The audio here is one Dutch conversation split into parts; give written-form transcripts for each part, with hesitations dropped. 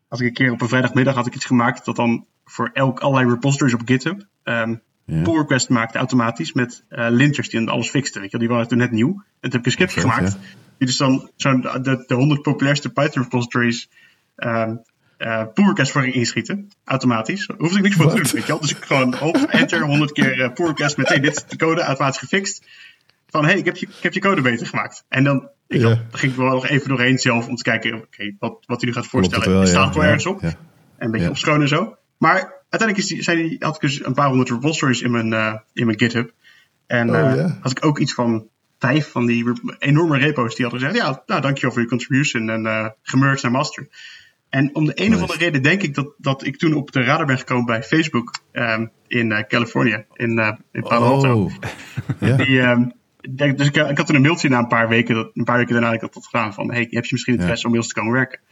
had ik een keer op een vrijdagmiddag iets gemaakt dat dan voor allerlei repositories op GitHub pull request maakte automatisch met linters die dan alles fixten. Weet je, die waren toen net nieuw. En toen heb ik een script gemaakt. Die dus dan de 100 populairste Python repositories pull request voor inschieten. Automatisch. Daar hoefde ik niks voor te doen. Weet je wel? Dus ik gewoon enter 100 keer pull request met dit is de code automatisch gefixt. Van ik heb je code beter gemaakt. En dan ging ik wel nog even doorheen zelf om te kijken wat hij nu gaat voorstellen. Staat het wel ergens op. Ja. En een beetje opschonen en zo. Maar uiteindelijk had ik dus een paar honderd repositories in mijn GitHub. En had ik ook iets van 5 van die enorme repo's die hadden gezegd, dankjewel voor je contribution en gemerged naar master. En om de een of andere reden denk ik dat ik toen op de radar ben gekomen bij Facebook in Californië, in Palo Alto. Dus ik had toen een mailtje na een paar weken daarna had ik dat gedaan van, heb je misschien interesse om bij ons te komen werken?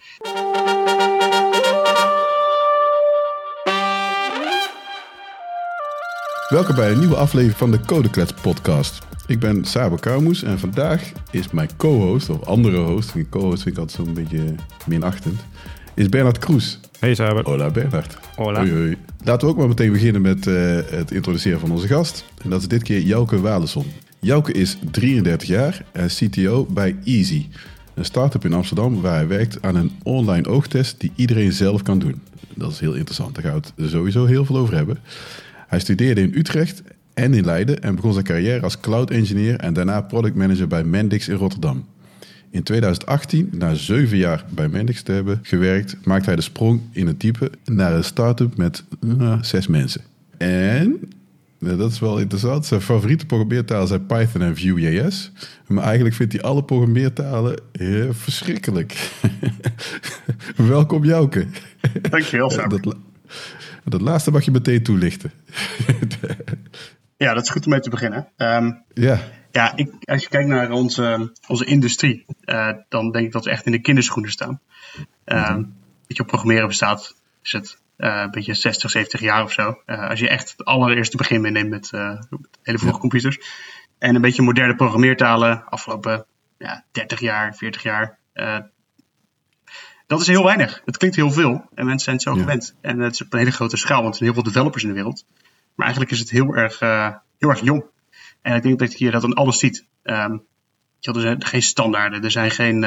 Welkom bij een nieuwe aflevering van de Codeklets podcast. Ik ben Saber Kouwmoes en vandaag is mijn co-host, of andere host, co-host vind ik altijd zo'n beetje minachtend, is Bernard Kroes. Hey Saber. Hola Bernard. Hola. Hoi. Laten we ook maar meteen beginnen met het introduceren van onze gast. En dat is dit keer Jouke Waleson. Jouke is 33 jaar en CTO bij Easy. Een start-up in Amsterdam waar hij werkt aan een online oogtest die iedereen zelf kan doen. Dat is heel interessant, daar gaan we het sowieso heel veel over hebben. Hij studeerde in Utrecht en in Leiden en begon zijn carrière als cloud engineer en daarna product manager bij Mendix in Rotterdam. In 2018, na 7 jaar bij Mendix te hebben gewerkt, maakte hij de sprong in het diepe naar een start-up met 6 mensen. En, dat is wel interessant, zijn favoriete programmeertalen zijn Python en Vue.js. Maar eigenlijk vindt hij alle programmeertalen verschrikkelijk. Welkom Jouke. Dankjewel Saber. Dat laatste mag je meteen toelichten. Ja, dat is goed om mee te beginnen. Als je kijkt naar onze industrie, dan denk ik dat we echt in de kinderschoenen staan. Weet je, op programmeren bestaat, is het een beetje 60, 70 jaar of zo. Als je echt het allereerste begin meeneemt met hele vroege computers. En een beetje moderne programmeertalen, afgelopen 30 jaar, 40 jaar. Dat is heel weinig. Het klinkt heel veel. En mensen zijn het zo gewend. En het is op een hele grote schaal. Want er zijn heel veel developers in de wereld. Maar eigenlijk is het heel erg jong. En ik denk dat je dat aan alles ziet. Er zijn geen standaarden. Er zijn geen...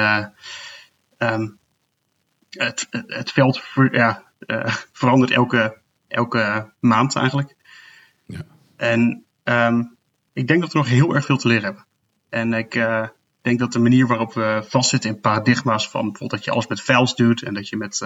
het veld verandert elke maand eigenlijk. Ja. En ik denk dat we nog heel erg veel te leren hebben. En ik denk dat de manier waarop we vastzitten in paradigma's van bijvoorbeeld dat je alles met files doet en dat je met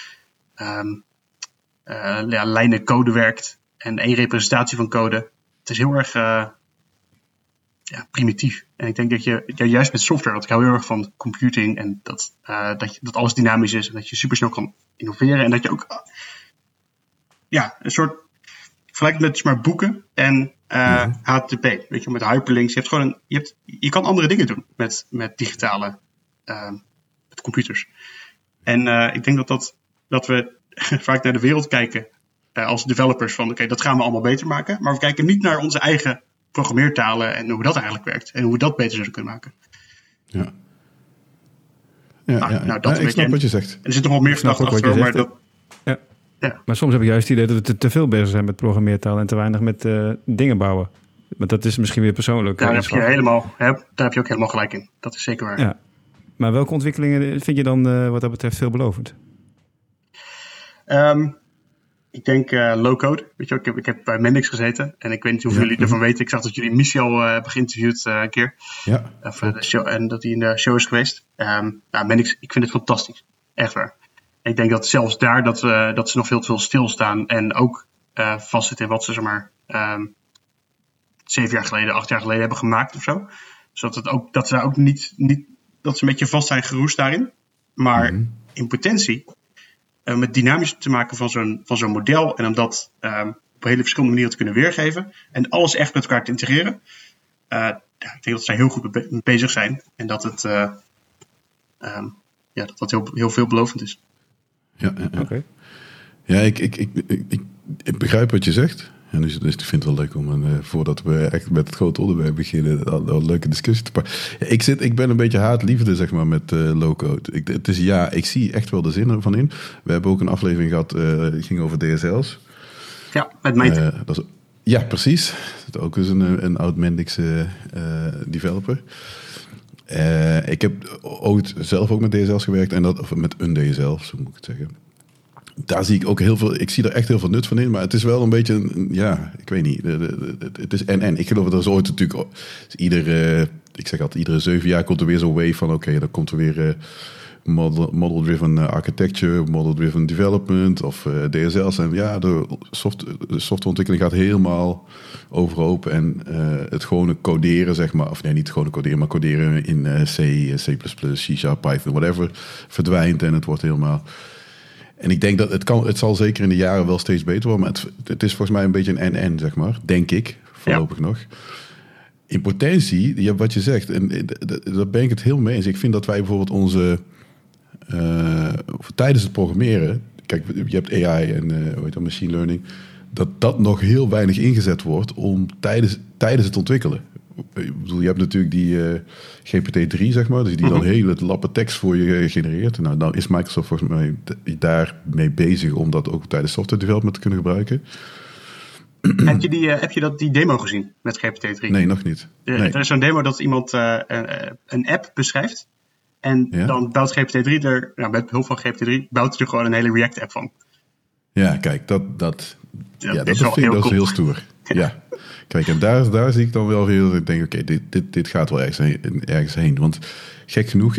lijnen code werkt en één representatie van code. Het is heel erg primitief. En ik denk dat je juist met software, want ik hou heel erg van computing en dat alles dynamisch is en dat je supersnel kan innoveren en dat je ook een soort vergelijk met maar boeken en HTTP, weet je, met hyperlinks. Je kan andere dingen doen met digitale met computers. En ik denk dat we vaak naar de wereld kijken als developers van oké, dat gaan we allemaal beter maken. Maar we kijken niet naar onze eigen programmeertalen en hoe dat eigenlijk werkt. En hoe we dat beter zouden kunnen maken. Ik snap wat je zegt. Er zit nog wel meer gedachten achter, maar dat... Ja. Maar soms heb ik juist het idee dat we te veel bezig zijn met programmeertaal en te weinig met dingen bouwen. Maar dat is misschien weer persoonlijk. Daar heb je ook helemaal gelijk in. Dat is zeker waar. Ja. Maar welke ontwikkelingen vind je dan wat dat betreft veelbelovend? Ik denk low-code. Weet je, ik heb bij Mendix gezeten. En ik weet niet hoeveel jullie ervan weten. Ik zag dat jullie Michel hebben geïnterviewd een keer. Ja. De show, en dat hij in de show is geweest. Mendix, ik vind het fantastisch. Echt waar. Ik denk dat zelfs daar dat ze nog veel te veel stilstaan. En ook vastzitten in wat ze 7 jaar geleden, 8 jaar geleden hebben gemaakt of zo. Zodat dat ze ook niet dat ze een beetje vast zijn geroest daarin. Maar in potentie, met dynamisch te maken van zo'n model. En om dat op hele verschillende manieren te kunnen weergeven. En alles echt met elkaar te integreren. Ik denk dat zij heel goed mee bezig zijn. En dat het dat heel veelbelovend is. Ja. Okay. Ja, ik begrijp wat je zegt. En dus ik vind het wel leuk om, voordat we echt met het grote onderwerp beginnen, al een leuke discussie te pakken. Ik ben een beetje haat-liefde, zeg maar, met low-code. Ik zie echt wel de zin ervan in. We hebben ook een aflevering gehad, die ging over DSL's. Ja, met Mate. Ja, precies. Dat is ook eens een oud Mendix developer. Ik heb ooit zelf ook met DSL's gewerkt, of met een DSL, zo moet ik het zeggen. Daar zie ik ook heel veel. Ik zie er echt heel veel nut van in, maar het is wel een beetje, ik weet niet. Het is en. Ik geloof dat er is ooit natuurlijk ik zeg altijd, iedere 7 jaar komt er weer zo'n wave van, oké, dan komt er weer model-driven architecture, model-driven development of DSL's. En ja, de softwareontwikkeling gaat helemaal overhoop en het gewone coderen, zeg maar, of nee, niet gewoon coderen, maar coderen in C, C++, C#, Python, whatever, verdwijnt en het wordt helemaal. En ik denk dat het zal zeker in de jaren wel steeds beter worden, maar het is volgens mij een beetje een en, zeg maar, denk ik, voorlopig nog. In potentie, wat je zegt, en daar ben ik het heel mee eens. Ik vind dat wij bijvoorbeeld tijdens het programmeren, kijk, je hebt AI en machine learning, dat nog heel weinig ingezet wordt om tijdens het ontwikkelen. Ik bedoel, je hebt natuurlijk die GPT-3, zeg maar, dus die dan hele lappen tekst voor je genereert. Nou, dan is Microsoft volgens mij daarmee bezig om dat ook tijdens software development te kunnen gebruiken. Heb je die demo gezien met GPT-3? Nee, nog niet. Nee. Er is zo'n demo dat iemand een app beschrijft. En dan bouwt GPT-3 met behulp van GPT-3 bouwt hij er gewoon een hele React-app van. Ja, kijk, dat is heel stoer. Ja. Kijk, en daar zie ik dan wel weer, ik denk, oké, dit gaat wel ergens heen. Want gek genoeg,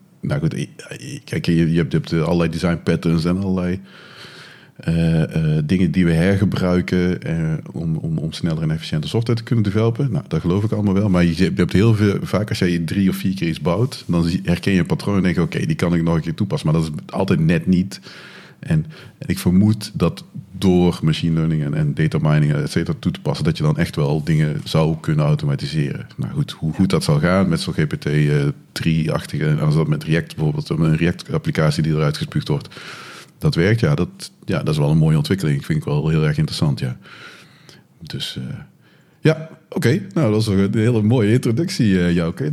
kijk, je hebt allerlei design patterns en allerlei dingen die we hergebruiken om sneller en efficiënter software te kunnen developen. Nou, dat geloof ik allemaal wel. Maar je hebt heel veel, vaak als jij 3 of 4 keer iets bouwt, dan herken je een patroon en denk je, oké, die kan ik nog een keer toepassen. Maar dat is altijd net niet. En ik vermoed dat door machine learning en data mining, et cetera, toe te passen, dat je dan echt wel dingen zou kunnen automatiseren. Nou goed, hoe goed dat zal gaan met zo'n GPT-3-achtige, en als dat met React bijvoorbeeld, een React-applicatie die eruit gespuugd wordt, dat werkt, dat is wel een mooie ontwikkeling. Ik vind het wel heel erg interessant, ja. Dus, oké. Nou, dat is een hele mooie introductie, Jouke.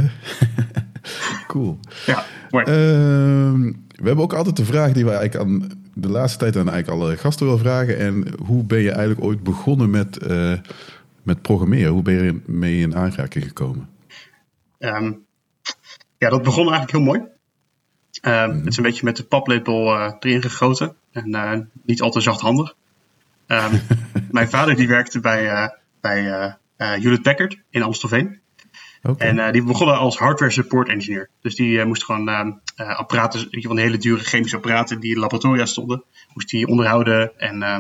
Cool. Ja, mooi. We hebben ook altijd de vraag die we eigenlijk aan de laatste tijd aan eigenlijk alle gasten willen vragen. En hoe ben je eigenlijk ooit begonnen met programmeren? Hoe ben je mee in aanraking gekomen? Dat begon eigenlijk heel mooi. Het is een beetje met de paplepel erin gegoten. En niet al te zachthandig. Mijn vader die werkte bij Hewlett Packard in Amstelveen. Okay. En die begonnen als hardware support engineer. Dus die moest gewoon apparaten, van hele dure chemische apparaten die in laboratoria stonden, moest die onderhouden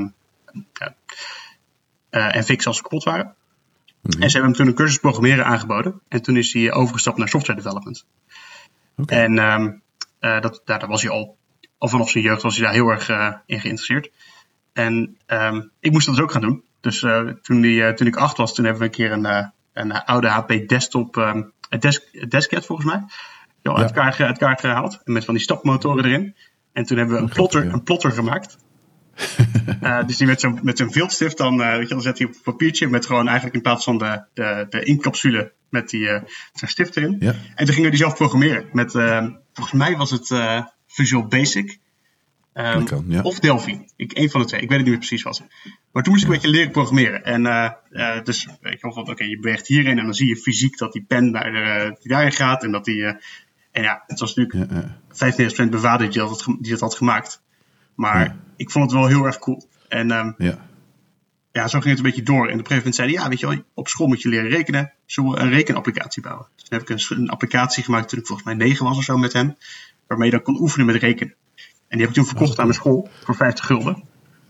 en fixen als ze kapot waren. Mm-hmm. En ze hebben hem toen een cursus programmeren aangeboden. En toen is hij overgestapt naar software development. Okay. En daar was hij al vanaf zijn jeugd was hij daar heel erg in geïnteresseerd. En ik moest dat dus ook gaan doen. Dus toen ik 8 was, toen hebben we een keer een oude HP desktop, Deskcat volgens mij, uit elkaar gehaald. Met van die stapmotoren erin. En toen hebben we een plotter gemaakt. Dus die met zo'n viltstift dan zet hij op een papiertje met gewoon eigenlijk in plaats van de inkcapsule met zo'n stift erin. Ja. En toen gingen we die zelf programmeren. Met, volgens mij was het Visual Basic. Of Delphi. Een van de twee. Ik weet het niet meer precies wat. Maar toen moest ik een beetje leren programmeren. En dus weet je wel, je beweegt hierin en dan zie je fysiek dat die pen die daarin gaat. En dat het was natuurlijk 95% mijn vader die dat had gemaakt. Maar ik vond het wel heel erg cool. En zo ging het een beetje door. En op een gegeven moment zeiden weet je wel, op school moet je leren rekenen. Zullen we een rekenapplicatie bouwen? Dus toen heb ik een applicatie gemaakt toen ik volgens mij 9 was of zo met hem. Waarmee je dan kon oefenen met rekenen. En die heb ik toen verkocht aan mijn school voor 50 gulden.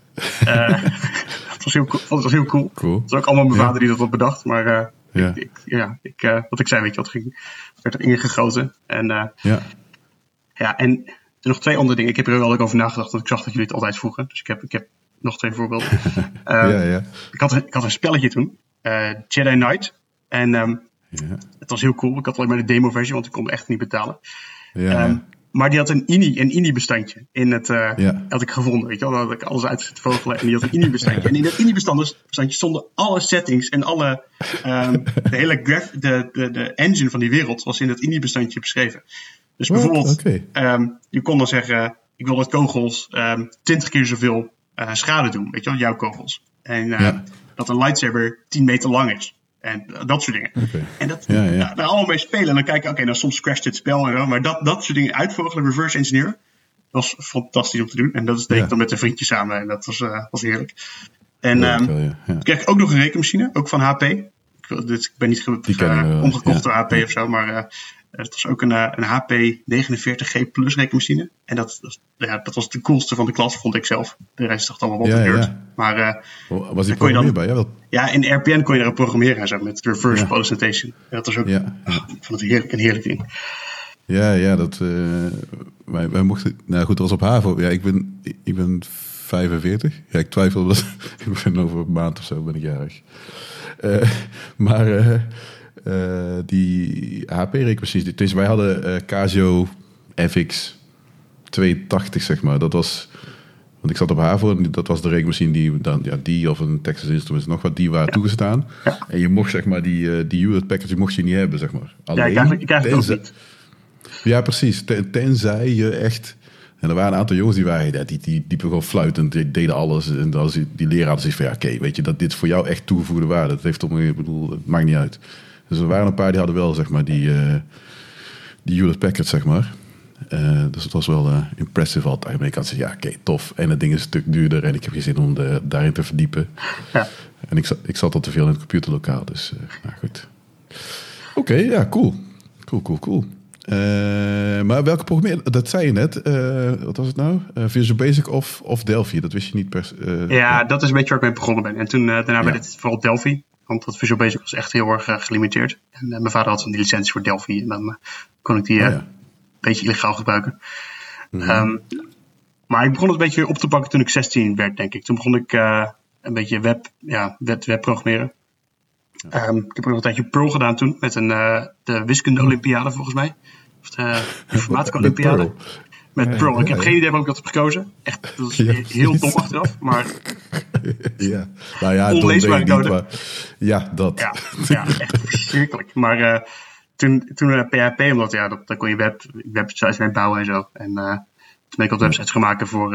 Dat was heel cool. Het was ook allemaal mijn vader die dat had bedacht. Maar wat ik zei, weet je wat, werd erin gegoten. En en er nog 2 andere dingen. Ik heb er wel over nagedacht, want ik zag dat jullie het altijd vroegen. Dus ik heb nog 2 voorbeelden. Ik had een spelletje toen. Jedi Knight. En het was heel cool. Ik had alleen maar de demo versie, want ik kon het echt niet betalen. Maar die had een INI-bestandje in het, had ik gevonden. Weet je wel, dan had ik alles uit zitten vogelen en die had een INI-bestandje. En in dat INI-bestandje stonden alle settings en alle, de hele de engine van die wereld was in dat INI-bestandje beschreven. Dus bijvoorbeeld, je kon dan zeggen, ik wil dat kogels 20 keer zoveel schade doen, weet je wel, jouw kogels. En dat een lightsaber 10 meter lang is. En dat soort dingen. Okay. En daar allemaal mee spelen. En dan kijken, dan soms crasht het spel en zo. Maar dat soort dingen uitvogelen, reverse engineer, was fantastisch om te doen. En dat deed ik dan met een vriendje samen. En dat was heerlijk. En toen kreeg ik ook nog een rekenmachine, ook van HP. Ik ben niet omgekocht door HP of zo, maar het was ook een HP 49G Plus rekenmachine. En dat was de coolste van de klas, vond ik zelf. De rest dacht allemaal wat gebeurd. Maar was die programmeerbaar? Ja, in RPN kon je erop programmeren en zo, met reverse policy notation. En dat was ook, ik vond het een heerlijk ding. Ja, dat wij mochten. Nou goed, dat was op HAVO. Ja, ik ben 45. Ja, ik twijfel dat ik ben over een maand of zo ben ik jarig. Die HP-rekenmachines, dus wij hadden Casio FX 280, zeg maar. Dat was, want ik zat op HAVO en dat was de rekenmachine die dan, die of een Texas Instruments nog wat, die waren toegestaan. Ja. En je mocht, zeg maar, die Hewlett Packard mocht je niet hebben, zeg maar. Alleen, ik krijg het ook niet. Ja, precies. Tenzij je echt... En er waren een aantal jongens die liepen gewoon fluitend, die deden alles. En die leraar hadden zoiets van, oké, weet je, dat dit voor jou echt toegevoegde waarde. Dat heeft toch, ik bedoel, het maakt niet uit. Dus er waren een paar die hadden wel, zeg maar, die Hewlett Packard, zeg maar. Dus het was wel impressive altijd. Maar ik had gezegd, oké, tof. En het ding is een stuk duurder en ik heb geen zin om daarin te verdiepen. Ja. En ik zat al te veel in het computerlokaal, dus nou goed. Oké, cool. Cool. Maar welke programmeren, dat zei je net, wat was het nou? Visual Basic of Delphi, dat wist je niet per dat is een beetje waar ik mee begonnen ben. En toen daarna werd het vooral Delphi, want dat Visual Basic was echt heel erg gelimiteerd. En mijn vader had die licentie voor Delphi en dan kon ik die een beetje illegaal gebruiken. Mm-hmm. Maar ik begon het een beetje op te pakken toen ik 16 werd, denk ik. Toen begon ik een beetje web programmeren. Ik heb ook nog een tijdje Perl gedaan toen, met de wiskunde-olympiade volgens mij. Of de informatica-olympiade. Met Perl. Ik heb geen idee waarom ik dat heb gekozen. Echt, dat is heel dom achteraf, maar... Ja, nou ja, onleesbare code. Maar... Ja, dat. Ja, echt verschrikkelijk. Maar toen PHP, omdat dan kon je websites mee bouwen en zo. En toen ben ik wat websites gaan maken voor...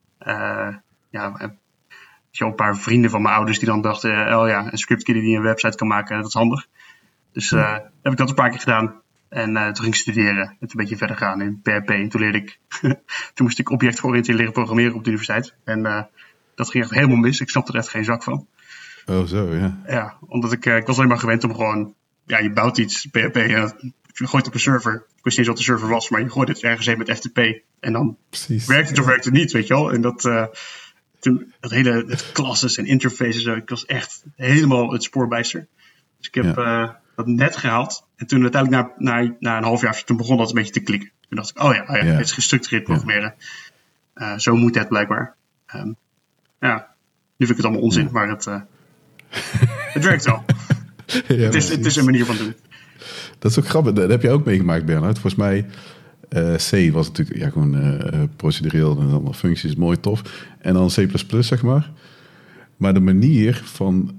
een paar vrienden van mijn ouders die dan dachten... een scriptkiddy die een website kan maken, dat is handig. Dus heb ik dat een paar keer gedaan. En toen ging ik studeren. En toen een beetje verder gaan in PHP. En toen leerde ik... toen moest ik objectgeoriënteerd leren programmeren op de universiteit. En dat ging echt helemaal mis. Ik snapte er echt geen zak van. Oh, zo, ja. Ja, omdat ik was alleen maar gewend om gewoon... Ja, je bouwt iets, PHP, je gooit op een server. Ik wist niet eens wat de server was, maar je gooit het ergens heen met FTP. En dan werkt het of werkt het niet, weet je wel. En toen dat hele classes en interfaces, ik was echt helemaal het spoorbijster. Dus ik heb dat net gehaald. En toen uiteindelijk na een half jaar, toen begon dat een beetje te klikken. Toen dacht ik, het is gestructureerd programmeren. Zo moet het blijkbaar. Nu vind ik het allemaal onzin, maar het werkt wel. Het is een manier van doen. Dat is ook grappig. Dat heb je ook meegemaakt, Bernhard. Volgens mij... C was natuurlijk gewoon procedureel en allemaal functies, mooi, tof. En dan C++, zeg maar. Maar de manier van...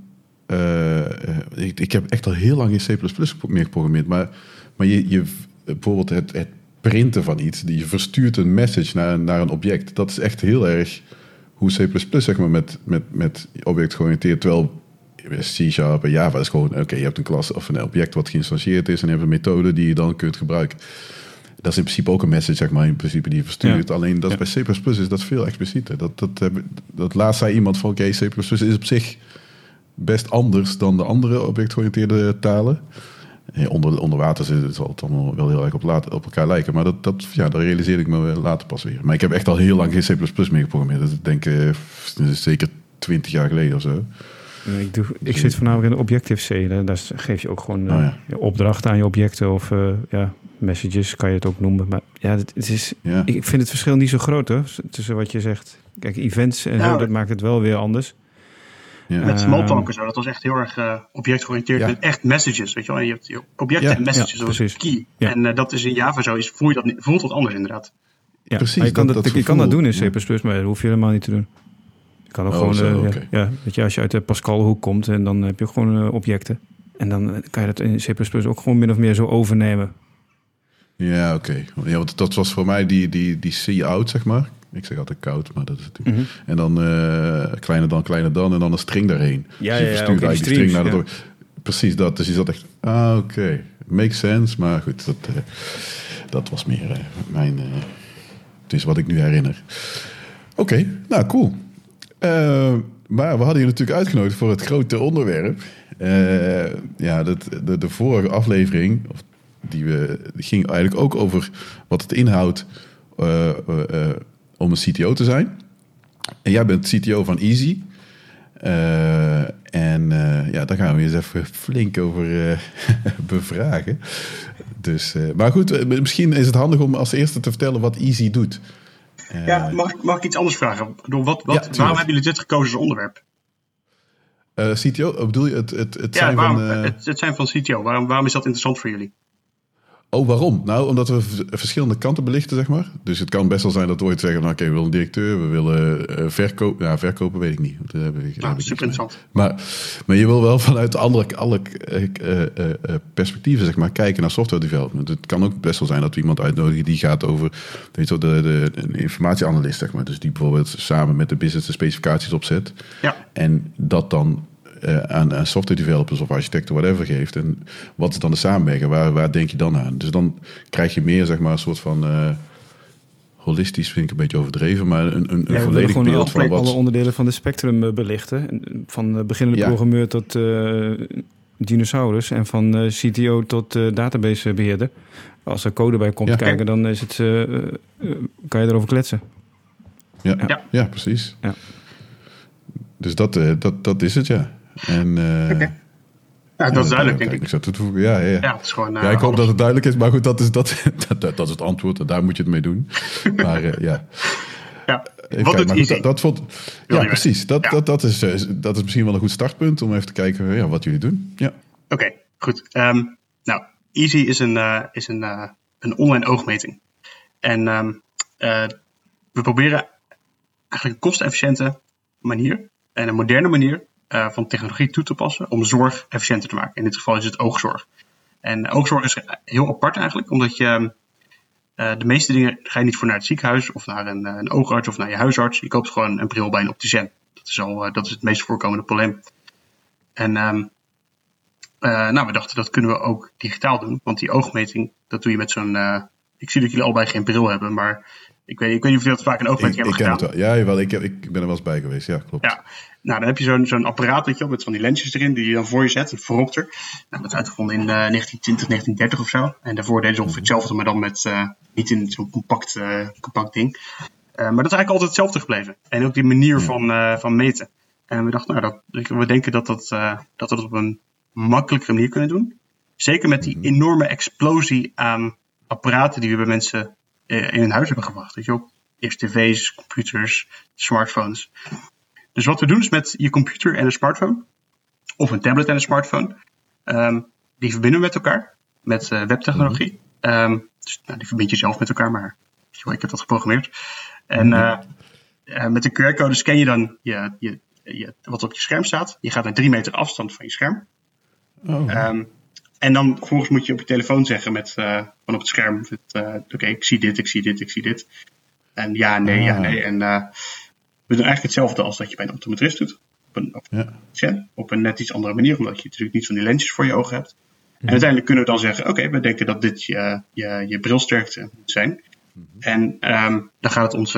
ik heb echt al heel lang in C++ meer geprogrammeerd. Maar je bijvoorbeeld het printen van iets, je verstuurt een message naar een object. Dat is echt heel erg hoe C++, zeg maar, met object-georiënteerd. Terwijl C# en Java is gewoon... Oké, je hebt een klas of een object wat geïnstanceerd is en je hebt een methode die je dan kunt gebruiken. Dat is in principe ook een message, zeg maar, in principe die je verstuurt. Ja. Alleen dat bij C++ is dat veel explicieter. Dat laatst zei iemand van, oké, C++ is op zich best anders dan de andere objectgeoriënteerde talen. Onder water zal het allemaal wel heel erg op elkaar lijken. Maar dat realiseerde ik me later pas weer. Maar ik heb echt al heel lang geen C++ meer geprogrammeerd. Dat denk ik zeker 20 jaar geleden of zo. Ik zit voornamelijk in de Objective-C. Daar geef je ook gewoon opdrachten aan je objecten of messages, kan je het ook noemen. Maar het is, ik vind het verschil niet zo groot hoor, tussen wat je zegt. Kijk, events en zo, dat maakt het wel weer anders. Met Smalltalk en zo, dat was echt heel erg objectgeoriënteerd met echt messages, weet je wel. En je hebt je objecten en messages, dat is key. Ja. En dat is in Java zo, voelt dat anders inderdaad. Ja, precies. Je kan dat doen in C++, maar dat hoef je helemaal niet te doen. Je kan ook weet je, als je uit de Pascal-hoek komt en dan heb je gewoon objecten. En dan kan je dat in C++ ook gewoon min of meer zo overnemen. Ja, oké. Ja, want dat was voor mij die C-out, zeg maar. Ik zeg altijd koud, maar dat is natuurlijk... Mm-hmm. En dan kleiner dan en dan een string daarheen. Ja, dus je verstuurt eigenlijk die string naar de... Precies dat. Dus je zat echt... oké. Makes sense. Maar goed, dat was meer mijn... het is wat ik nu herinner. Oké, nou cool. Maar we hadden je natuurlijk uitgenodigd voor het grote onderwerp. De vorige aflevering... Die ging eigenlijk ook over wat het inhoudt om een CTO te zijn. En jij bent CTO van Easy. Daar gaan we eens even flink over bevragen. Dus, maar goed, misschien is het handig om als eerste te vertellen wat Easy doet. Mag ik iets anders vragen? Waarom hebben jullie dit gekozen als onderwerp? CTO, bedoel je het zijn het zijn van CTO. Waarom is dat interessant voor jullie? Oh, waarom? Nou, omdat we verschillende kanten belichten, zeg maar. Dus het kan best wel zijn dat we ooit zeggen... oké, we willen een directeur, we willen verkopen. Ja, verkopen weet ik niet. Super interessant. Maar je wil wel vanuit alle perspectieven, zeg maar... kijken naar software development. Het kan ook best wel zijn dat we iemand uitnodigen... die gaat over, weet je wel, de informatieanalist, zeg maar. Dus die bijvoorbeeld samen met de business de specificaties opzet. Ja. En dat dan... aan software developers of architecten, whatever, geeft. En wat is dan de samenwerking? Waar denk je dan aan? Dus dan krijg je meer, zeg maar, een soort van... holistisch vind ik een beetje overdreven, maar een volledig beeld van wat... alle onderdelen van de spectrum belichten. Van beginnende programmeur tot dinosaurus en van CTO tot databasebeheerder. Als er code bij komt kijken, dan is het, kan je erover kletsen. Ja, precies. Ja. Dus dat is het, ja. En, dat is duidelijk, denk ik. Ik zou toevoegen. Ja, het is gewoon, ik hoop dat het duidelijk is, maar goed, dat is het antwoord en daar moet je het mee doen. Maar ja. Wat doet Easy? Precies. Dat is misschien wel een goed startpunt om even te kijken wat jullie doen. Ja. Oké, goed. Easy is een online oogmeting. En we proberen eigenlijk een kostenefficiënte manier en een moderne manier van technologie toe te passen om zorg efficiënter te maken. In dit geval is het oogzorg. En oogzorg is heel apart eigenlijk, omdat je de meeste dingen ga je niet voor naar het ziekenhuis of naar een oogarts of naar je huisarts. Je koopt gewoon een bril bij een opticien. Dat is het meest voorkomende probleem. En we dachten dat kunnen we ook digitaal doen, want die oogmeting, dat doe je met zo'n... ik zie dat jullie allebei geen bril hebben, maar ik weet niet of jullie dat vaak een oogmeting hebben gedaan. Het wel. Ja, jawel, ik ben er wel eens bij geweest, ja, klopt. Ja. Nou, dan heb je zo'n apparaat, weet je wel, met van die lensjes erin, die je dan voor je zet, voorop er. Nou, dat is uitgevonden in 1920, 1930 of zo. En daarvoor deden ze ongeveer hetzelfde, maar dan met niet in zo'n compact ding. Maar dat is eigenlijk altijd hetzelfde gebleven. En ook die manier van meten. En we dachten, we denken dat we dat op een makkelijkere manier kunnen doen. Zeker met die enorme explosie aan apparaten die we bij mensen in hun huis hebben gebracht. Weet je wel? Eerst tv's, computers, smartphones. Dus wat we doen is met je computer en een smartphone, of een tablet en een smartphone, die verbinden we met elkaar, met webtechnologie. Dus, die verbind je zelf met elkaar, maar ik heb dat geprogrammeerd. En met de QR-code scan je dan wat op je scherm staat. Je gaat naar 3 meter afstand van je scherm. En dan vervolgens moet je op je telefoon zeggen van op het scherm, oké, ik zie dit, ik zie dit, ik zie dit. En ja, nee. En we doen eigenlijk hetzelfde als dat je bij een optometrist doet. Op een net iets andere manier, omdat je natuurlijk niet van die lensjes voor je ogen hebt. En uiteindelijk kunnen we dan zeggen, oké, we denken dat dit je brilsterkte moet zijn. En dan gaat het ons...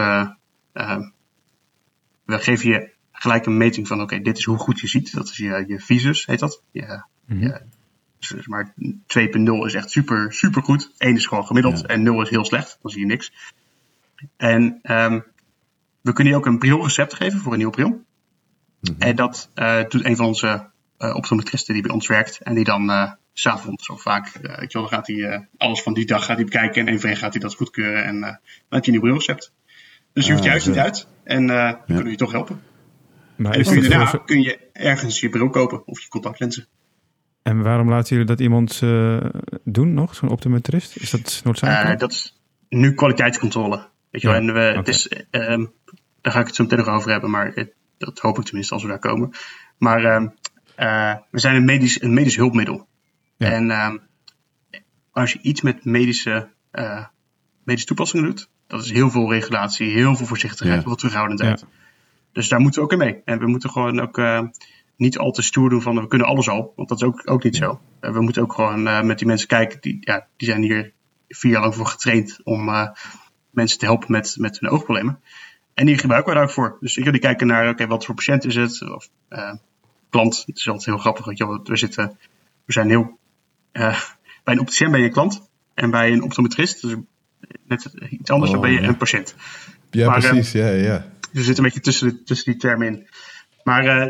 we geven je gelijk een meting van, oké, dit is hoe goed je ziet. Dat is je visus, heet dat. Dus maar 2.0 is echt super, super goed. 1 is gewoon gemiddeld en 0 is heel slecht. Dan zie je niks. En we kunnen je ook een brilrecept geven voor een nieuwe bril. En dat doet een van onze optometristen die bij ons werkt. En die dan 's avonds zo vaak, dan gaat hij alles van die dag gaat hij bekijken. En één voor één gaat hij dat goedkeuren. En dan heb je een nieuw brilrecept. Dus je hoeft je huis niet uit. En we kunnen je toch helpen. Maar en daarna kun je ergens je bril kopen of je contactlenzen. En waarom laten jullie dat iemand doen nog, zo'n optometrist? Is dat noodzakelijk? Dat is nu kwaliteitscontrole. Weet je wel? En het is, daar ga ik het zo meteen nog over hebben, maar dat hoop ik tenminste als we daar komen. Maar we zijn een medisch hulpmiddel. Ja. En als je iets met medische toepassingen doet, dat is heel veel regulatie, heel veel voorzichtigheid, heel veel terughoudendheid. Ja. Dus daar moeten we ook in mee. En we moeten gewoon ook niet al te stoer doen van we kunnen alles al, want dat is ook niet zo. We moeten ook gewoon met die mensen kijken, die zijn hier 4 jaar lang voor getraind om mensen te helpen met hun oogproblemen. En die gebruiken we daar ook voor. Dus die kijken naar, wat voor patiënt is het? Of klant. Het is altijd heel grappig. Weet je, we zijn heel... bij een opticien ben je een klant. En bij een optometrist, dus net iets anders, dan ben je een patiënt. Ja, maar, precies. Ja. Dus we zitten een beetje tussen die termen in. Maar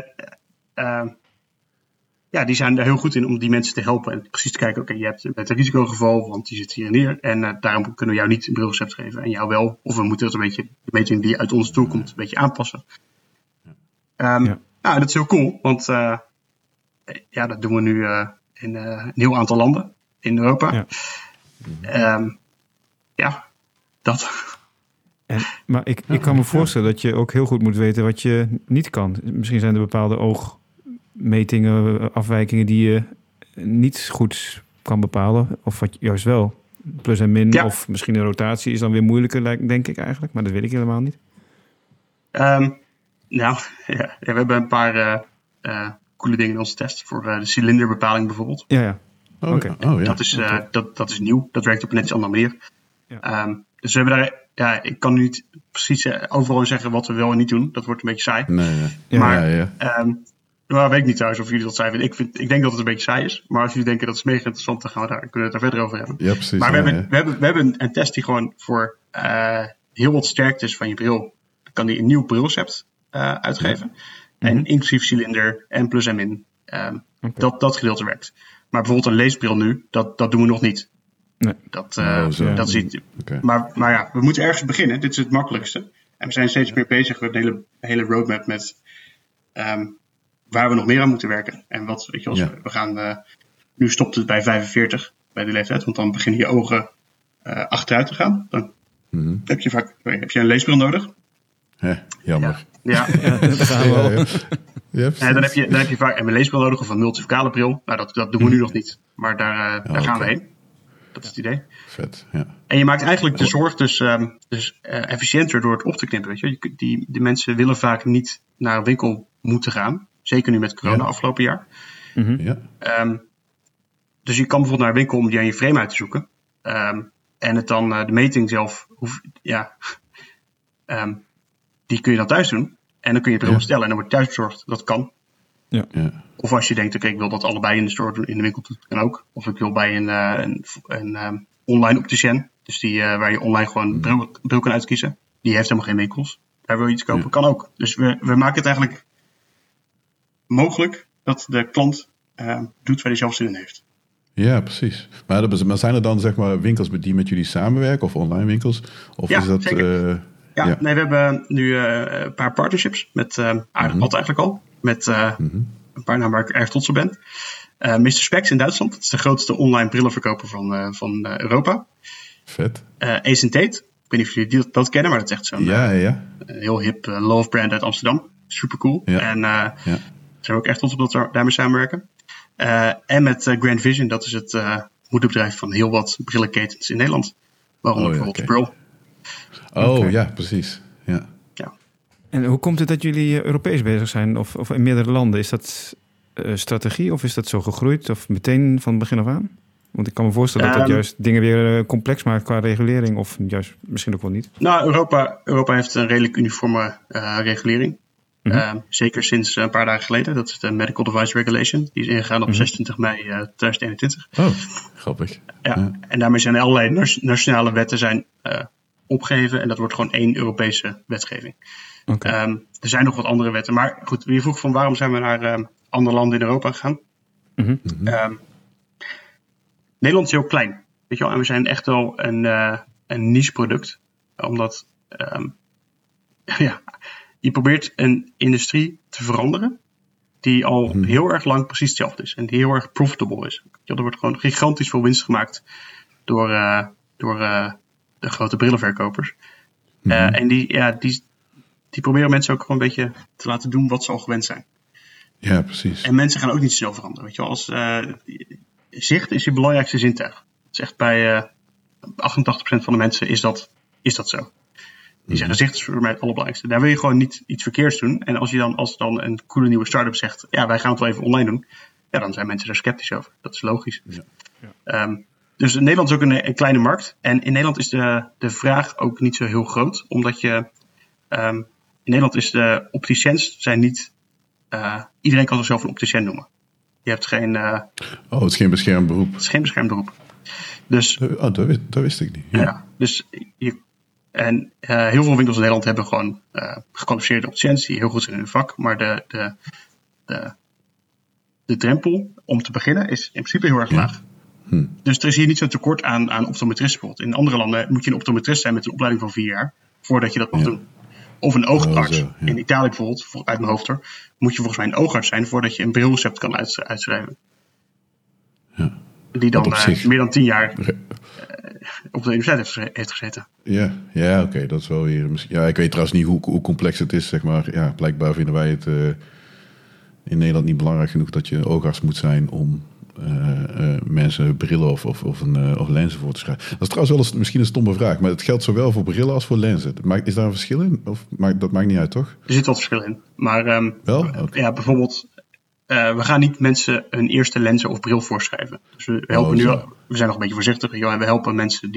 die zijn er heel goed in om die mensen te helpen. En precies te kijken, je bent een risicogeval, want die zit hier en hier. En daarom kunnen we jou niet een brilrecept geven. En jou wel. Of we moeten het een beetje, de meting die uit ons toe komt, een beetje aanpassen. Nou, dat is heel cool. Want dat doen we nu in een heel aantal landen in Europa. Dat. Maar ik kan me voorstellen dat je ook heel goed moet weten wat je niet kan. Misschien zijn er bepaalde oogmetingen, afwijkingen die je niet goed kan bepalen. Of wat juist wel. Plus en min. Ja. Of misschien een rotatie is dan weer moeilijker, denk ik eigenlijk. Maar dat weet ik helemaal niet. We hebben een paar coole dingen in onze test. Voor de cilinderbepaling bijvoorbeeld. Ja. Oké. Dat is nieuw. Dat werkt op een net andere manier. Ja. Dus we hebben daar... Ja, ik kan nu niet precies overal zeggen wat we wel en niet doen. Dat wordt een beetje saai. Nee. Maar weet ik niet trouwens of jullie dat saai vinden. Ik denk dat het een beetje saai is. Maar als jullie denken dat is mega interessant, dan kunnen we het daar verder over hebben. Ja, precies. Maar we hebben een test die gewoon voor heel wat sterktes van je bril... Dan kan die een nieuw brilrecept uitgeven. Ja. En inclusief cilinder en plus en min. Dat gedeelte werkt. Maar bijvoorbeeld een leesbril nu, dat doen we nog niet. Nee. Dat is iets. Okay. Maar we moeten ergens beginnen. Dit is het makkelijkste. En we zijn steeds meer bezig met een hele roadmap met waar we nog meer aan moeten werken. En wat, weet je, we gaan... nu stopt het bij 45, bij de leeftijd. Want dan beginnen je ogen achteruit te gaan. Dan heb je een leesbril nodig. Jammer. Ja. En dan heb je vaak een leesbril nodig of een multifocale bril. Nou, dat doen we nu nog niet. Maar daar gaan we heen. Dat is het idee. Vet, ja. En je maakt eigenlijk de zorg dus efficiënter door het op te knippen. Weet je? Die mensen willen vaak niet naar een winkel moeten gaan. Zeker nu met corona afgelopen jaar. Dus je kan bijvoorbeeld naar een winkel om die aan je frame uit te zoeken. En het dan de meting zelf... die kun je dan thuis doen. En dan kun je het erop stellen en dan wordt het thuis bezorgd. Dat kan. Ja. Of als je denkt, ik wil dat allebei in de store doen, in de winkel doen, kan ook. Of ik wil bij een online opticien, dus waar je online gewoon bril kan uitkiezen. Die heeft helemaal geen winkels. Daar wil je iets kopen, kan ook. Dus we maken het eigenlijk mogelijk dat de klant doet waar hij zelf zin in heeft. Ja, precies. Maar zijn er dan zeg maar winkels die met jullie samenwerken of online winkels? Of is dat... zeker. Nee, we hebben nu een paar partnerships met aardig eigenlijk al. Met een paar namen waar ik erg trots op ben. Mr. Specs in Duitsland. Dat is de grootste online brillenverkoper van Europa. Vet. Ace & Tate. Ik weet niet of jullie dat kennen, maar dat is echt zo'n heel hip love brand uit Amsterdam. Super cool. Ja. En zijn we ook echt trots op dat we daarmee samenwerken. En met Grand Vision. Dat is het moederbedrijf van heel wat brillenketens in Nederland. Waaronder bijvoorbeeld Pearl. Ja, precies. Ja. En hoe komt het dat jullie Europees bezig zijn of in meerdere landen? Is dat strategie of is dat zo gegroeid of meteen van het begin af aan? Want ik kan me voorstellen dat juist dingen weer complex maakt qua regulering of juist misschien ook wel niet. Nou, Europa heeft een redelijk uniforme regulering. Zeker sinds een paar dagen geleden. Dat is de Medical Device Regulation. Die is ingegaan op 26 mei 2021. Oh, grappig. Ja. En daarmee zijn allerlei nationale wetten opgegeven. En dat wordt gewoon 1 Europese wetgeving. Okay. Er zijn nog wat andere wetten. Maar goed, je vroeg van waarom zijn we naar andere landen in Europa gegaan. Nederland is heel klein. Weet je wel? En we zijn echt wel een niche product. Omdat je je probeert een industrie te veranderen die al heel erg lang precies hetzelfde is. En die heel erg profitable is. Er wordt gewoon gigantisch veel winst gemaakt door de grote brillenverkopers. En die proberen mensen ook gewoon een beetje te laten doen wat ze al gewend zijn. Ja, precies. En mensen gaan ook niet snel veranderen. Weet je wel, als zicht is je belangrijkste zintuig. Dat is echt bij 88% van de mensen is dat zo. Die zeggen, zicht is voor mij het allerbelangrijkste. Daar wil je gewoon niet iets verkeerds doen. En als dan een coole nieuwe start-up zegt, ja, wij gaan het wel even online doen. Ja, dan zijn mensen daar sceptisch over. Dat is logisch. Ja. Dus Nederland is ook een kleine markt. En in Nederland is de vraag ook niet zo heel groot. Omdat je... in Nederland is de opticiens zijn niet... iedereen kan zichzelf een opticien noemen. Je hebt geen... het is geen beschermd beroep. Het is geen beschermd beroep. Dus... dat wist ik niet. Ja, dus heel veel winkels in Nederland hebben gewoon gekwalificeerde opticiens die heel goed zijn in hun vak. Maar de drempel om te beginnen is in principe heel erg laag. Dus er is hier niet zo'n tekort aan optometristen bijvoorbeeld. In andere landen moet je een optometrist zijn met een opleiding van 4 jaar voordat je dat mag doen. Of een oogarts. In Italië bijvoorbeeld, uit mijn hoofd moet je volgens mij een oogarts zijn voordat je een brilrecept kan uitschrijven. Ja. Die dan meer dan 10 jaar op de universiteit heeft gezeten. Ja, oké, dat is wel weer... Ja, ik weet trouwens niet hoe complex het is, zeg maar. Ja, blijkbaar vinden wij het in Nederland niet belangrijk genoeg dat je oogarts moet zijn om mensen brillen of lenzen voor te schrijven. Dat is trouwens wel misschien een stomme vraag, maar het geldt zowel voor brillen als voor lenzen. Is daar een verschil in? Dat maakt niet uit, toch? Er zit wat verschil in. Maar wel? Okay. Ja, bijvoorbeeld... we gaan niet mensen hun eerste lenzen of bril voorschrijven. Dus we helpen we zijn nog een beetje voorzichtig. En we helpen mensen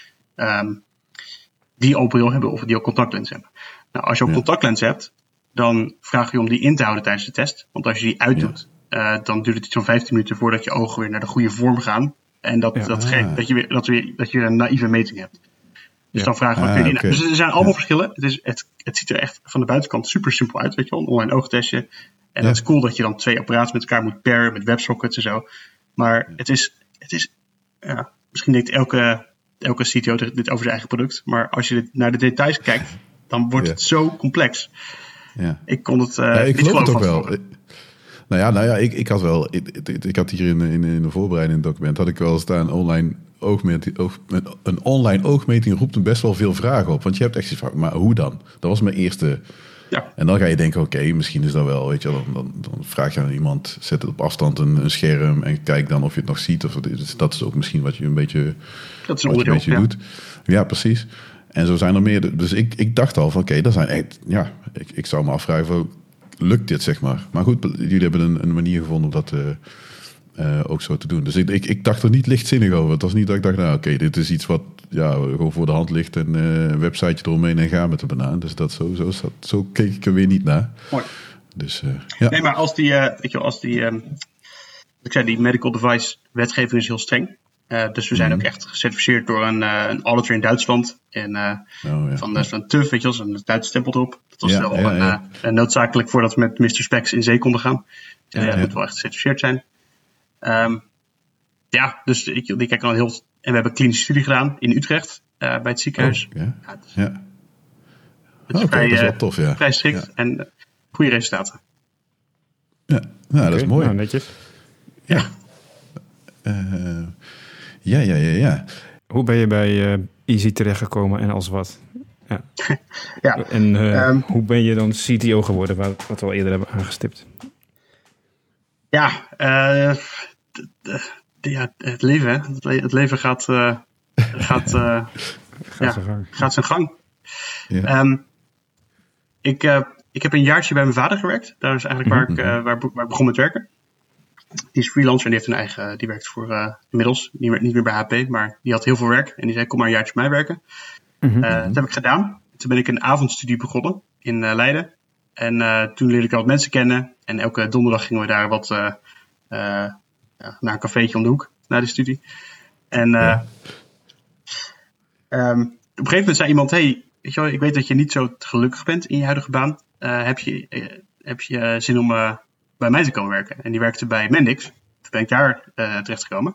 die al bril hebben of die al contactlens hebben. Nou, als je al contactlens hebt, dan vraag je om die in te houden tijdens de test. Want als je die uitdoet, dan duurt het iets van 15 minuten voordat je ogen weer naar de goede vorm gaan. En dat geeft dat je weer een naïeve meting hebt. Dus dan vragen we in. Dus er zijn allemaal verschillen. Het ziet er echt van de buitenkant super simpel uit. Weet je wel, een online oogtestje. En het is cool dat je dan 2 apparaten met elkaar moet pairen met websockets en zo. Maar het is misschien denkt elke CTO dit over zijn eigen product. Maar als je naar de details kijkt, dan wordt het zo complex. Ja. Ik kon het ik geloof het ook wel. Nou ja, ik had wel... Ik had hier in de voorbereiding document had ik wel staan een online oogmeting roept hem best wel veel vragen op. Want je hebt echt zoiets van, maar hoe dan? Dat was mijn eerste... Ja. En dan ga je denken, oké, misschien is dat wel, weet je, dan vraag je aan iemand, zet het op afstand een scherm en kijk dan of je het nog ziet. Dat is ook misschien wat je een beetje, doet. Ja, precies. En zo zijn er meer. Dus ik dacht al van, oké, dat zijn echt, ik zou me afvragen van, lukt dit, zeg maar. Maar goed, jullie hebben een manier gevonden om dat ook zo te doen. Dus ik dacht er niet lichtzinnig over. Het was niet dat ik dacht, oké, dit is iets wat gewoon voor de hand ligt en een websiteje eromheen en gaan met de banaan. Dus dat zo keek ik er weer niet naar. Mooi. Dus, Nee, maar als die medical device wetgeving is heel streng. Dus we zijn ook echt gecertificeerd door een auditor in Duitsland. En van TÜV, weet je wel, zo'n Duitse stempel erop. Dat was wel noodzakelijk voordat we met Mr. Specs in zee konden gaan. Dat moet wel echt gecertificeerd zijn. Dus die kijken dan heel... En we hebben een klinische studie gedaan in Utrecht, bij het ziekenhuis. Het is dat is wel tof, vrij strikt en goede resultaten. Ja, dat is mooi. Nou, netjes. Ja. Hoe ben je bij Easy terechtgekomen en als wat? Ja. En hoe ben je dan CTO geworden, wat we al eerder hebben aangestipt? Het leven, hè. Het leven gaat zijn gang. Ja. Ik heb een jaartje bij mijn vader gewerkt. Daar is eigenlijk waar ik begon met werken. Die is freelancer en die werkt voor inmiddels, niet meer bij HP, maar die had heel veel werk. En die zei, kom maar een jaartje bij mij werken. Dat heb ik gedaan. Toen ben ik een avondstudie begonnen in Leiden. En toen leerde ik al wat mensen kennen. En elke donderdag gingen we daar wat naar een cafeetje om de hoek, na de studie. En op een gegeven moment zei iemand, hey, weet je wel, ik weet dat je niet zo gelukkig bent in je huidige baan. Heb je zin om bij mij te komen werken? En die werkte bij Mendix. Toen ben ik daar terechtgekomen.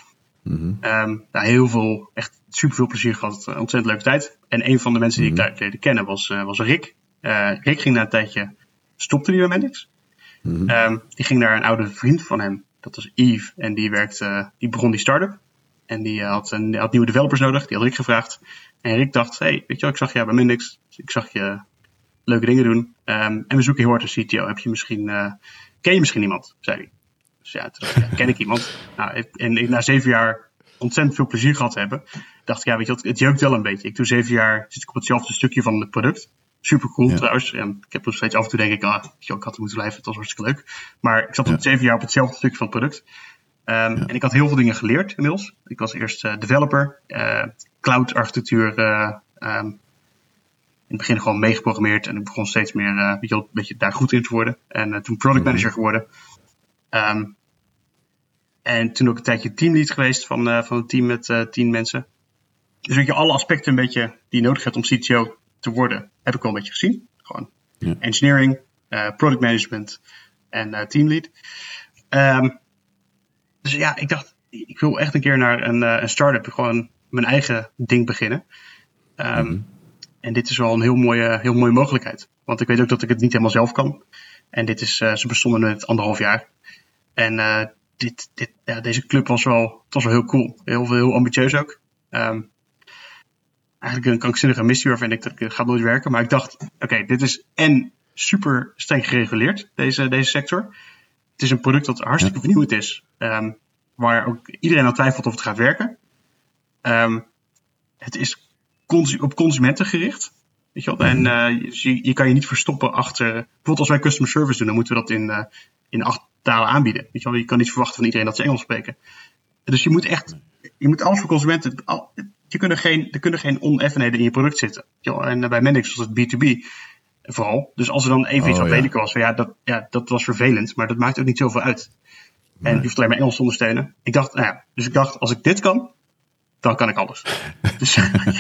Heel veel, echt super veel plezier gehad. Ontzettend leuke tijd. En een van de mensen die ik daar leerde kennen was Rick. Rick ging na een tijdje, stopte hij bij Mendix. Die ging naar een oude vriend van hem. Dat was Yves. En die begon die start-up. En die had nieuwe developers nodig. Die had Rick gevraagd. En Rick dacht, hey, weet je wel, ik zag je bij Mendix. Ik zag je leuke dingen doen. En we zoeken heel hard een CTO. Ken je misschien iemand? Zei hij. Dus toen dacht ik, ken ik iemand? Nou, en na 7 jaar ontzettend veel plezier gehad hebben, dacht ik, weet je wat, het jeukt wel een beetje. Ik doe 7 jaar, zit ik op hetzelfde stukje van het product. Super cool trouwens. En ik heb nog steeds af en toe denk ik, ik had er moeten blijven, het was hartstikke leuk. Maar ik zat 7 jaar op hetzelfde stukje van het product. En ik had heel veel dingen geleerd inmiddels. Ik was eerst developer, cloud architectuur, in het begin gewoon meegeprogrammeerd. En ik begon steeds meer een beetje daar goed in te worden. En toen product manager geworden. En toen ook een tijdje teamlead geweest van een team met 10 mensen. Dus weet je, alle aspecten een beetje die je nodig hebt om CTO te worden, heb ik wel een beetje gezien. Gewoon engineering, product management en teamlead. Dus ik dacht, ik wil echt een keer naar een start-up, gewoon mijn eigen ding beginnen. En dit is wel een heel mooie mogelijkheid. Want ik weet ook dat ik het niet helemaal zelf kan. En ze bestonden net 1,5 jaar. En deze club was wel heel cool. Heel ambitieus ook. Eigenlijk een krankzinnige missie waarvan ik dacht, dat gaat nooit werken. Maar ik dacht, oké, dit is super streng gereguleerd, deze sector. Het is een product dat hartstikke vernieuwend is. Waar ook iedereen aan twijfelt of het gaat werken. Het is op consumenten gericht. Weet je wel? En je kan je niet verstoppen achter... Bijvoorbeeld als wij customer service doen, dan moeten we dat in 8 talen aanbieden. Weet je wel? Je kan niet verwachten van iedereen dat ze Engels spreken. Dus je moet alles voor consumenten... Er kunnen geen oneffenheden in je product zitten. Weet je wel? En bij Mendix was het B2B vooral. Dus als er dan even iets wat lelijker was, dat was vervelend. Maar dat maakt ook niet zoveel uit. En je hoeft alleen maar Engels te ondersteunen. Ik dacht, als ik dit kan, dan kan ik alles. Dus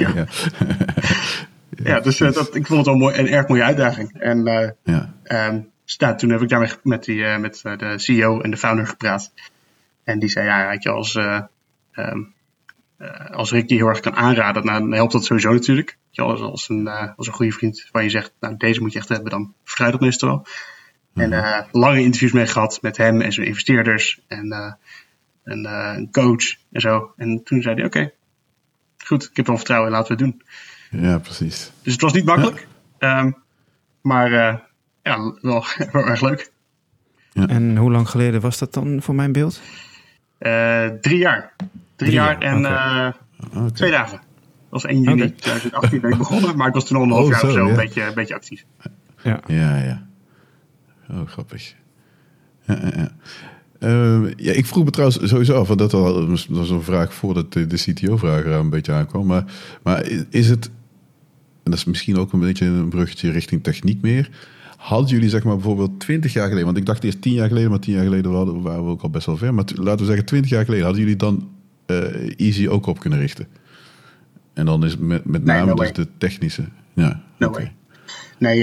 ik vond het wel een erg mooie uitdaging. En toen heb ik daarmee met de CEO en de founder gepraat. En die zei, weet je, als Rick die heel erg kan aanraden, dan helpt dat sowieso natuurlijk. Weet je, als een goede vriend waar je zegt, nou, deze moet je echt hebben, dan vertrouwt dat meestal wel. En lange interviews mee gehad met hem en zijn investeerders en een coach en zo. En toen zei hij, oké, goed, ik heb wel vertrouwen in, laten we het doen. Ja, precies. Dus het was niet makkelijk, maar wel erg leuk. Ja. En hoe lang geleden was dat dan voor mijn beeld? 3 jaar. 3 jaar en 2 dagen. Dat was 1 juni 2018 ben ik begonnen, maar ik was toen al een half jaar of zo een beetje actief. Ja. Oh, grappig. Ja. Ik vroeg me trouwens sowieso af, want dat was een vraag voordat de CTO-vraag er een beetje aankwam. Maar is het, en dat is misschien ook een beetje een bruggetje richting techniek meer. Hadden jullie zeg maar bijvoorbeeld 20 jaar geleden, want ik dacht eerst 10 jaar geleden, maar 10 jaar geleden waren we ook al best wel ver. Maar laten we zeggen 20 jaar geleden, hadden jullie dan Easy ook op kunnen richten? En dan is met name dus de technische. Ja, no way. Nee,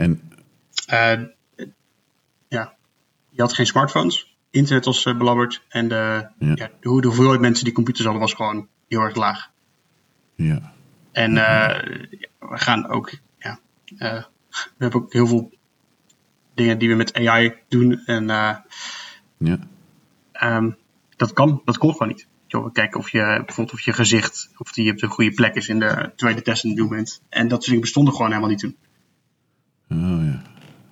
je had geen smartphones. Internet was belabberd. En de hoeveelheid mensen die computers hadden was gewoon heel erg laag. Ja. En we gaan ook... we hebben ook heel veel dingen die we met AI doen. En dat kon gewoon niet. We kijken bijvoorbeeld of je gezicht, of die op de goede plek is terwijl je de test aan het doen bent. En dat soort dingen bestonden gewoon helemaal niet toen. Oh ja.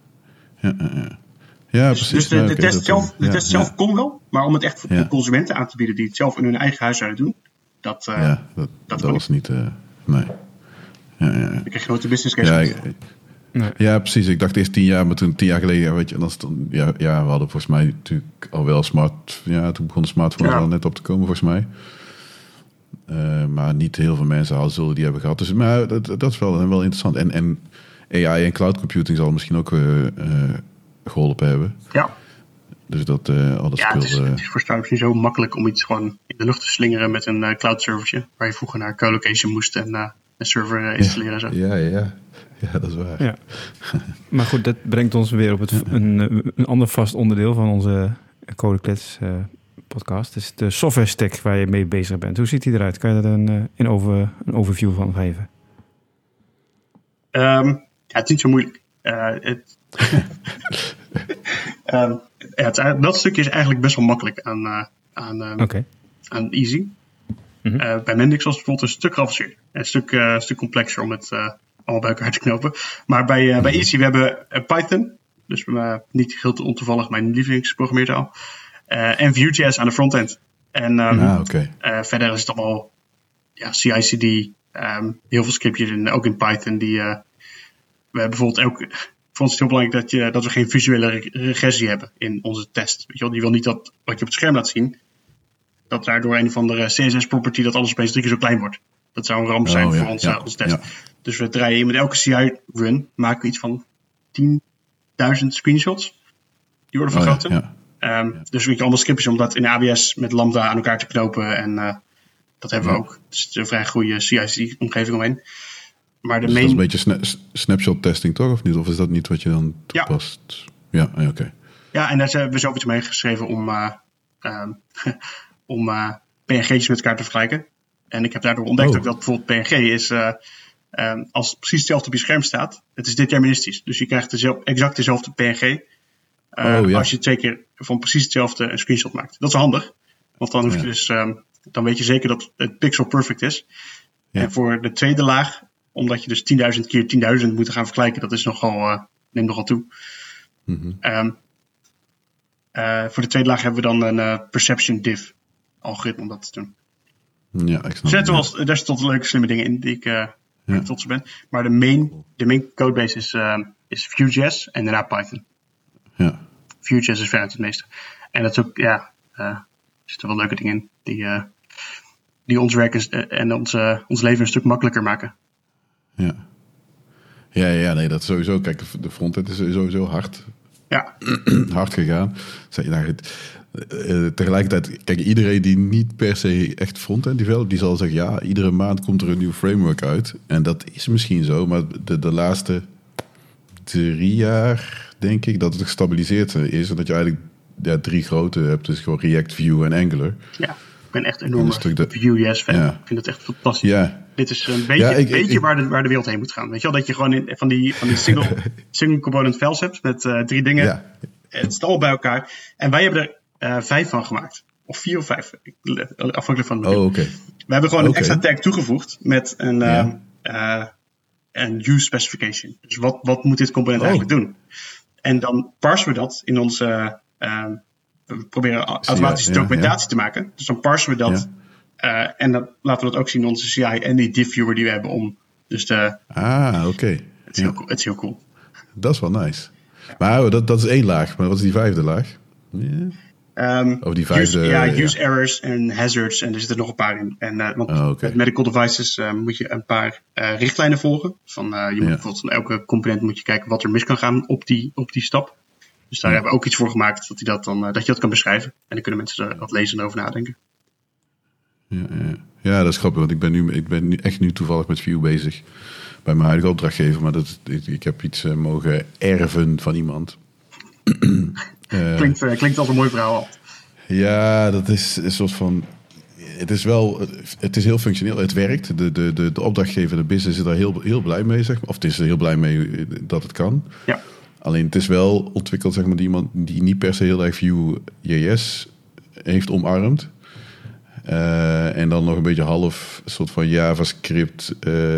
Ja, precies. Dus de test zelf kon wel, maar om het echt voor consumenten aan te bieden die het zelf in hun eigen huis zouden doen, dat was niet. Nee. Dan krijg je nooit de business case. Nee. Ja, precies. Ik dacht eerst 10 jaar, maar toen 10 jaar geleden, weet je, we hadden volgens mij natuurlijk al wel toen begon de smartphone al net op te komen, volgens mij. Maar niet heel veel mensen zullen die hebben gehad. Dus, maar dat is wel interessant. En AI en cloud computing zal misschien ook geholpen hebben. Ja. Dus dat alles speelt. Het is voor startups niet zo makkelijk om iets gewoon in de lucht te slingeren met een cloud servertje, waar je vroeger naar co-location moest en een server installeren en zo. Ja, dat is waar. Ja. Maar goed, dat brengt ons weer op een ander vast onderdeel van onze CodeKlets podcast. Dus de software stack waar je mee bezig bent. Hoe ziet die eruit? Kan je daar een overview van geven? het is niet zo moeilijk. Dat stukje is eigenlijk best wel makkelijk aan Easy. Mm-hmm. Bij Mendix was het bijvoorbeeld een stuk geavanceerd. Een stuk complexer om het allemaal bij elkaar te knopen. Maar bij Easy, we hebben Python. Dus niet heel ontoevallig mijn lievelingsprogrammeertaal. En Vue.js aan de frontend. En verder is het allemaal CI/CD. Heel veel scriptjes, ook in Python. We hebben bijvoorbeeld voor ons is het heel belangrijk dat we geen visuele regressie hebben in onze test. Weet je wel? Die wil niet dat wat je op het scherm laat zien, dat daardoor een of andere CSS-property dat alles opeens 3 keer zo klein wordt. Dat zou een ramp zijn voor onze test. Ja. Dus we draaien met elke CI-run maken we iets van 10.000 screenshots. Die worden vergroten. Dus weet je, allemaal scriptjes om dat in AWS met Lambda aan elkaar te knopen. En dat hebben we ook. Dus het is een vrij goede CI/CD-omgeving omheen. Maar dat is een beetje snapshot testing, toch? Of niet? Of is dat niet wat je dan toepast? Ja, oké. Ja, en daar hebben we zoiets mee geschreven om PNG'tjes met elkaar te vergelijken. En ik heb daardoor ontdekt ook dat bijvoorbeeld PNG is, als het precies hetzelfde op je scherm staat, het is deterministisch. Dus je krijgt exact dezelfde PNG als je 2 keer van precies hetzelfde een screenshot maakt. Dat is handig, want dan hoef je dus, dan weet je zeker dat het pixel perfect is. Ja. En voor de tweede laag, omdat je dus 10.000 keer 10.000 moet gaan vergelijken, dat is neemt nogal toe. Mm-hmm. Voor de tweede laag hebben we dan een perception diff algoritme om dat te doen. Ja, ik snap daar zitten leuke slimme dingen in die ik trots op ben. Maar de main codebase is Vue.js en daarna Python. Ja. Vue.js is veruit het meeste. En dat is ook, er zitten wel leuke dingen in die ons werk en ons leven een stuk makkelijker maken. Ja, nee, dat sowieso. Kijk, de frontend is sowieso hard. Ja. Hard gegaan. Tegelijkertijd, kijk, iedereen die niet per se echt frontend developt, die zal zeggen, iedere maand komt er een nieuw framework uit. En dat is misschien zo, maar de laatste 3 jaar, denk ik, dat het gestabiliseerd is. En dat je eigenlijk 3 grote hebt. Dus gewoon React, Vue en Angular. Ja, ik ben echt enorm Vue.js fan. Ja. Ik vind het echt fantastisch. Ja. Dit is een beetje waar de wereld heen moet gaan. Weet je wel, dat je gewoon van die single component files hebt met 3 dingen. Ja. Het staat al bij elkaar. En wij hebben er 5 van gemaakt. Of 4 of 5. Afhankelijk van de We hebben gewoon een extra tag toegevoegd met een use specification. Dus wat moet dit component eigenlijk doen? En dan parsen we dat in onze... we proberen automatische documentatie te maken. Dus dan parsen we dat. En dan laten we dat ook zien in onze CI en die diff viewer die we hebben om. Dus het is heel cool. Dat is wel nice. Maar dat is 1 laag. Maar wat is die 5e laag? Die 5e... Use errors en hazards. En er zitten nog een paar in. En, want met medical devices moet je een paar richtlijnen volgen. Van, je moet bijvoorbeeld van elke component moet je kijken wat er mis kan gaan op die stap. Dus daar hebben we ook iets voor gemaakt dat je dat kan beschrijven. En dan kunnen mensen dat lezen en over nadenken. Ja, dat is grappig, want ik ben nu echt toevallig met Vue bezig bij mijn huidige opdrachtgever, maar ik heb iets mogen erven van iemand. Klinkt als een mooi verhaal. Ja, dat is een soort van... Het is heel functioneel, het werkt. De opdrachtgever, de business is daar heel, heel blij mee, zeg maar. Of het is er heel blij mee dat het kan. Ja. Alleen het is wel ontwikkeld, zeg maar, door iemand die niet per se heel erg Vue.js heeft omarmd. En dan nog een beetje half soort van JavaScript,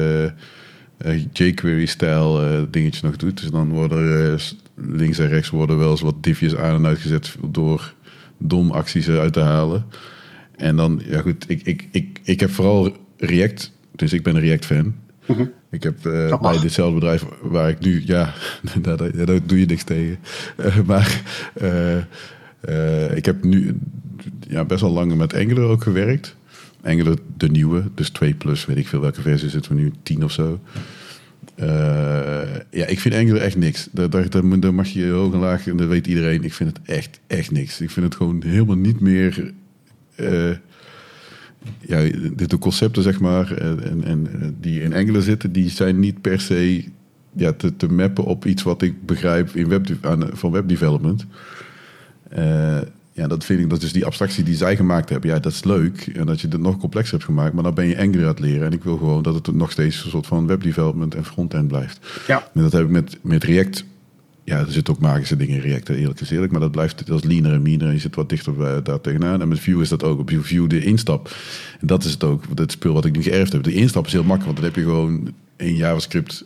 jQuery-stijl dingetjes nog doet. Dus dan worden links en rechts worden wel eens wat diffjes aan en uitgezet door dom acties uit te halen. En dan, ja goed, ik heb vooral React, dus ik ben een React-fan. Mm-hmm. Ik heb bij ditzelfde bedrijf waar ik nu... Ja, daar doe je niks tegen. Maar ik heb nu best wel lang met Angular ook gewerkt. Angular, de nieuwe, dus 2+, weet ik veel welke versie zitten we nu, 10 of zo. Ik vind Angular echt niks. Daar mag je hoog en laag, en dat weet iedereen. Ik vind het echt niks. Ik vind het gewoon helemaal niet meer... de concepten, zeg maar, en die in Angular zitten, die zijn niet per se te mappen op iets wat ik begrijp van webdevelopment. Ja, dat vind ik, dat is die abstractie die zij gemaakt hebben. Ja, dat is leuk. En dat je het nog complexer hebt gemaakt. Maar dan ben je Angular aan het leren. En ik wil gewoon dat het nog steeds een soort van webdevelopment en frontend blijft. Ja. En dat heb ik met React. Ja, er zitten ook magische dingen in React, eerlijk is eerlijk. Maar dat blijft, dat is leaner en meaner. En je zit wat dichter daar tegenaan. En met Vue is dat ook. Op Vue de instap. En dat is het ook. Dat speel wat ik nu geërfd heb. De instap is heel makkelijk. Want dan heb je gewoon een JavaScript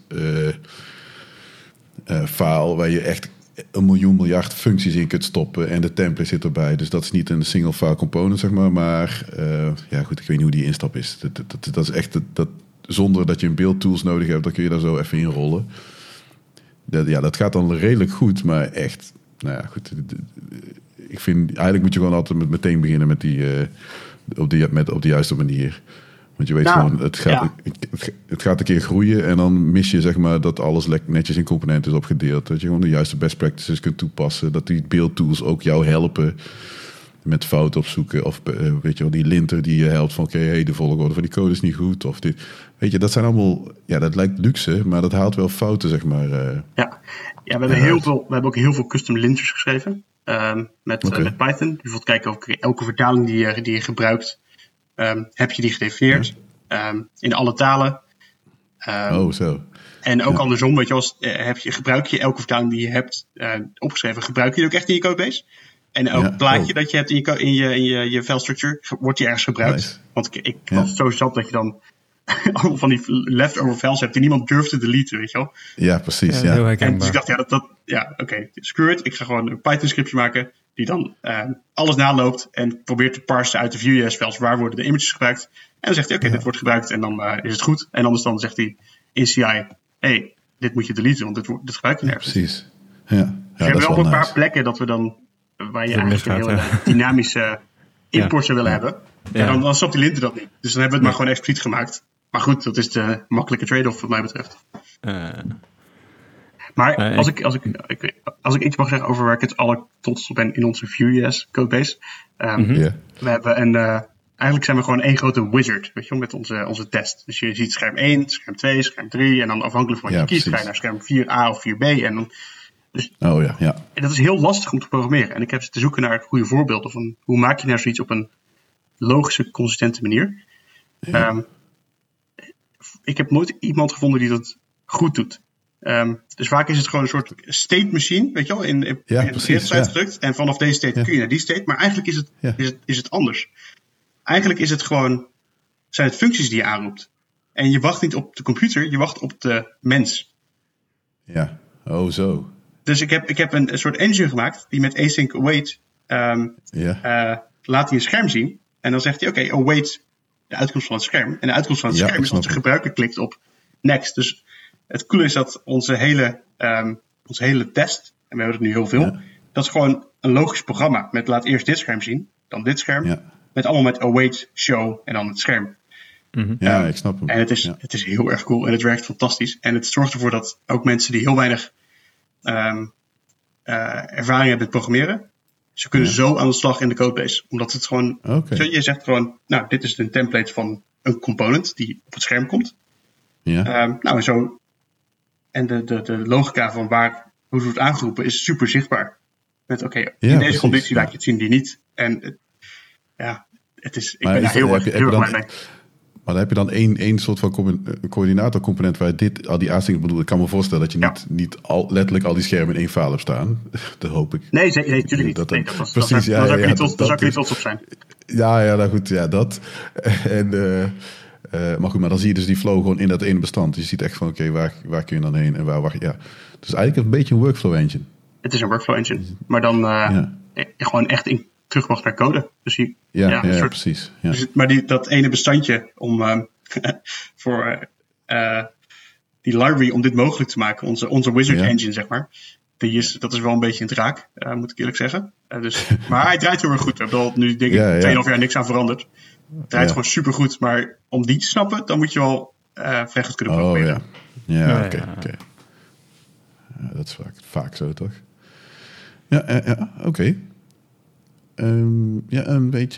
file waar je echt 1 miljoen miljard functies in kunt stoppen en de template zit erbij. Dus dat is niet een single file component, zeg maar. Maar ja, goed, ik weet niet hoe die instap is. Dat is echt dat zonder dat je een beeldtools nodig hebt, dan kun je daar zo even in rollen. Dat gaat dan redelijk goed, maar echt, nou ja, goed. Ik vind eigenlijk moet je gewoon altijd meteen beginnen met op de juiste manier. Want je weet gewoon, het gaat een keer groeien en dan mis je zeg maar dat alles netjes in componenten is opgedeeld. Dat je gewoon de juiste best practices kunt toepassen. Dat die beeldtools ook jou helpen met fouten opzoeken. Of weet je wel, die linter die je helpt van de volgorde van die code is niet goed. Of dit. Weet je, dat zijn allemaal, ja, dat lijkt luxe, maar dat haalt wel fouten, zeg maar. Ja, we hebben ook heel veel custom linters geschreven met Python. Je wilt kijken of elke vertaling die je gebruikt, heb je die gedefinieerd in alle talen. Zo. En ook andersom, weet je, gebruik je elke vertaling die je hebt opgeschreven, gebruik je die ook echt in je codebase? En elk plaatje dat je hebt in je file structure, wordt die ergens gebruikt? Nice. Want ik had het zo zat dat je dan allemaal van die leftover files hebt die niemand durft te deleten, weet je wel? Ja, precies. Ja, heel en dus ik dacht, oké, screw it. Ik ga gewoon een Python scriptje maken die dan alles naloopt en probeert te parsen uit de Vue.js files waar worden de images gebruikt. En dan zegt hij, dit wordt gebruikt en dan is het goed. En anders dan zegt hij in CI, dit moet je deleten, want dit gebruik je nergens. Precies. Ja. Dus we hebben wel een paar plekken dat we dan, waar je eigenlijk een heel dynamische import zou willen hebben. Ja. En dan stopt die linter dat niet. Dus dan hebben we het maar gewoon expliciet gemaakt. Maar goed, dat is de makkelijke trade-off wat mij betreft. Maar als ik iets mag zeggen over waar ik het allertrots op ben in onze Vue.js codebase. We hebben eigenlijk zijn we gewoon één grote wizard, weet je, met onze test. Dus je ziet scherm 1, scherm 2, scherm 3 en dan afhankelijk van wat je kiest, ga je naar scherm 4a of 4b. En dan, en dat is heel lastig om te programmeren. En ik heb te zoeken naar goede voorbeelden van hoe maak je nou zoiets op een logische, consistente manier. Ja. Ik heb nooit iemand gevonden die dat goed doet. Dus vaak is het gewoon een soort state machine, weet je wel, in het uitgedrukt. En vanaf deze state kun je naar die state. Maar eigenlijk is het anders. Eigenlijk is het gewoon, zijn het functies die je aanroept. En je wacht niet op de computer, je wacht op de mens. Ja, zo. Dus ik heb een soort engine gemaakt die met async await laat hij een scherm zien. En dan zegt hij, await de uitkomst van het scherm. En de uitkomst van het scherm is als de gebruiker klikt op next. Dus het coole is dat onze hele test, en we hebben het nu heel veel, dat is gewoon een logisch programma met laat eerst dit scherm zien, dan dit scherm, met allemaal met await, show en dan het scherm. Mm-hmm. Ja, ik snap hem. En het is heel erg cool en het werkt fantastisch. En het zorgt ervoor dat ook mensen die heel weinig ervaring hebben met programmeren, ze kunnen zo aan de slag in de codebase. Omdat het gewoon, je zegt gewoon, nou, dit is een template van een component die op het scherm komt. Ja. En zo. En de logica van hoe het wordt aangeroepen is super zichtbaar. Met in deze conditie laat je het zien, die niet. En het is, ik ben daar heel erg blij mee. Maar dan heb je dan één soort van coördinatorcomponent waar al die aanstekingen bedoel. Ik kan me voorstellen dat je niet letterlijk al die schermen in één file hebt staan. Dat hoop ik. Nee, natuurlijk niet. Daar zou ik niet trots op zijn. Ja, nou goed, dat. En, maar goed, maar dan zie je dus die flow gewoon in dat ene bestand. Dus je ziet echt van, waar kun je dan heen en waar wacht je? Ja. Dus eigenlijk een beetje een workflow engine. Het is een workflow engine. Maar dan gewoon echt in terugwacht naar code. Dus precies. Ja. Dus, maar dat ene bestandje om voor die library om dit mogelijk te maken, onze wizard engine, zeg maar. Dat is wel een beetje in het raak, moet ik eerlijk zeggen. Maar hij draait heel erg goed. We hebben nu denk ik 2,5 jaar niks aan veranderd. Het draait gewoon super goed. Maar om die te snappen, dan moet je wel vrij goed kunnen programmeren. Oké. Dat is vaak zo, toch? Ja, oké. Een beetje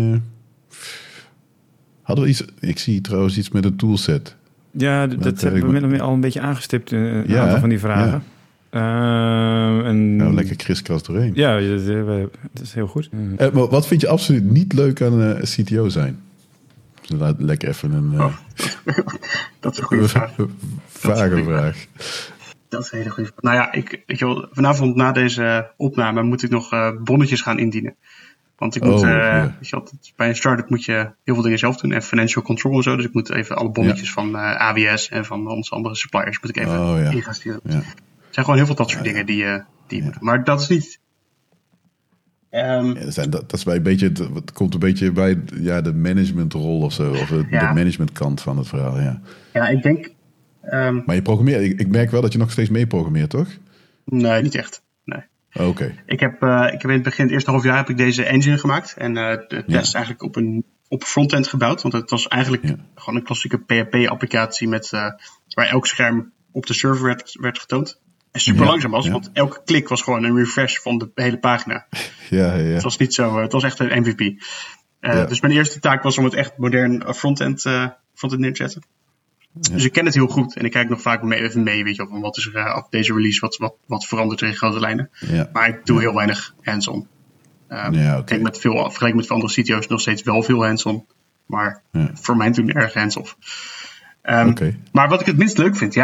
hadden we iets. Ik zie trouwens iets met een toolset. Ja, dat hebben we al een beetje aangestipt. Een aantal van die vragen. Lekker kriskras doorheen. Ja, dat is heel goed. Maar wat vind je absoluut niet leuk aan CTO zijn? Lekker even een... dat is een goede vraag. Vage vraag. Dat is een hele goede vraag. Nou ja, vanavond na deze opname moet ik nog bonnetjes gaan indienen. Want ik moet, bij een start-up moet je heel veel dingen zelf doen. En financial control en zo. Dus ik moet even alle bonnetjes van AWS en van onze andere suppliers moet ik even in gaan sturen. Ja. Er zijn gewoon heel veel dat soort dingen die je moet doen. Maar dat is niet... dat is bij een beetje, het komt een beetje bij de managementrol of zo. Of de managementkant van het verhaal, ja. Ja, ik denk... maar je programmeert, ik merk wel dat je nog steeds mee programmeert, toch? Nee, niet echt. Nee. Oké. Ik heb in het begin, het eerste half jaar heb ik deze engine gemaakt. En de test eigenlijk op frontend gebouwd. Want het was eigenlijk gewoon een klassieke PHP-applicatie waar elk scherm op de server werd getoond. En super langzaam was, want elke klik was gewoon een refresh van de hele pagina. Het was niet zo, het was echt een MVP. Dus mijn eerste taak was om het echt modern frontend neer te zetten. Ja. Dus ik ken het heel goed en ik kijk nog vaak even mee, weet je, van wat is er op deze release, wat verandert er in grote lijnen. Ja. Maar ik doe heel weinig hands-on. Ik denk vergeleken met veel andere CTO's nog steeds wel veel hands-on, maar voor mij doen erg hands-off. Maar wat ik het minst leuk vind,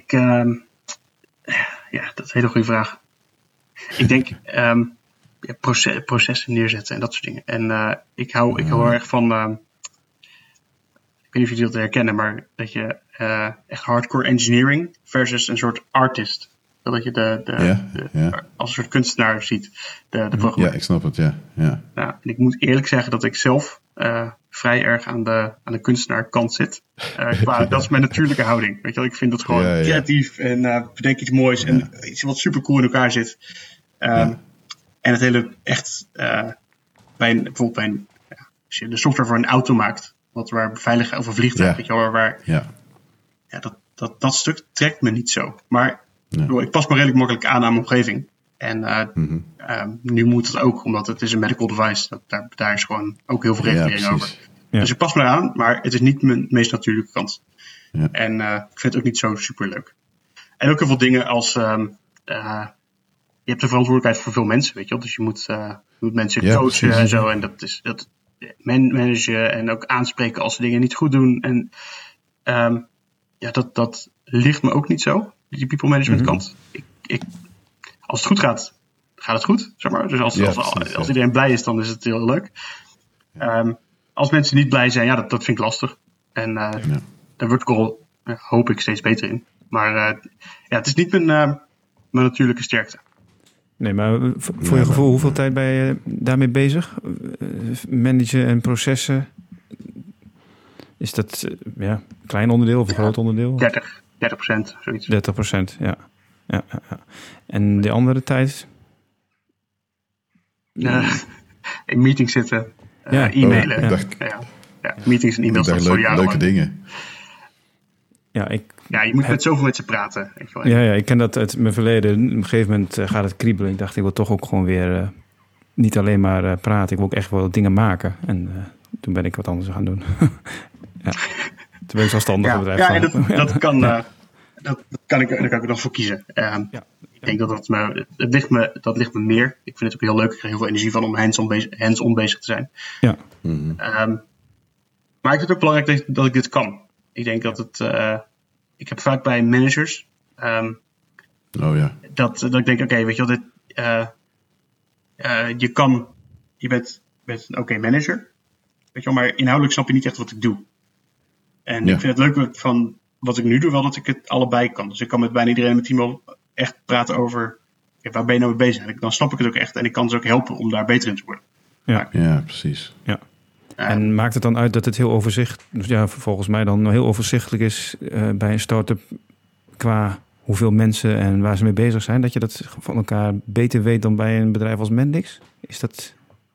dat is een hele goede vraag. Ik denk processen neerzetten en dat soort dingen. En ik hou heel erg van... ik weet niet of jullie dat herkennen, maar dat je echt hardcore engineering versus een soort artist. Dat je als een soort kunstenaar ziet, de programma. Ja, ik snap het, ja. Nou, en ik moet eerlijk zeggen dat ik zelf vrij erg aan de kunstenaarkant zit. Dat is mijn natuurlijke houding. Weet je wel? Ik vind dat gewoon creatief en bedenk iets moois en iets wat super cool in elkaar zit. En het hele echt, bijvoorbeeld als je de software voor een auto maakt, waar beveiliging over vliegtuig, weet je wel, dat stuk trekt me niet zo. Maar ik pas me redelijk makkelijk aan mijn omgeving. En nu moet het ook, omdat het is een medical device. Daar is gewoon ook heel veel regulering over. Ja. Dus ik pas me eraan, maar het is niet mijn meest natuurlijke kant. Ja. En ik vind het ook niet zo super leuk. En ook heel veel dingen als... je hebt de verantwoordelijkheid voor veel mensen, weet je wel. Dus je moet mensen coachen en zo. En dat managen en ook aanspreken als ze dingen niet goed doen. En dat ligt me ook niet zo, die people management kant. Als het goed gaat, gaat het goed, zeg maar. Dus als iedereen blij is, dan is het heel leuk. Als mensen niet blij zijn, dat vind ik lastig. En daar word ik al, hoop ik, steeds beter in. Maar het is niet mijn natuurlijke sterkte. Nee, maar voor je gevoel, hoeveel tijd ben je daarmee bezig? Managen en processen. Is dat een klein onderdeel of een groot onderdeel? 30%, zoiets. 30%, ja. En de andere tijd? In meetings zitten, e-mailen. Meetings en e-mails, dat soort jaren. Leuke dingen. Je moet met zoveel mensen praten. Weet je wel. Ja, ik ken dat uit mijn verleden. Op een gegeven moment gaat het kriebelen. Ik dacht, ik wil toch ook gewoon weer niet alleen maar praten. Ik wil ook echt wel dingen maken. En toen ben ik wat anders gaan doen. Toen ben ik zelfstandig bedrijf. Ja, dat kan... Daar kan ik nog voor kiezen. Ik denk dat ligt me meer. Ik vind het ook heel leuk. Ik krijg heel veel energie van om hands-on bezig te zijn. Ja. Maar ik vind het ook belangrijk dat ik dit kan. Ik denk dat het... ik heb vaak bij managers... dat ik denk, oké, weet je wel, je bent een oké manager. Weet je wel, maar inhoudelijk snap je niet echt wat ik doe. En ik vind het leuk van wat ik nu doe, wel dat ik het allebei kan. Dus ik kan met bijna iedereen in mijn team wel echt praten over... waar ben je nou mee bezig? En dan snap ik het ook echt. En ik kan ze ook helpen om daar beter in te worden. Ja, precies. Ja. En maakt het dan uit dat het heel volgens mij dan heel overzichtelijk is bij een start-up qua hoeveel mensen en waar ze mee bezig zijn, dat je dat van elkaar beter weet dan bij een bedrijf als Mendix? Is dat...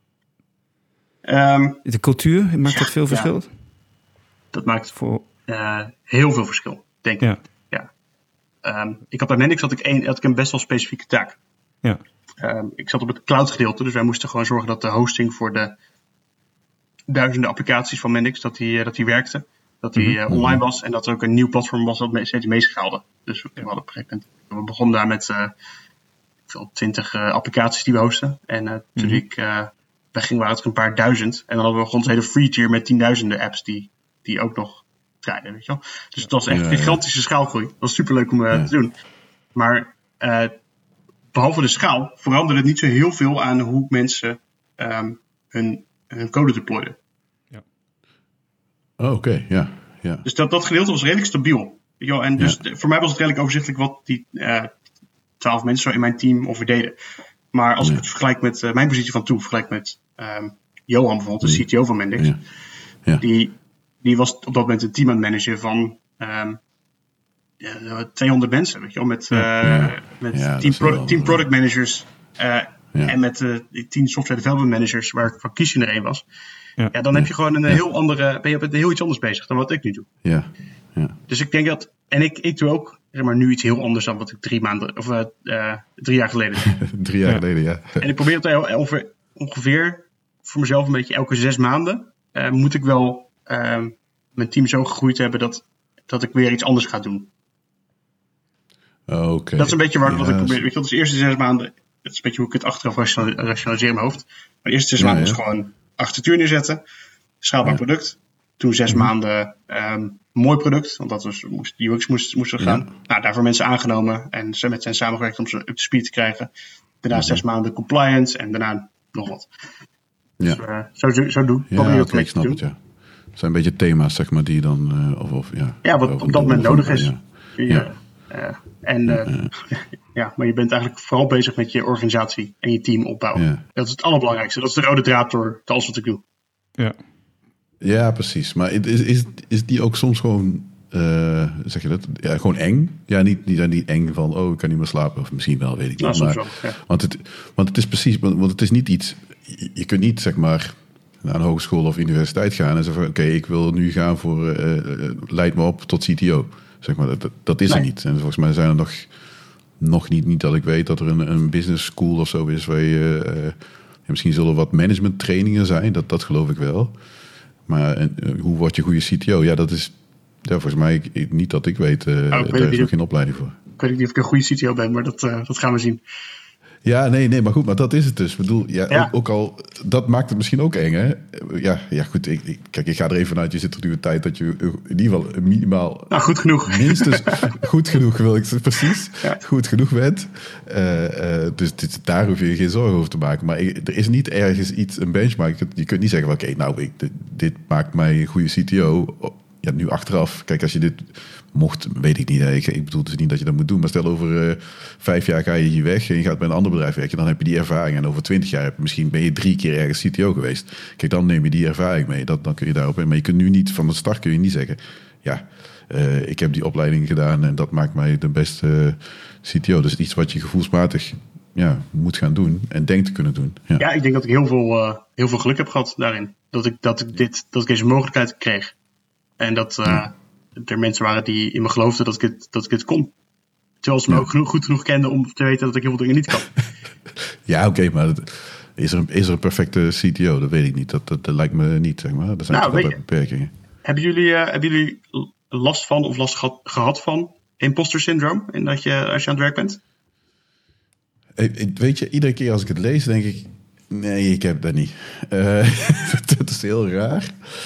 de cultuur, maakt dat veel verschil? Ja. Dat maakt heel veel verschil, denk ik. Ik had bij Mendix had ik een best wel specifieke taak. Ja. Ik zat op het cloud gedeelte, dus wij moesten gewoon zorgen dat de hosting voor de duizenden applicaties van Mendix, dat die werkte. Dat die online was en dat er ook een nieuw platform was dat steeds meeschaalde. Dus we hadden op een gegeven moment, we begonnen daar met 20 applicaties die we hosten. En toen ik wegging waren het er een paar duizend. En dan hadden we gewoon een hele free tier met tienduizenden apps die ook nog draaiden. Weet je wel? Dus het was echt een gigantische schaalgroei. Dat was superleuk om te doen. Maar behalve de schaal veranderde het niet zo heel veel aan hoe mensen hun code deployden. Ja. Oh, oké. Ja. Dus dat gedeelte was redelijk stabiel. Weet je wel? En dus voor mij was het redelijk overzichtelijk wat die 12 mensen zo in mijn team over deden. Maar als ik het vergelijk met mijn positie van toen, vergelijk met Johan bijvoorbeeld, de CTO van Mendix. Ja. Die was op dat moment een team aan het managen van 200 mensen. Weet je wel, met team product managers en met 10 software development managers, waar Kiesje er een was. Ja, dan heb je gewoon een heel andere, ben je met heel iets anders bezig dan wat ik nu doe. Ja. Dus ik denk dat, en ik doe ook zeg maar nu iets heel anders dan wat ik 3 jaar geleden deed. 3 jaar geleden, ja. En ik probeer het ongeveer voor mezelf een beetje elke 6 maanden moet ik wel mijn team zo gegroeid hebben dat ik weer iets anders ga doen. Okay. Dat is een beetje wat ik probeer. Weet je, dus de eerste 6 maanden, dat is een beetje hoe ik het achteraf rationaliseer in mijn hoofd. Maar de eerste 6 maanden was gewoon architectuur neerzetten, schaalbaar product. Toen 6 maanden mooi product, want dat was, die UX moest er gaan. Nou, daarvoor mensen aangenomen en ze met zijn samengewerkt om ze up to speed te krijgen. Daarna 6 maanden compliance en daarna nog wat. Ja. Dus, zo doen. Ik snap het, ja. Het zijn een beetje thema's, zeg maar, die dan... wat op dat moment nodig is. Maar je bent eigenlijk vooral bezig met je organisatie en je team opbouwen. Ja. Dat is het allerbelangrijkste. Dat is de rode draad door alles wat ik doe. Ja, precies. Maar is die ook soms gewoon, zeg je dat? Ja, gewoon eng? Ja, niet eng van, ik kan niet meer slapen. Of misschien wel, weet ik niet. Maar, want het is precies, want het is niet iets... Je kunt niet, zeg maar, naar een hogeschool of universiteit gaan en zeggen van, oké, ik wil nu gaan voor, leid me op tot CTO. Zeg maar, dat is er niet. En volgens mij zijn er nog niet dat ik weet dat er een business school of zo is waar je... misschien zullen er wat management trainingen zijn, dat geloof ik wel. Maar hoe word je goede CTO? Ja, dat is volgens mij niet dat ik weet. Daar is nog geen opleiding voor. Ik weet niet of ik een goede CTO ben, maar dat gaan we zien. Ja, nee, maar goed, maar dat is het dus. Ik bedoel, ook al, dat maakt het misschien ook eng, hè? Ja, goed, kijk, ik ga er even vanuit, je zit er nu een tijd dat je in ieder geval minimaal... Nou, goed genoeg. Minstens goed genoeg, wil ik precies. Ja. Goed genoeg bent. Dus daar hoef je geen zorgen over te maken. Maar er is niet ergens een benchmark. Je kunt niet zeggen, dit maakt mij een goede CTO. Ja, nu achteraf, kijk, als je dit mocht, weet ik niet. Ik bedoel dus niet dat je dat moet doen. Maar stel over 5 jaar ga je hier weg en je gaat bij een ander bedrijf werken. Dan heb je die ervaring. En over 20 jaar ben je 3 keer ergens CTO geweest. Kijk, dan neem je die ervaring mee. Dan kun je daarop in. Maar je kunt nu niet, van de start kun je niet zeggen... Ja, ik heb die opleiding gedaan en dat maakt mij de beste CTO. Dus iets wat je gevoelsmatig moet gaan doen en denkt te kunnen doen. Ja, ik denk dat ik heel veel geluk heb gehad daarin. Dat ik deze mogelijkheid kreeg. En dat er mensen waren die in me geloofden dat ik het kon. Terwijl ze me ook goed genoeg kenden om te weten dat ik heel veel dingen niet kan. Ja, oké, maar is er een perfecte CTO? Dat weet ik niet. Dat lijkt me niet, zeg maar. Er zijn toch wel beperkingen. Hebben jullie last van of last gehad van imposter syndroom? Als je aan het werk bent? Weet je, iedere keer als ik het lees, denk ik... Nee, ik heb dat niet. Dat is heel raar.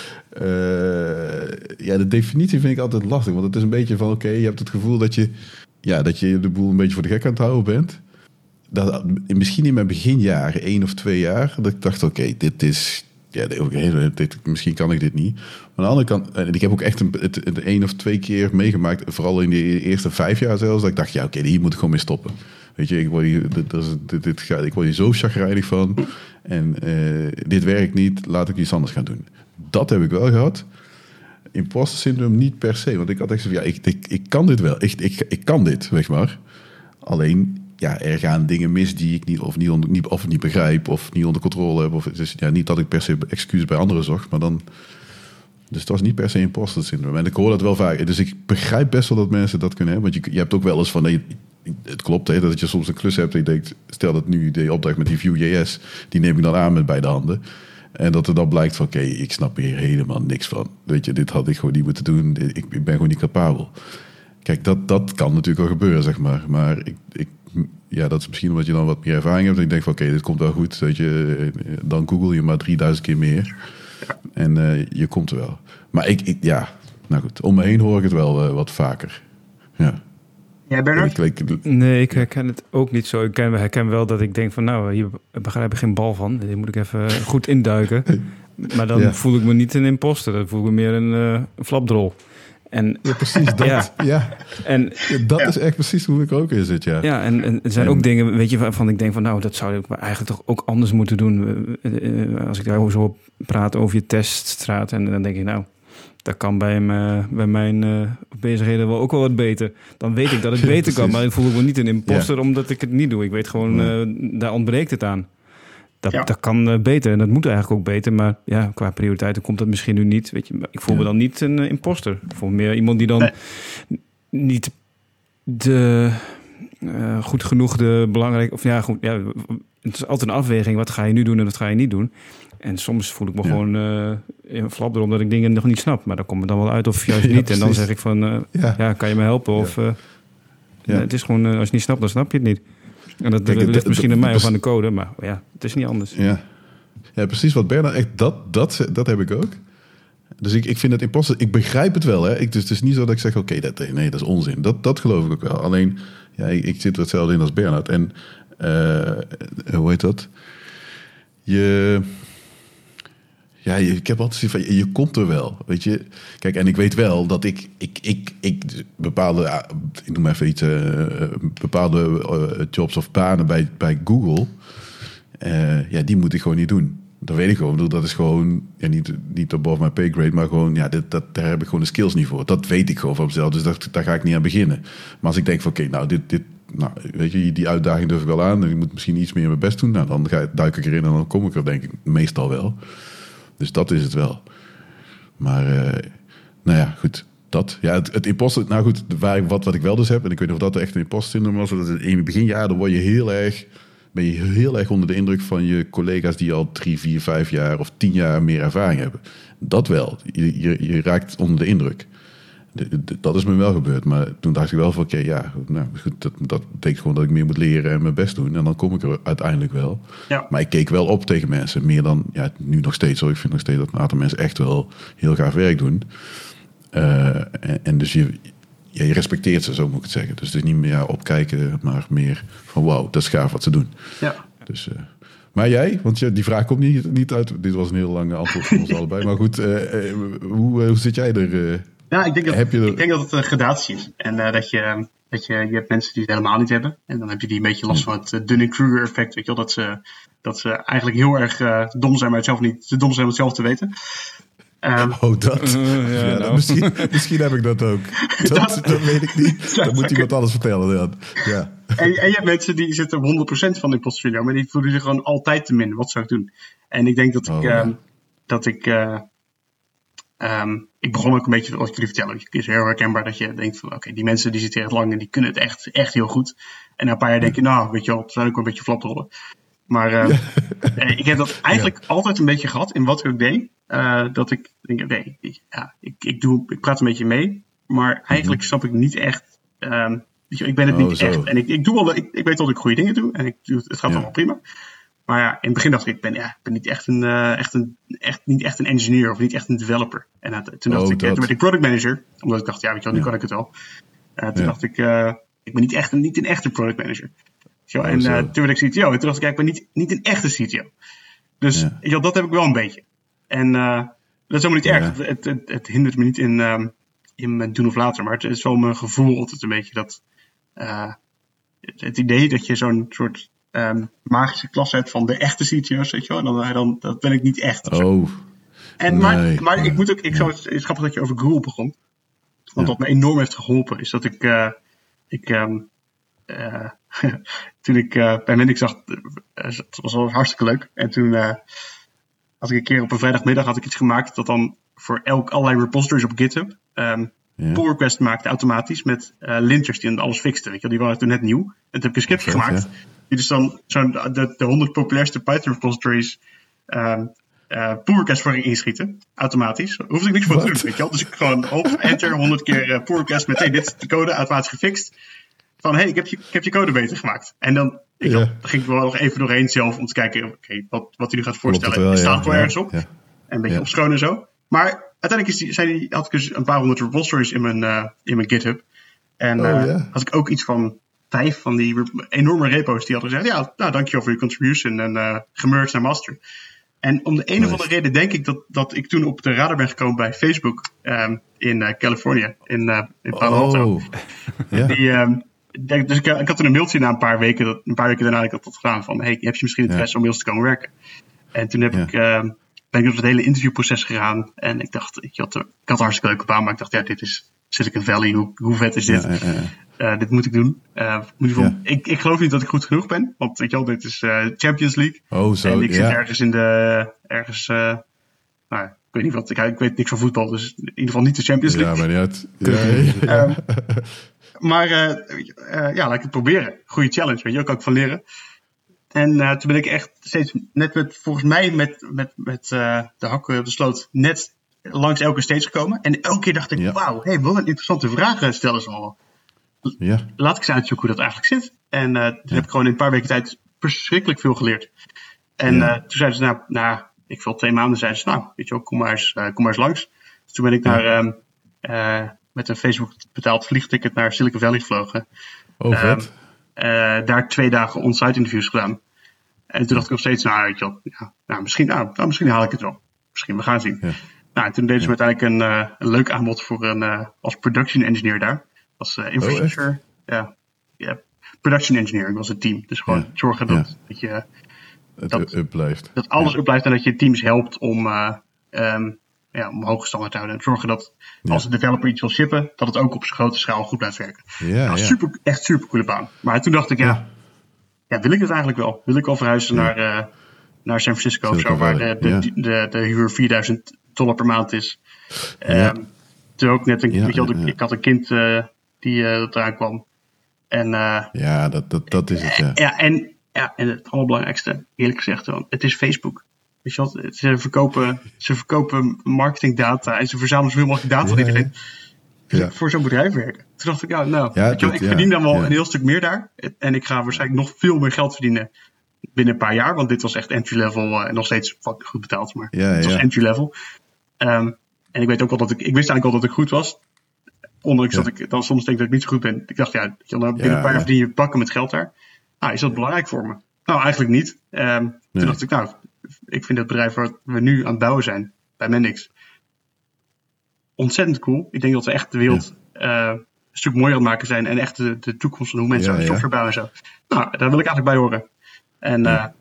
De definitie vind ik altijd lastig. Want het is een beetje van, je hebt het gevoel dat je de boel een beetje voor de gek aan het houden bent. Misschien in mijn beginjaren, 1 of 2 jaar, dat ik dacht, dit is... misschien kan ik dit niet. Maar aan de andere kant, en ik heb ook echt het 1 of 2 keer meegemaakt, vooral in de eerste 5 jaar zelfs, dat ik dacht, hier moet ik gewoon mee stoppen. Weet je, ik word hier zo chagrijnig van. En dit werkt niet, laat ik iets anders gaan doen. Dat heb ik wel gehad. Imposter syndroom niet per se. Want ik had echt zo van, ik kan dit wel. Ik kan dit, zeg maar. Alleen, er gaan dingen mis die ik niet begrijp of niet onder controle heb. Dus niet dat ik per se excuses bij anderen zocht, maar dan... Dus het was niet per se imposter syndroom. En ik hoor dat wel vaak. Dus ik begrijp best wel dat mensen dat kunnen hebben. Want je hebt ook wel eens van... Het klopt, dat je soms een klus hebt en je denkt... Stel dat nu de opdracht met die Vue.js... die neem ik dan aan met beide handen. En dat er dan blijkt van, oké, ik snap hier helemaal niks van. Weet je, dit had ik gewoon niet moeten doen. Ik ben gewoon niet capabel. Kijk, dat kan natuurlijk wel gebeuren, zeg maar. Maar dat is misschien omdat je dan wat meer ervaring hebt. En ik denk van, oké, dit komt wel goed. Weet je, dan Google je maar 3000 keer meer. En je komt er wel. Maar nou goed, om me heen hoor ik het wel wat vaker. Ja. Ja, Bernard? Nee, ik herken het ook niet zo. Ik herken wel dat ik denk van, nou, hier begrijp ik geen bal van. Hier moet ik even goed induiken. Maar dan voel ik me niet een imposter. Dan voel ik me meer een flapdrol. En, precies dat. Ja. En dat is echt precies hoe ik er ook in zit, ja. Ja, en er zijn ook dingen, weet je, waarvan ik denk van, nou, dat zou ik eigenlijk toch ook anders moeten doen. Als ik daar zo praat over je teststraat, en dan denk ik, nou, dat kan bij mijn bezigheden wel ook wel wat beter. Dan weet ik dat het beter kan, maar ik voel me niet een imposter omdat ik het niet doe. Ik weet gewoon, daar ontbreekt het aan. Dat kan beter en dat moet eigenlijk ook beter. Maar ja, qua prioriteiten komt dat misschien nu niet. Weet je, ik voel me dan niet een imposter. Ik voel me meer iemand die dan niet de goed genoeg de belangrijk... Of het is altijd een afweging. Wat ga je nu doen en wat ga je niet doen? En soms voel ik me gewoon een flap omdat ik dingen nog niet snap. Maar dan komt het dan wel uit of juist niet. Precies. En dan zeg ik van, kan je me helpen? Of het is gewoon, als je het niet snapt, dan snap je het niet. En dat ligt misschien aan mij of aan de code, maar het is niet anders. Ja, precies wat Bernard echt, dat heb ik ook. Dus ik vind het imposter, ik begrijp het wel. Hè. Dus het is niet zo dat ik zeg, oké, dat is onzin. Dat geloof ik ook wel. Alleen, ik zit er hetzelfde in als Bernard. En hoe heet dat? Ik heb altijd zoiets van, je komt er wel, weet je. Kijk, en ik weet wel dat ik bepaalde, ik noem maar even iets, bepaalde jobs of banen bij Google, die moet ik gewoon niet doen. Dat weet ik gewoon. Dat is gewoon, niet above my pay grade, maar gewoon, daar heb ik gewoon de skills niet voor. Dat weet ik gewoon van mezelf, dus daar ga ik niet aan beginnen. Maar als ik denk van, oké, nou, dit weet je, die uitdaging durf ik wel aan. Ik moet misschien iets meer mijn best doen. Nou, dan duik ik erin en dan kom ik er, denk ik, meestal wel. Dus dat is het wel. Maar, goed. Dat. Ja, het imposter... Nou goed, wat ik wel dus heb... en ik weet niet of dat echt een imposter syndroom was... dat in het beginjaar, dan ben je heel erg onder de indruk van je collega's... die al 3, 4, 5 jaar of 10 jaar meer ervaring hebben. Dat wel. Je raakt onder de indruk. Dat is me wel gebeurd. Maar toen dacht ik wel van... dat betekent gewoon dat ik meer moet leren en mijn best doen. En dan kom ik er uiteindelijk wel. Ja. Maar ik keek wel op tegen mensen. Meer dan... Ja, nu nog steeds hoor. Ik vind nog steeds dat een aantal mensen echt wel heel gaaf werk doen. En dus je respecteert ze, zo moet ik het zeggen. Dus het is niet meer opkijken, maar meer van... wauw, dat is gaaf wat ze doen. Ja. Dus... Maar jij, want die vraag komt niet uit... Dit was een heel lang antwoord van ons allebei. Maar goed, hoe zit jij er... Ja, ik denk dat het een gradatie is. En dat je hebt mensen die het helemaal niet hebben. En dan heb je die een beetje last van het Dunning-Kruger effect. Weet je wel, dat ze eigenlijk heel erg dom zijn, maar het zelf niet te dom zijn om het zelf te weten. Misschien heb ik dat ook. Dat weet ik niet. Dat moet iemand alles vertellen. Ja. En je hebt mensen die zitten op 100% van de imposter, maar die voelen zich gewoon altijd te min. Wat zou ik doen? En ik denk dat ik begon ook een beetje, wat ik jullie vertellen, het is heel herkenbaar dat je denkt van, oké, die mensen die zitten echt lang en die kunnen het echt heel goed. En na een paar jaar denk je, nou, weet je wel, het zijn ook wel een beetje flapdrollen. Maar ik heb dat eigenlijk altijd een beetje gehad in wat ik ook deed. Dat ik denk, oké, ik praat een beetje mee, maar eigenlijk snap ik niet echt, ik ben het niet echt. En ik doe wel, ik weet wel dat ik goede dingen doe en het gaat allemaal prima. Maar ja, in het begin dacht ik, ik ben niet echt een engineer of niet echt een developer. En toen werd ik product manager, omdat ik dacht, weet je wel, nu kan ik het wel. Toen dacht ik, ik ben niet een echte product manager. Toen werd ik CTO en toen dacht ik, ik ben niet een echte CTO. Dus dat heb ik wel een beetje. En dat is helemaal niet erg. Het hindert me niet in mijn doen of later, maar het is wel mijn gevoel altijd een beetje dat het idee dat je zo'n soort magische klas hebt van de echte CTO's, weet je wel. En dan dat ben ik niet echt. Maar ik moet ook, het is grappig dat je over Google begon. Want wat me enorm heeft geholpen is dat toen ik bij Mendix zag, het was wel hartstikke leuk. En toen had ik een keer op een vrijdagmiddag iets gemaakt dat dan voor allerlei repositories op GitHub pull request maakte automatisch met linters die alles fixten. Weet je, die waren toen net nieuw. En toen heb ik een script gemaakt die dus dan de 100 populairste Python repositories pull request voor ging inschieten. Automatisch. Hoefde ik niks voor te doen, weet je wel. Dus ik gewoon op, enter, 100 keer pull request met, dit is de code, automatisch gefixt. Van, ik heb je code beter gemaakt. En dan ging ik wel nog even doorheen zelf om te kijken, wat hij nu gaat voorstellen. Het staat wel ergens op. Ja. En een beetje opschonen en zo. Maar uiteindelijk had ik dus een paar honderd repositories in mijn GitHub. En had ik ook iets van 5 van die enorme repo's die hadden gezegd, dankjewel voor je contribution en gemerged naar master. En om de een of andere reden denk ik dat ik toen op de radar ben gekomen bij Facebook in Californië, in Palo Alto. Dus ik had toen een mailtje na een paar weken daarna ik dat gedaan van, heb je misschien interesse om bij ons te komen werken? En toen ben ik door het hele interviewproces gegaan en ik dacht, ik had een hartstikke leuke baan, maar ik dacht, dit is Silicon Valley, hoe vet is dit? Dit moet ik doen. Ik geloof niet dat ik goed genoeg ben, want weet je wel, dit is Champions League. En ik zit ergens ik weet niet wat, ik weet niks van voetbal, dus in ieder geval niet de Champions League. Ja, maar niet uit. Maar laat ik het proberen. Goede challenge, weet je, daar kan ik van leren. En toen ben ik echt steeds net volgens mij met de hakken op de sloot net langs elke stage gekomen. En elke keer dacht ik, wauw, wat een interessante vragen stellen ze allemaal. Ja. Laat ik eens uitzoeken hoe dat eigenlijk zit. En toen heb ik gewoon in een paar weken tijd verschrikkelijk veel geleerd. En toen zeiden ze, ik veel 2 maanden, zeiden ze, weet je wel, kom maar eens langs. Dus toen ben ik naar met een Facebook betaald vliegticket naar Silicon Valley gevlogen. Vet. Daar 2 dagen on-site interviews gedaan. En toen dacht ik nog steeds, weet je wel, misschien haal ik het wel. Misschien, we gaan zien. Ja. En toen deden ze uiteindelijk een leuk aanbod voor als production engineer daar. Als infrastructure. Production engineer was het team. Dus gewoon zorgen dat je... up blijft. Dat alles up blijft en dat je teams helpt om hoge standaard te houden. En zorgen dat als de developer iets wil shippen, dat het ook op grote schaal goed blijft werken. Echt super coole baan. Maar toen dacht ik, wil ik het eigenlijk wel? Wil ik wel verhuizen naar San Francisco of zo, waar de huur $4,000 per maand is. Toen ook net ik had een kind die eraan kwam. En, dat is het, en het allerbelangrijkste, eerlijk gezegd, het is Facebook. Weet je wat? Ze verkopen marketingdata en ze verzamelen zoveel mogelijk data van iedereen. Voor zo'n bedrijf werken. Toen dacht ik, ik verdien dan wel een heel stuk meer daar. En ik ga waarschijnlijk nog veel meer geld verdienen binnen een paar jaar. Want dit was echt entry level en nog steeds fucking goed betaald. Maar het was entry level. En ik weet ook wel ik wist eigenlijk al dat ik goed was. Ondanks dat ik dan soms denk dat ik niet zo goed ben. Ik dacht, binnen een paar jaar verdien je bakken met geld daar. Is dat belangrijk voor me? Nou, eigenlijk niet. Toen dacht ik, ik vind het bedrijf waar we nu aan het bouwen zijn, bij Mendix, ontzettend cool. Ik denk dat we echt de wereld een stuk mooier aan het maken zijn en echt de toekomst van hoe mensen software bouwen en zo. Nou, daar wil ik eigenlijk bij horen. En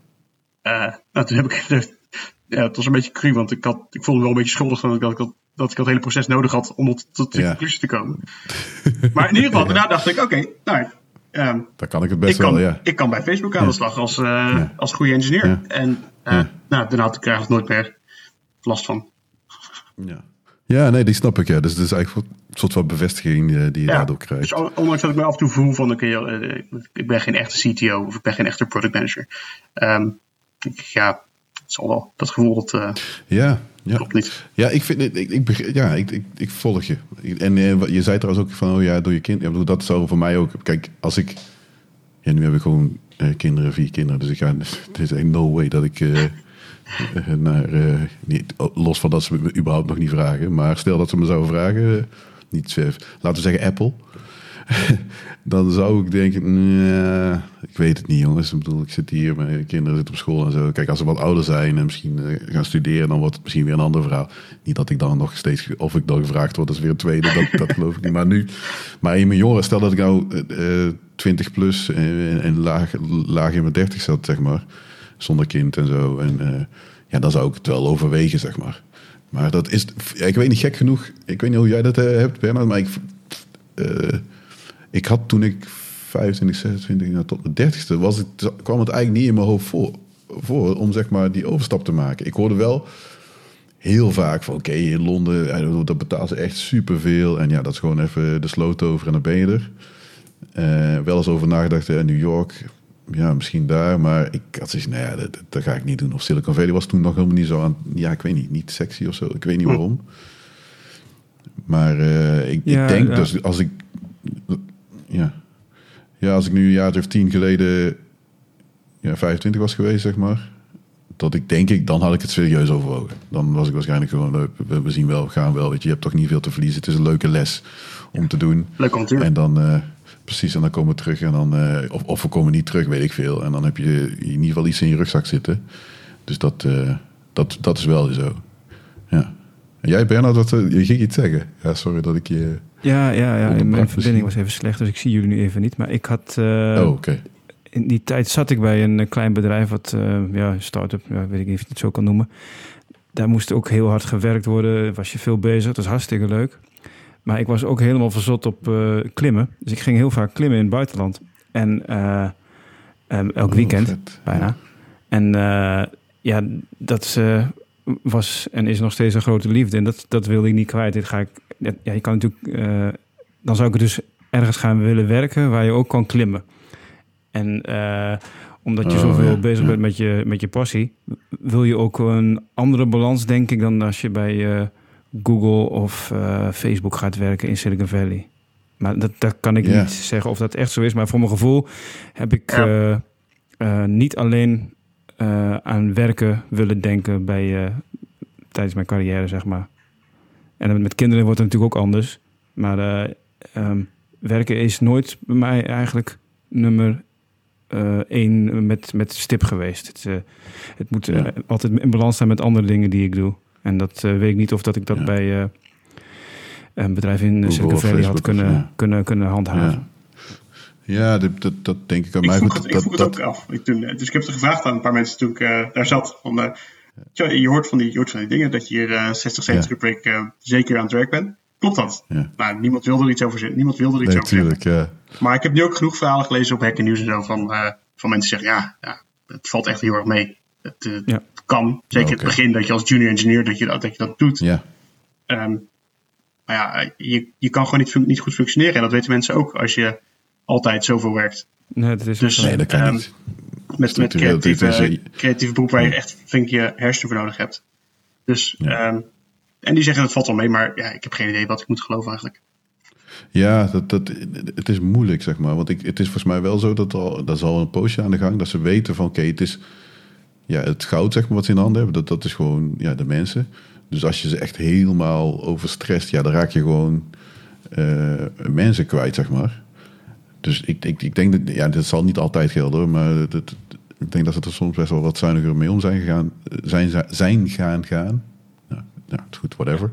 toen heb ik... het was een beetje cru, want ik voelde me wel een beetje schuldig van dat ik dat hele proces nodig had om tot die conclusie te komen. Maar in ieder geval, daarna dacht ik, dan kan ik het best wel, Ik kan bij Facebook aan de slag als goede engineer. Ja. En daarna had ik er eigenlijk nooit meer last van. Ja, nee, die snap ik. Dus het is eigenlijk een soort van bevestiging die je daardoor krijgt. Dus ondanks dat ik me af en toe voel van, ik ben geen echte CTO of ik ben geen echte product manager. Het zal wel. Dat gevoel klopt niet. Ja, ik vind ik volg je. En je zei trouwens ook van, door je kind. Ja, dat zou voor mij ook. Kijk, als ik... Ja, nu heb ik gewoon 4 kinderen. Dus er is echt no way dat ik los van dat ze me überhaupt nog niet vragen. Maar stel dat ze me zouden vragen, laten we zeggen Apple. Dan zou ik denken, ik weet het niet, jongens. Ik bedoel, ik zit hier, mijn kinderen zitten op school en zo. Kijk, als ze wat ouder zijn en misschien gaan studeren, dan wordt het misschien weer een ander verhaal. Niet dat ik dan nog steeds, of ik dan gevraagd word, dat is weer een tweede, dat geloof ik niet. Maar in mijn jongeren, stel dat ik nou 20 plus en laag in mijn 30 zat, zeg maar. Zonder kind en zo. En dan zou ik het wel overwegen, zeg maar. Maar dat is, ik weet niet, gek genoeg. Ik weet niet hoe jij dat hebt, Bernard, maar ik had toen ik 25, 26, tot mijn 30ste... kwam het eigenlijk niet in mijn hoofd voor om zeg maar die overstap te maken. Ik hoorde wel heel vaak van, oké, in Londen, dat betaalt ze echt superveel. En dat is gewoon even de sloot over en dan ben je er. Wel eens over nagedacht in New York. Ja, misschien daar, maar ik had zoiets, dat ga ik niet doen. Of Silicon Valley was toen nog helemaal niet zo aan, ik weet niet sexy of zo. Ik weet niet waarom. Maar ik denk dus als ik... als ik nu een jaar of 10 geleden 25 was geweest, zeg maar, dat ik denk dan had ik het serieus overwogen. Dan was ik waarschijnlijk gewoon, we zien wel, we gaan wel. Weet je hebt toch niet veel te verliezen. Het is een leuke les om te doen. Leuk avontuur. En dan, precies, en dan komen we terug. En dan, of we komen niet terug, weet ik veel. En dan heb je in ieder geval iets in je rugzak zitten. Dus dat is wel zo. Ja. En jij, Bernard, je ging iets zeggen. Ja, sorry dat ik je... Ja. Mijn verbinding was even slecht, dus ik zie jullie nu even niet. Maar ik had... oké. In die tijd zat ik bij een klein bedrijf, start-up, weet ik niet of je het zo kan noemen. Daar moest ook heel hard gewerkt worden, was je veel bezig, dat was hartstikke leuk. Maar ik was ook helemaal verzot op klimmen. Dus ik ging heel vaak klimmen in het buitenland. En elk weekend, bijna. En dat was en is nog steeds een grote liefde. En dat wilde ik niet kwijt. Je kan natuurlijk... dan zou ik dus ergens gaan willen werken waar je ook kan klimmen. En omdat je zoveel bezig bent met je passie, wil je ook een andere balans, denk ik, dan als je bij Google of Facebook gaat werken in Silicon Valley. Maar dat kan ik niet zeggen of dat echt zo is. Maar voor mijn gevoel heb ik niet alleen aan werken willen denken tijdens mijn carrière, zeg maar. En met kinderen wordt het natuurlijk ook anders. Maar werken is nooit bij mij eigenlijk nummer 1 met stip geweest. Het moet altijd in balans staan met andere dingen die ik doe. En dat weet ik niet of dat ik dat bij een bedrijf in Silicon Valley had kunnen handhaven. Ja. Dat denk ik aan mij. Ik vroeg het ook af. Dus ik heb het gevraagd aan een paar mensen toen ik daar zat. Je hoort van die dingen dat je hier 60, 70 uur per week zeker aan het werk bent. Klopt dat? Ja. Nou, niemand wilde er iets over zeggen. Ja. Maar ik heb nu ook genoeg verhalen gelezen op Hacker News en zo van mensen die zeggen, het valt echt heel erg mee. Het kan, zeker in het begin dat je als junior engineer dat je dat doet. Ja. Maar je kan gewoon niet goed functioneren. En dat weten mensen ook als je altijd zoveel werkt. Nee, dat is dat kan niet. Met creatieve beroep waar je echt flink je hersenen voor nodig hebt. Dus, en die zeggen het valt wel mee, maar ik heb geen idee wat ik moet geloven eigenlijk. Ja, het is moeilijk, zeg maar. Want het is volgens mij wel zo dat is al een poosje aan de gang, dat ze weten van het is het goud, zeg maar, wat ze in handen hebben. Dat is gewoon de mensen. Dus als je ze echt helemaal overstresst, dan raak je gewoon mensen kwijt, zeg maar. Dus ik denk dat dit zal niet altijd gelden, maar ik denk dat ze er soms best wel wat zuiniger mee om zijn gaan. Nou, het is goed, whatever.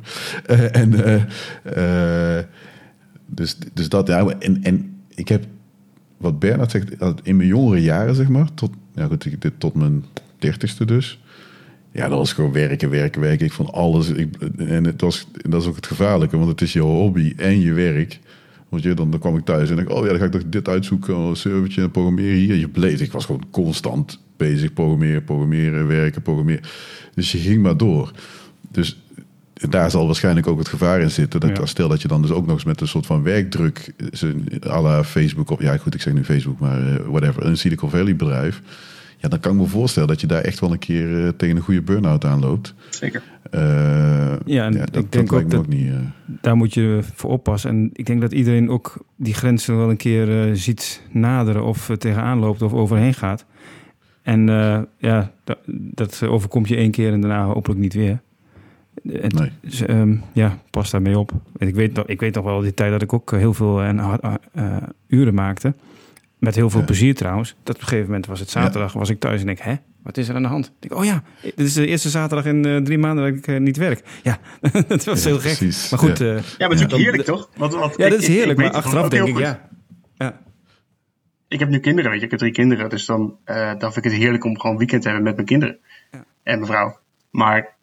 Dus dat, en ik heb, wat Bernard zegt, in mijn jongere jaren, zeg maar, tot mijn 30ste dus. Ja, dat was gewoon werken. Ik vond alles, dat is ook het gevaarlijke, want het is je hobby en je werk. Want dan kwam ik thuis en dacht dan ga ik toch dit uitzoeken, een servertje en programmeren hier. Je bleef, ik was gewoon constant bezig, programmeren, werken, programmeren. Dus je ging maar door. Dus daar zal waarschijnlijk ook het gevaar in zitten. Stel dat je dan dus ook nog eens met een soort van werkdruk, à la Facebook, ik zeg nu Facebook, maar whatever, een Silicon Valley bedrijf. Ja, dan kan ik me voorstellen dat je daar echt wel een keer tegen een goede burn-out aanloopt. Zeker. Ik denk ook dat daar moet je voor oppassen. En ik denk dat iedereen ook die grenzen wel een keer ziet naderen of tegenaan loopt of overheen gaat. En dat overkomt je 1 keer en daarna hopelijk niet weer. Dus, pas daarmee op. En ik weet nog wel die tijd dat ik ook heel veel uren maakte. Met heel veel plezier trouwens. Dat op een gegeven moment was het zaterdag, was ik thuis en denk wat is er aan de hand? Ik denk, dit is de eerste zaterdag in 3 maanden dat ik niet werk. Ja, dat was heel gek. Precies. Maar goed. Maar het is natuurlijk heerlijk, toch? Dat is heerlijk, maar achteraf denk ik, ja. Ik heb nu kinderen, weet je. Ik heb 3 kinderen. Dus dan vind ik het heerlijk om gewoon weekend te hebben met mijn kinderen. Ja. En mijn vrouw. Maar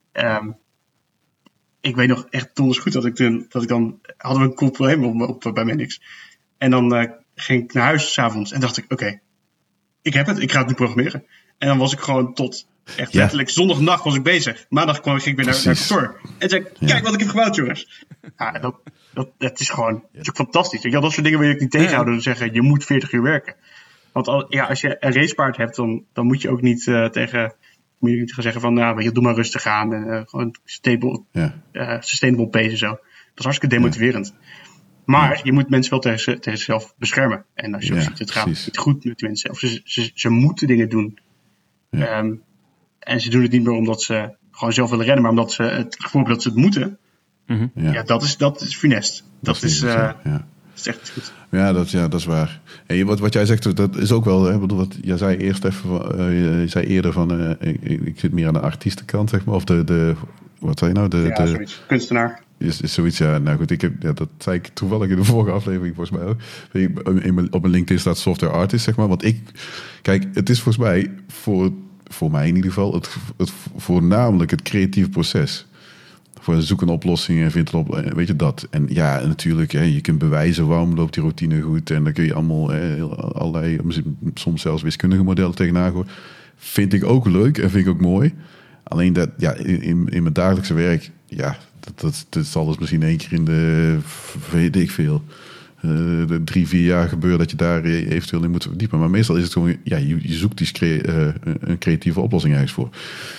ik weet nog echt donders goed dat ik dan hadden we een cool probleem bij Mendix. En dan ging ik naar huis 's avonds en dacht ik, oké, ik heb het, ik ga het nu programmeren. En dan was ik gewoon tot echt letterlijk zondagnacht was ik bezig. Maandag ging ik weer naar kantoor. En zei ik, kijk wat ik heb gebouwd, jongens. Ja, dat is gewoon, dat is ook fantastisch. Dat soort dingen wil je niet tegenhouden. Dan zeggen, je moet 40 uur werken. Want als je een racepaard hebt, dan moet je ook niet moet je niet gaan zeggen van, doe maar rustig aan. En gewoon sustainable pace en zo. Dat is hartstikke demotiverend. Maar je moet mensen wel tegen zichzelf beschermen. En als je ook ziet, het gaat niet goed met mensen. Of ze moeten dingen doen. Ja. En ze doen het niet meer omdat ze gewoon zelf willen rennen. Maar omdat ze het gevoel hebben dat ze het moeten. Mm-hmm. Ja, dat is funest. Dat is echt goed. Ja, dat is waar. En wat jij zegt, dat is ook wel... Hè, wat jij zei eerst even... je zei eerder van... ik zit meer aan de artiestenkant, zeg maar. Of wat zei je nou? Zoiets. Kunstenaar. Is zoiets, ja. Nou goed, dat zei ik toevallig in de vorige aflevering volgens mij ook. Op mijn LinkedIn staat software artist, zeg maar. Want kijk, het is volgens mij... Voor mij in ieder geval... het voornamelijk het creatieve proces. Voor zoek een oplossing en vind een oplossing. Weet je dat? En ja, natuurlijk, je kunt bewijzen waarom loopt die routine goed. En dan kun je allemaal allerlei, soms zelfs wiskundige modellen tegenaan gooien. Vind ik ook leuk en vind ik ook mooi. Alleen dat, in mijn dagelijkse werk, dat zal dus misschien 1 keer in de, weet ik veel, 3-4 jaar gebeuren dat je daar eventueel in moet verdiepen. Maar meestal is het gewoon, je zoekt een creatieve oplossing ergens voor.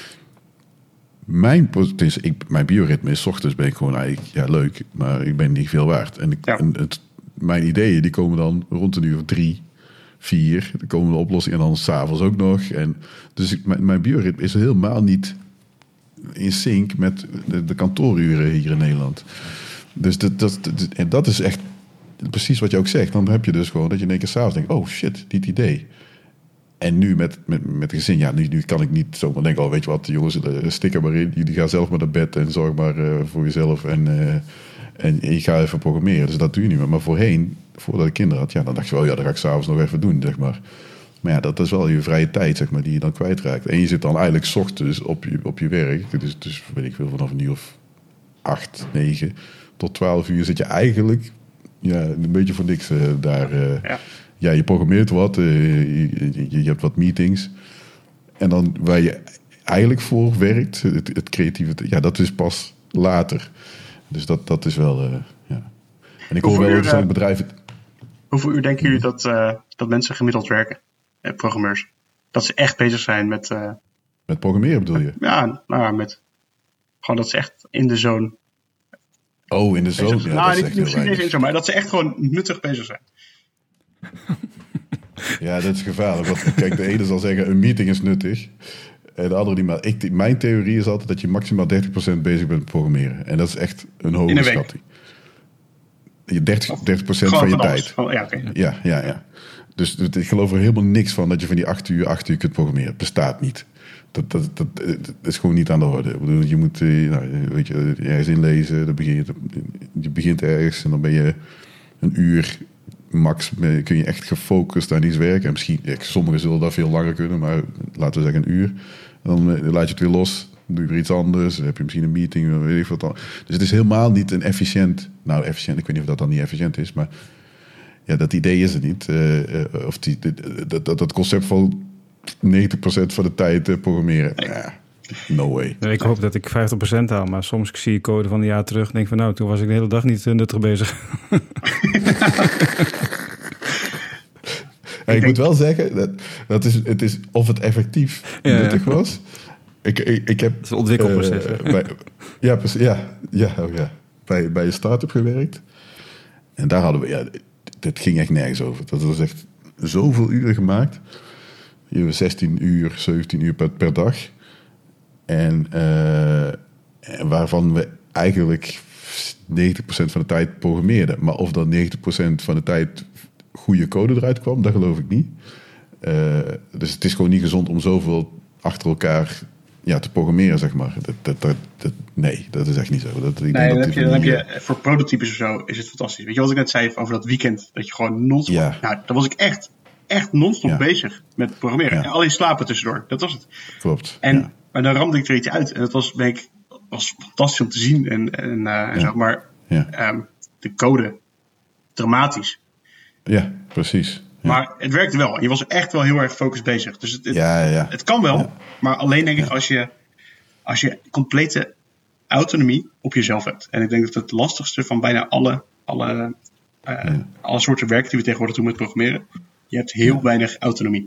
Mijn bioritme is 's ochtends ben ik gewoon eigenlijk leuk, maar ik ben niet veel waard. En mijn ideeën die komen dan rond een uur of 3, 4. Dan komen de oplossingen en dan 's avonds ook nog. En dus mijn bioritme is helemaal niet in sync met de kantooruren hier in Nederland. Dus dat is echt precies wat je ook zegt. Dan heb je dus gewoon dat je in één keer 's avonds denkt, oh shit, dit idee. En nu met het gezin, nu kan ik niet zomaar denken, weet je wat, jongens, stik er maar in. Jullie gaan zelf maar naar bed en zorg maar voor jezelf. En je gaat even programmeren. Dus dat doe je niet meer. Maar voordat ik kinderen had, dan dacht je wel, dat ga ik 's avonds nog even doen, zeg maar. Maar ja, dat is wel je vrije tijd, zeg maar, die je dan kwijtraakt. En je zit dan eigenlijk 's ochtends op je werk. Dus weet ik veel, vanaf een uur of 8, 9 tot 12 uur zit je eigenlijk een beetje voor niks daar. Ja, je programmeert wat, je hebt wat meetings. En dan waar je eigenlijk voor werkt, het creatieve, dat is pas later. Dus dat is wel, En ik hoor wel dat zo'n bedrijf... Hoeveel uur denken jullie dat mensen gemiddeld werken, programmeurs? Dat ze echt bezig zijn met... Met programmeren bedoel je? Ja, met... Gewoon dat ze echt in de zone... Oh, in de zone? Ja, dat is echt heel weinig. Maar dat ze echt gewoon nuttig bezig zijn. Ja, dat is gevaarlijk. Want kijk, de ene zal zeggen, een meeting is nuttig. En de andere niet. Maar mijn theorie is altijd dat je maximaal 30% bezig bent met programmeren. En dat is echt een hoge schatting. 30% van je tijd. Ja. Dus ik geloof er helemaal niks van dat je van die 8 uur kunt programmeren. Bestaat niet. Dat is gewoon niet aan de orde. Ik bedoel, je moet ergens inlezen. Je begint ergens en dan ben je een uur... Max kun je echt gefocust aan iets werken. En misschien, sommigen zullen dat veel langer kunnen, maar laten we zeggen een uur. Dan laat je het weer los, dan doe je weer iets anders. Dan heb je misschien een meeting, weet ik wat dan. Dus het is helemaal niet een efficiënt... Nou, efficiënt, ik weet niet of dat dan niet efficiënt is, maar dat idee is er niet. Dat concept van 90% van de tijd programmeren. No way. Ik hoop dat ik 50% haal, maar soms zie ik code van een jaar terug en denk van toen was ik de hele dag niet nuttig bezig. Ik moet wel zeggen, het is of het effectief nuttig was. Ik heb... Het is een ontwikkelproces. Bij een start-up gewerkt. En daar hadden we... dit ging echt nergens over. Dat was echt zoveel uren gemaakt. Hier we 16 uur, 17 uur per dag. En waarvan we eigenlijk 90% van de tijd programmeerden. Maar of dan 90% van de tijd goede code eruit kwam, dat geloof ik niet. Dus het is gewoon niet gezond om zoveel achter elkaar te programmeren, zeg maar. Nee, dat is echt niet zo. Dan heb je voor prototypes of zo is het fantastisch. Weet je wat ik net zei over dat weekend? Dat je gewoon non-stop... Ja. Nou, dan was ik echt non-stop bezig met programmeren. Ja. En alleen slapen tussendoor. Dat was het. Klopt. Maar dan ramde ik er iets uit. En dat was fantastisch om te zien. En zeg maar, de code, dramatisch. Ja, precies. Ja. Maar het werkte wel. Je was echt wel heel erg gefocust bezig. Dus het kan wel. Ja. Maar alleen denk ik als je complete autonomie op jezelf hebt. En ik denk dat het lastigste van bijna alle soorten werk die we tegenwoordig doen met programmeren. je hebt heel weinig autonomie.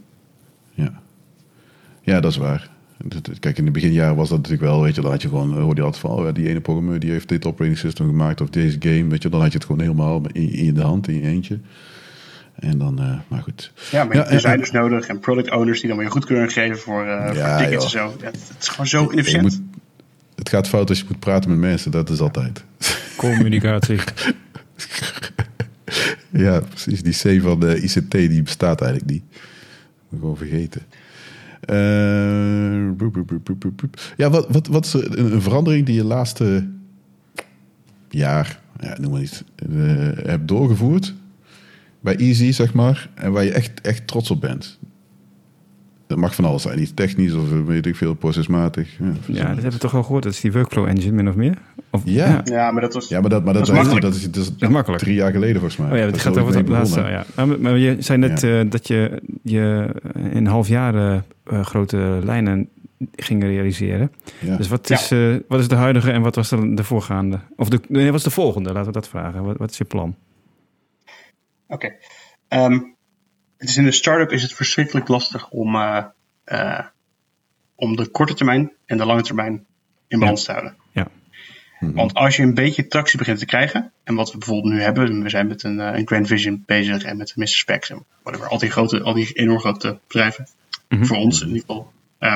Ja, dat is waar. Kijk, in de beginjaren was dat natuurlijk wel, weet je, dan had je gewoon, hoorde je altijd van, die ene programmeur die heeft dit operating system gemaakt of deze game, weet je, dan had je het gewoon helemaal in de hand, in je eentje. En dan, maar goed. Ja, maar je hebt designers nodig en product owners die dan weer goed kunnen geven voor tickets en zo. Ja, het is gewoon zo inefficiënt. Het gaat fout als je moet praten met mensen, dat is altijd. Communicatie. Ja, precies. Die C van de ICT, die bestaat eigenlijk niet. Moet gewoon vergeten. Ja, wat is een verandering die je laatste jaar, noem maar iets, hebt doorgevoerd bij Easy, zeg maar, en waar je echt trots op bent? Dat mag van alles zijn, iets technisch of weet ik veel, procesmatig. Dat hebben we toch wel gehoord. Dat is die workflow engine, min of meer? Ja, maar dat was dat is makkelijk. 3 jaar geleden volgens mij. Oh ja, dat gaat over het laatste. Ja. Maar je zei net dat je in een half jaar grote lijnen ging realiseren. Ja. Dus wat is de huidige en wat was de voorgaande? Of wat is de volgende? Laten we dat vragen. Wat is je plan? Oké. Het is in een start-up is het verschrikkelijk lastig om de korte termijn en de lange termijn in balans te houden. Ja. Mm-hmm. Want als je een beetje tractie begint te krijgen, en wat we bijvoorbeeld nu hebben, we zijn met een Grand Vision bezig en met Mr. Specs en whatever, al die enorm grote bedrijven, voor ons in ieder geval.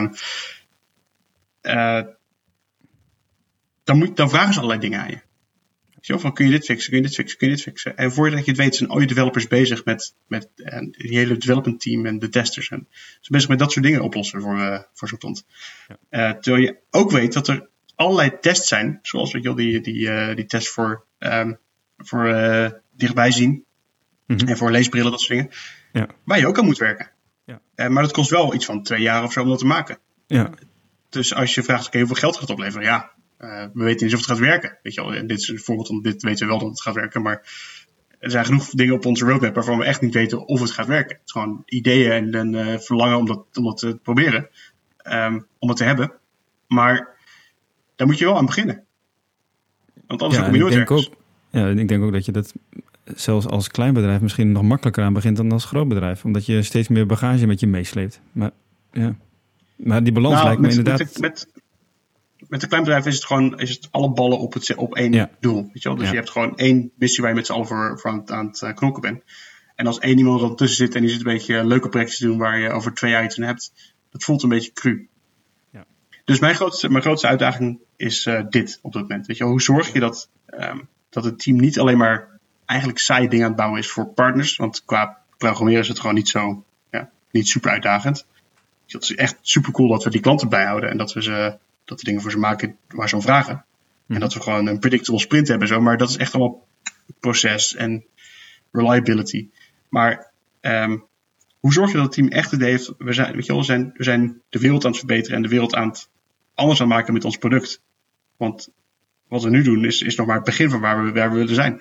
Dan vragen ze allerlei dingen aan je. Van, kun je dit fixen, kun je dit fixen, kun je dit fixen? En voordat je het weet zijn al je developers bezig met die hele development team en de testers. En ze zijn bezig met dat soort dingen oplossen voor zo'n klant. Ja. Terwijl je ook weet dat er allerlei tests zijn, zoals weet je wel, die test voor dichtbij zien en voor leesbrillen, dat soort dingen. Ja. Waar je ook aan moet werken. Ja. Maar dat kost wel iets van 2 jaar of zo om dat te maken. Ja. Dus als je vraagt, hoeveel geld gaat het opleveren? Ja. We weten niet of het gaat werken. Weet je wel. En dit is een voorbeeld van dit weten we wel dat het gaat werken. Maar er zijn genoeg dingen op onze roadmap waarvan we echt niet weten of het gaat werken. Het is gewoon ideeën en verlangen om dat te proberen. Om het te hebben. Maar daar moet je wel aan beginnen. Want anders kom je nooit ergens. Ik denk ook dat je dat zelfs als klein bedrijf misschien nog makkelijker aan begint dan als groot bedrijf. Omdat je steeds meer bagage met je meesleept. Maar die balans lijkt me inderdaad... Met een klein bedrijf is het alle ballen op één doel. Weet je wel? Dus je hebt gewoon 1 missie waar je met z'n allen voor aan het knokken bent. En als 1 iemand er tussen zit en die zit een beetje leuke projecten te doen waar je over 2 jaar iets aan hebt, dat voelt een beetje cru. Ja. Dus mijn grootste uitdaging is dit op dit moment. Weet je wel? Hoe zorg je dat het team niet alleen maar eigenlijk saaie dingen aan het bouwen is voor partners, want qua programmeren is het gewoon niet super uitdagend. Het is echt super cool dat we die klanten bijhouden en dat we dingen voor ze maken waar ze om vragen. En dat we gewoon een predictable sprint hebben. Zo. Maar dat is echt allemaal proces en reliability. Maar hoe zorg je dat het team echt het idee heeft... We zijn de wereld aan het verbeteren en de wereld anders aan het maken met ons product. Want wat we nu doen is nog maar het begin van waar we willen zijn.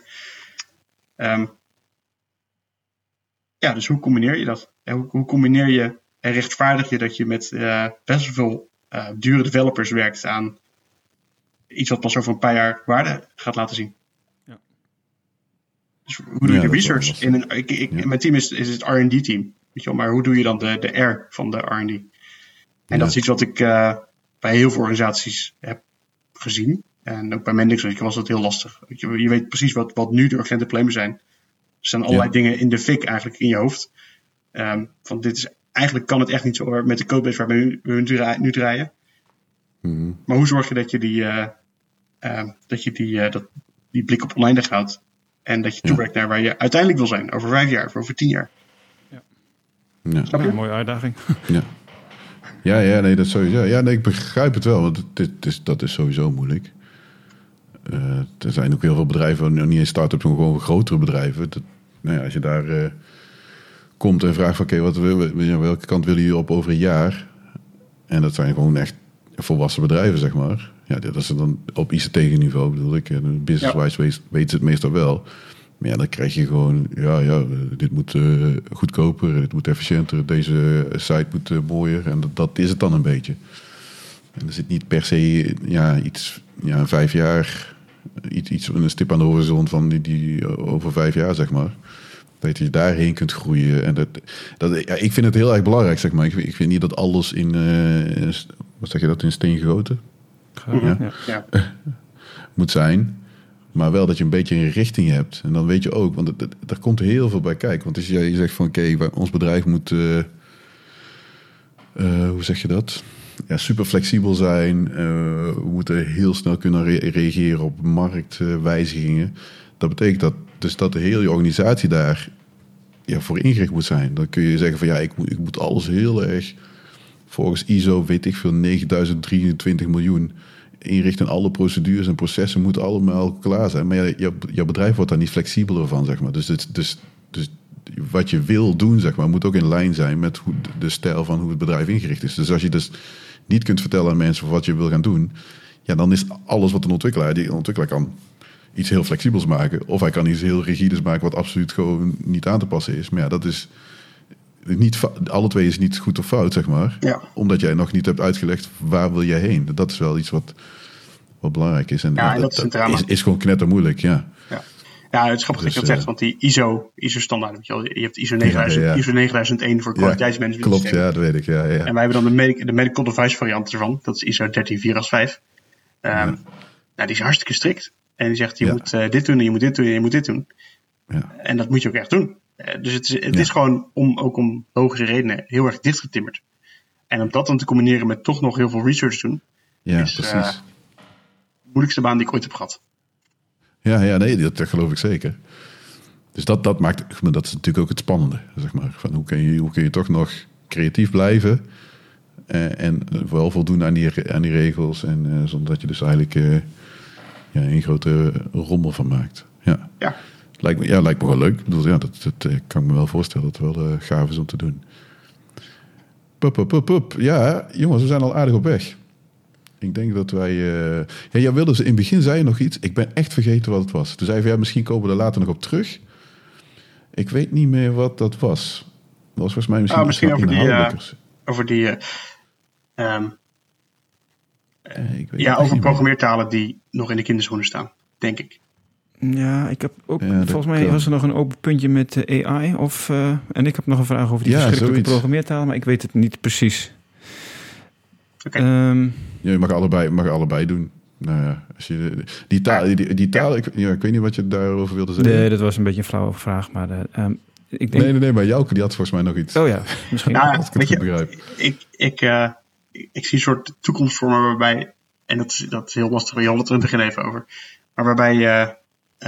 Dus hoe combineer je dat? Hoe combineer je en rechtvaardig je dat je met best wel veel dure developers werkt aan iets wat pas over een paar jaar waarde gaat laten zien. Ja. Dus hoe doe je de research? In mijn team is het R&D team. Weet je wel, maar hoe doe je dan de R van de R&D? En dat is iets wat ik bij heel veel organisaties heb gezien. En ook bij Mendix was dat heel lastig. Je weet precies wat nu de urgente problemen zijn. Er staan allerlei dingen in de fik eigenlijk in je hoofd. Van eigenlijk kan het echt niet zo met de codebase waar we nu draaien. Mm-hmm. Maar hoe zorg je dat je die blik op oneindig houdt en dat je toewerkt naar waar je uiteindelijk wil zijn over 5 jaar of over 10 jaar? Ja. Snap je? Een mooie uitdaging. Nee, dat sowieso. Ja, nee, ik begrijp het wel, want dat is sowieso moeilijk. Er zijn ook heel veel bedrijven, niet eens start-ups, maar gewoon grotere bedrijven. Als je daar komt en vraagt van welke kant willen jullie op over een jaar? En dat zijn gewoon echt volwassen bedrijven, zeg maar. Ja, dat is dan op ICT-niveau, bedoel ik. En business-wise weet ze het meestal wel. Maar ja, dan krijg je gewoon... dit moet goedkoper, dit moet efficiënter, deze site moet mooier. En dat is het dan een beetje. En er zit niet per se iets... 5 jaar... Iets een stip aan de horizon van die over 5 jaar, zeg maar. Dat je daarheen kunt groeien. En ik vind het heel erg belangrijk, zeg maar. Ik vind niet dat alles in, wat zeg je dat, in steen gegoten moet zijn. Maar wel dat je een beetje een richting hebt. En dan weet je ook, want daar komt heel veel bij kijken. Want als jij zegt van, oké, ons bedrijf moet, hoe zeg je dat? Ja, super flexibel zijn. We moeten heel snel kunnen reageren op marktwijzigingen. Dat betekent dat de hele organisatie daar voor ingericht moet zijn. Dan kun je zeggen van ik moet alles heel erg volgens ISO, weet ik veel, 9023 miljoen inrichten. Alle procedures en processen moeten allemaal klaar zijn. Maar jouw bedrijf wordt daar niet flexibeler van, zeg maar. Dus wat je wil doen, zeg maar, moet ook in lijn zijn met de stijl van hoe het bedrijf ingericht is. Dus als je dus niet kunt vertellen aan mensen wat je wil gaan doen, dan is alles wat een ontwikkelaar kan iets heel flexibels maken. Of hij kan iets heel rigides maken wat absoluut gewoon niet aan te passen is. Maar ja, dat is niet alle twee is niet goed of fout, zeg maar. Ja. Omdat jij nog niet hebt uitgelegd waar wil jij heen. Dat is wel iets wat belangrijk is. En dat is gewoon knettermoeilijk, ja. Ja, het is grappig dat je dat zegt, want die ISO-standaard, je hebt ISO 9000, ISO 9001 voor kwaliteitsmanagement. Klopt, systeem. Ja, dat weet ik, ja. En wij hebben dan de medical device variant ervan, dat is ISO 13485. Die is hartstikke strikt. En die zegt, je moet dit doen en je moet dit doen en je moet dit doen. Ja. En dat moet je ook echt doen. Dus het is gewoon om logische redenen heel erg dichtgetimmerd. En om dat dan te combineren met toch nog heel veel research doen, is de moeilijkste baan die ik ooit heb gehad. Ja, nee, dat geloof ik zeker. Dus dat maakt, dat is natuurlijk ook het spannende, zeg maar. Van hoe kun je toch nog creatief blijven en vooral voldoen aan die regels en zonder dat je dus eigenlijk een grote rommel van maakt. Ja. Lijkt me wel leuk. Ik bedoel, dat kan ik me wel voorstellen dat het wel gaaf is om te doen. Ja, jongens, we zijn al aardig op weg. Ik denk dat wij... jij wilde in het begin, zei je nog iets. Ik ben echt vergeten wat het was. Toen zei je van, misschien komen we er later nog op terug. Ik weet niet meer wat dat was. Dat was volgens mij misschien over die... over programmeertalen die nog in de kinderschoenen staan, denk ik. Ja, ik heb ook... volgens mij was er nog een open puntje met AI. En ik heb nog een vraag over die verschillende programmeertalen, maar ik weet het niet precies. Okay. Je mag allebei doen. Nou ja, als je die taal, ik weet niet wat je daarover wilde zeggen. Nee, dat was een beetje een flauwe vraag, maar ik denk... Nee, maar Jouke die had volgens mij nog iets. Oh ja, misschien. Als ik het goed begrijp. Ik zie een soort toekomst voor me waarbij, en dat is heel lastig, we hadden het er in het begin even over, maar waarbij je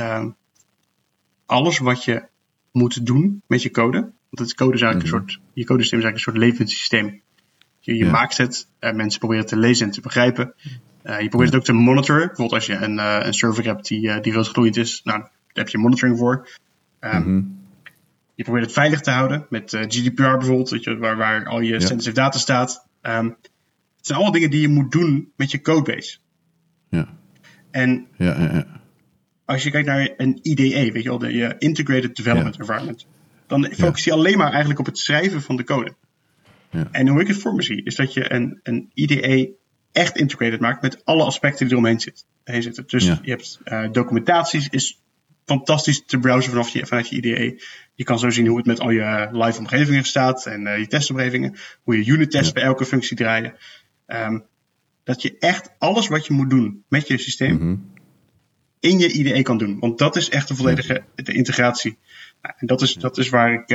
alles wat je moet doen met je code, want het code is eigenlijk je codesysteem is eigenlijk een soort levend systeem. Je maakt het, mensen proberen het te lezen en te begrijpen. Je probeert het ook te monitoren. Bijvoorbeeld als je een server hebt die roodgloeiend is, daar heb je monitoring voor. Je probeert het veilig te houden met GDPR bijvoorbeeld, waar al je sensitive data staat. Het zijn allemaal dingen die je moet doen met je codebase. Ja. En als je kijkt naar een IDE, weet je wel, de Integrated Development Environment, dan focus je alleen maar eigenlijk op het schrijven van de code. Ja. En hoe ik het voor me zie, is dat je een IDE echt integrated maakt met alle aspecten die eromheen zitten. Dus je hebt documentaties, is fantastisch te browsen vanuit je IDE. Je kan zo zien hoe het met al je live omgevingen staat en je testomgevingen. Hoe je unit tests bij elke functie draaien. Dat je echt alles wat je moet doen met je systeem in je IDE kan doen. Want dat is echt de volledige de integratie. En dat is waar ik...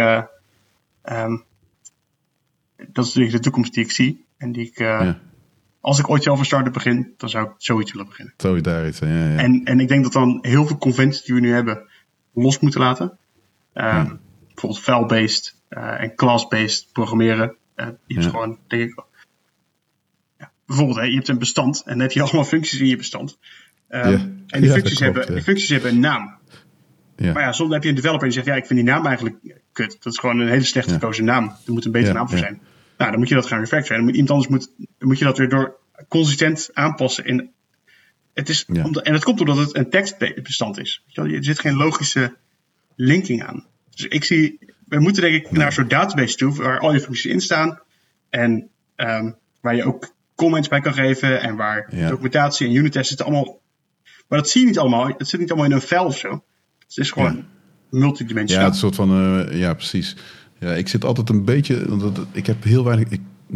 dat is natuurlijk de toekomst die ik zie. En die ik... Als ik ooit zelf een start-up begin, dan zou ik zoiets willen beginnen. Zou je daar iets zijn, ja. En ik denk dat dan heel veel conventies die we nu hebben los moeten laten. Bijvoorbeeld file-based en class-based programmeren. Je hebt gewoon, denk ik... bijvoorbeeld, je hebt een bestand en dan heb je allemaal functies in je bestand. En die functies hebben een naam. Ja. Maar ja, soms heb je een developer die zegt, ik vind die naam eigenlijk kut. Dat is gewoon een hele slecht gekozen naam. Er moet een betere naam voor zijn. Nou, dan moet je dat gaan refactoren. En iemand anders moet je dat weer door consistent aanpassen. En het komt omdat het een tekstbestand is. Er zit geen logische linking aan. Dus we moeten denk ik naar een soort database toe, waar al je functies in staan. En waar je ook comments bij kan geven. En waar documentatie en unit tests zitten allemaal. Maar dat zie je niet allemaal. Het zit niet allemaal in een file of zo. Het is gewoon multidimensionaal. Ja, het soort van... ja, precies. Ja, ik zit altijd een beetje... Ik heb heel weinig...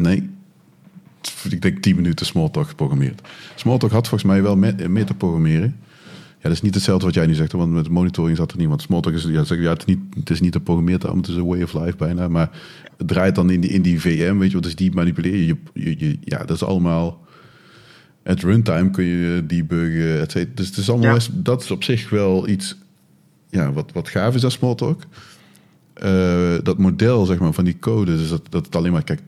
Ik denk 10 minuten Smalltalk geprogrammeerd. Smalltalk had volgens mij wel meer te programmeren. Ja, dat is niet hetzelfde wat jij nu zegt, want met de monitoring zat er niet. Want Smalltalk is, het is niet te programmeren, het is een way of life bijna. Maar het draait dan in die VM, weet je wat, dus die manipuleer je. Ja, dat is allemaal... At runtime kun je debuggen, et cetera. Dus het is allemaal dat is op zich wel iets... Ja, wat gaaf is aan Smalltalk. Dat model, zeg maar, van die code, dus dat het alleen maar... Kijk,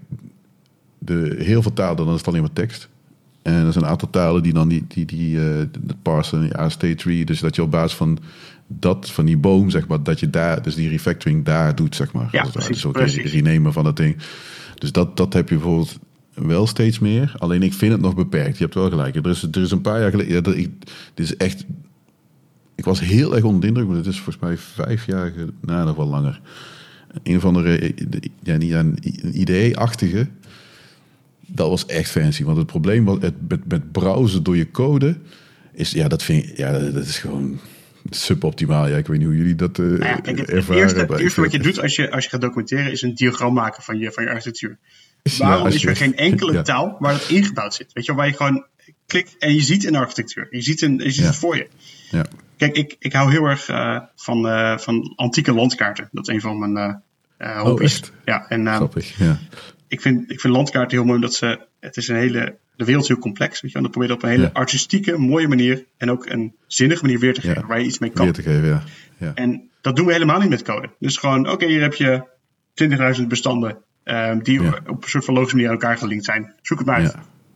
heel veel talen, dan is het alleen maar tekst. En er zijn een aantal talen die dan die parsen, state tree. Dus dat je op basis van die boom, zeg maar, dat je daar, dus die refactoring daar doet, zeg maar. Ja, dus ook renemen van dat ding. Dus dat heb je bijvoorbeeld wel steeds meer. Alleen ik vind het nog beperkt. Je hebt wel gelijk. Er is een paar jaar geleden... dit is echt... Ik was heel erg onder de indruk, maar het is volgens mij 5 jaar... nog wel langer. Een of andere... een IDE-achtige... Dat was echt fancy. Want het probleem was met browsen door je code... dat is gewoon suboptimaal. Ja, ik weet niet hoe jullie dat ervaren. Het eerste wat je doet als je gaat documenteren... is een diagram maken van je architectuur. Waarom is er geen enkele taal waar het ingebouwd zit? Weet je, waar je gewoon klikt en je ziet een architectuur. Je ziet het voor je. Ja. Kijk, ik hou heel erg van antieke landkaarten. Dat is een van mijn hobby's. Ja, en grappig, ja. Ik vind landkaarten heel mooi omdat de wereld is heel complex. Weet je, en dat probeer je op een hele artistieke, mooie manier en ook een zinnige manier weer te geven, waar je iets mee kan. Weer te geven, ja. En dat doen we helemaal niet met code. Dus gewoon, oké, hier heb je 20.000 bestanden die op een soort van logische manier aan elkaar gelinkt zijn. Zoek het maar uit.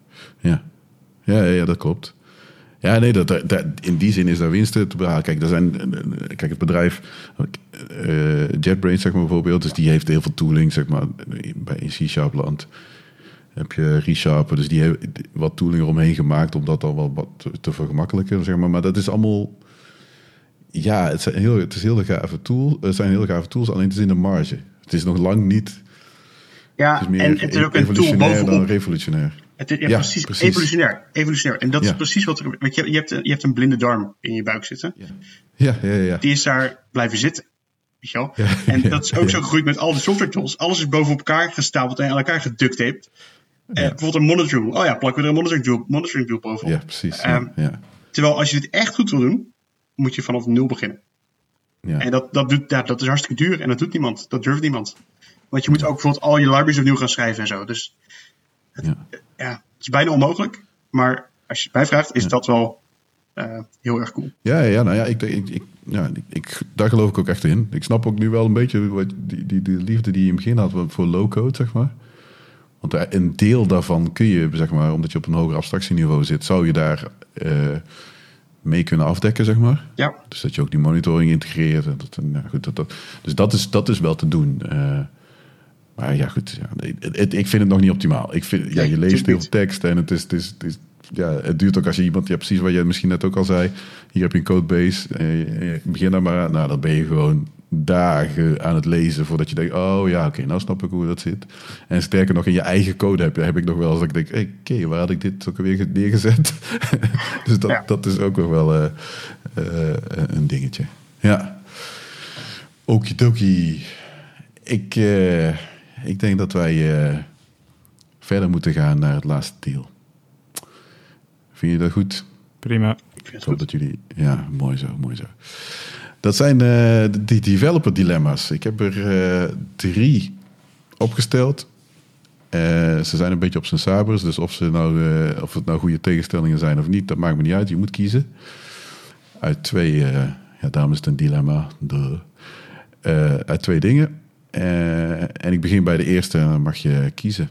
Ja, dat klopt. Ja, nee, in die zin is daar winsten te behalen. Kijk, het bedrijf JetBrains, zeg maar bijvoorbeeld, dus die heeft heel veel tooling, zeg maar, in C# land. Heb je ReSharper, dus die heeft wat tooling eromheen gemaakt om dat dan wel wat te vergemakkelijken, zeg maar. Maar dat is allemaal... Ja, het zijn heel gave tools, alleen het is in de marge. Het is nog lang niet... Ja, het is meer en het is ook een tool bovenop. Dan revolutionair. Precies. Evolutionair. En dat is precies wat er... Weet je hebt een blinde darm in je buik zitten. Ja. Die is daar blijven zitten. Weet je wel? Ja. En dat is ook zo gegroeid met al de software tools. Alles is bovenop elkaar gestapeld en aan elkaar geducttaped. Bijvoorbeeld een monitoring tool. Oh ja, plakken we er een monitoring tool bovenop. Ja, precies. Terwijl als je dit echt goed wil doen, moet je vanaf 0 beginnen. Ja. En dat is hartstikke duur en dat doet niemand. Dat durft niemand. Want je moet ook bijvoorbeeld al je libraries opnieuw gaan schrijven en zo. Dus het is bijna onmogelijk. Maar als je het mij vraagt, is dat wel heel erg cool. Daar geloof ik ook echt in. Ik snap ook nu wel een beetje die liefde die je in het begin had voor low-code, zeg maar. Want een deel daarvan kun je, zeg maar, omdat je op een hoger abstractieniveau zit, zou je daar mee kunnen afdekken, zeg maar. Ja. Dus dat je ook die monitoring integreert. Dus dat is wel te doen. Maar ja, goed. Ja, ik vind het nog niet optimaal. Ik vind, je leest heel veel tekst en het duurt ook als je iemand... Ja, precies wat je misschien net ook al zei. Hier heb je een codebase. Begin daar maar aan. Nou, dan ben je gewoon dagen aan het lezen voordat je denkt... oké, nou snap ik hoe dat zit. En sterker nog, in je eigen code heb ik nog wel eens dat ik denk... Oké, waar had ik dit ook weer neergezet? Dus dat is ook nog wel een dingetje. Ja. Okidoki. Ik denk dat wij verder moeten gaan naar het laatste deel. Vind je dat goed? Prima. Ik hoop dat jullie... Ja, mooi zo. Dat zijn die developer dilemma's. Ik heb er 3 opgesteld. Ze zijn een beetje op zijn sabers. Dus of het nou goede tegenstellingen zijn of niet, dat maakt me niet uit. Je moet kiezen. Uit 2... daarom is het een dilemma. Uit 2 dingen. En ik begin bij de eerste en dan mag je kiezen.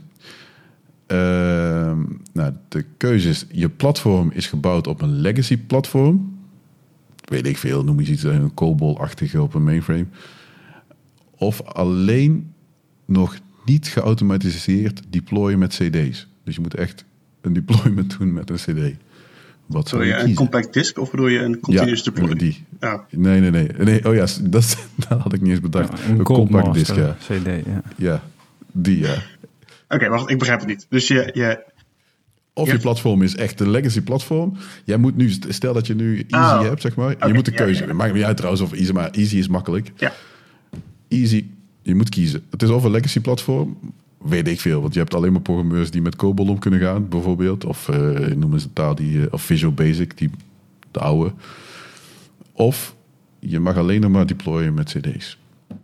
De keuze is... Je platform is gebouwd op een legacy platform. Weet ik veel, noem je iets, een COBOL-achtige op een mainframe. Of alleen nog niet geautomatiseerd deployen met cd's. Dus je moet echt een deployment doen met een cd. Wat zou je kiezen? Een compact disk of bedoel je een continuous deployment? Die. Oh. Nee. Oh ja, dat had ik niet eens bedacht. Ja, een compact disk, ja. CD, ja. Ja, die, ja. Oké, wacht, ik begrijp het niet. Dus je Of je platform is echt de legacy platform. Jij moet nu, stel dat je nu Easy hebt, zeg maar. Okay, je moet de keuze. Het maakt niet uit trouwens of Easy, maar Easy is makkelijk. Ja. Easy, je moet kiezen. Het is of een legacy platform, weet ik veel. Want je hebt alleen maar programmeurs die met COBOL om kunnen gaan, bijvoorbeeld. Of noemen ze de taal of Visual Basic, de oude. Of je mag alleen nog maar deployen met CD's.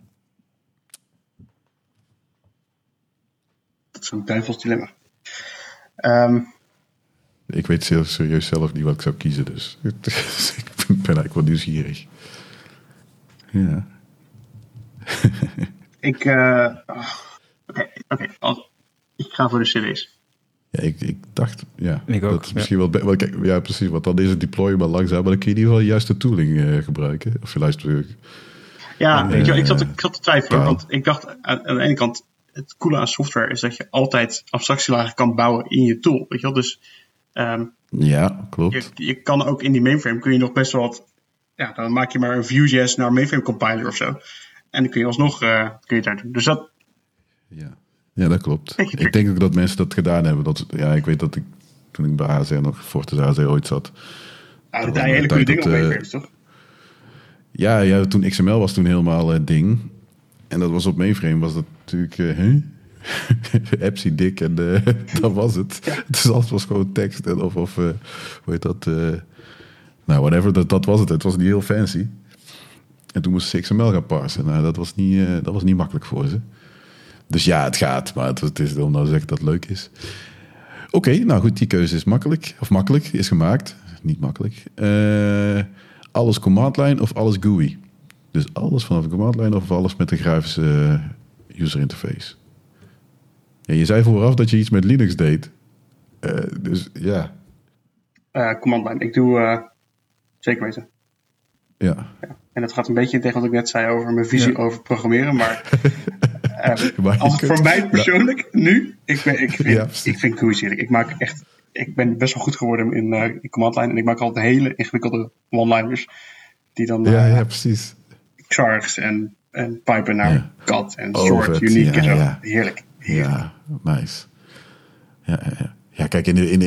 Dat is een duivels dilemma. Ik weet serieus zelf niet wat ik zou kiezen, dus ik ben eigenlijk wel nieuwsgierig. Ja. Oké. Ik ga voor de CD's. Ja, ik dacht, ja. Ik ook, dat is misschien wel... Ja, precies, want dan is het deployen maar langzaam, maar dan kun je in ieder geval juist de tooling gebruiken. Of je luistert... Ja, weet je, ik zat te twijfelen, want ik dacht aan de ene kant, het coole aan software is dat je altijd abstractielagen kan bouwen in je tool, weet je wel, dus... ja, klopt. Je kan ook in die mainframe, kun je nog best wel wat... Ja, dan maak je maar een Vue.js naar een mainframe compiler of zo. En dan kun je alsnog kun je het daar doen. Dus dat... Ja, dat klopt. Ik denk ook dat mensen dat gedaan hebben. Ik weet dat toen ik bij AZR nog, Fortis AZR ooit zat... dat zijn hele coole dingen op mainframes, toch? Ja, toen XML was toen helemaal het ding. En dat was op mainframe, was dat natuurlijk... Epsi dik en dat was het. Ja. Dus alles was gewoon tekst en of hoe heet dat? Whatever, dat was het. Het was niet heel fancy. En toen moesten ze XML gaan parsen. Nou, dat was niet makkelijk voor ze. Dus ja, het gaat, maar het is om nou te zeggen dat het leuk is. Oké, nou goed, die keuze is makkelijk. Of makkelijk, is gemaakt. Niet makkelijk. Alles command line of alles GUI? Dus alles vanaf de command line of alles met de grafische user interface? Ja, je zei vooraf dat je iets met Linux deed. Dus ja. Command line. Ik doe zeker weten. Ja. En dat gaat een beetje tegen wat ik net zei over mijn visie over programmeren. Maar als voor mij persoonlijk nu, ik vind GUI heerlijk. Ik ben best wel goed geworden in command line. En ik maak altijd hele ingewikkelde one-liners. Die dan precies. Chargs en pipen naar cat en sort, unique en zo. Ja. Heerlijk. Ja, nice. Ja, kijk,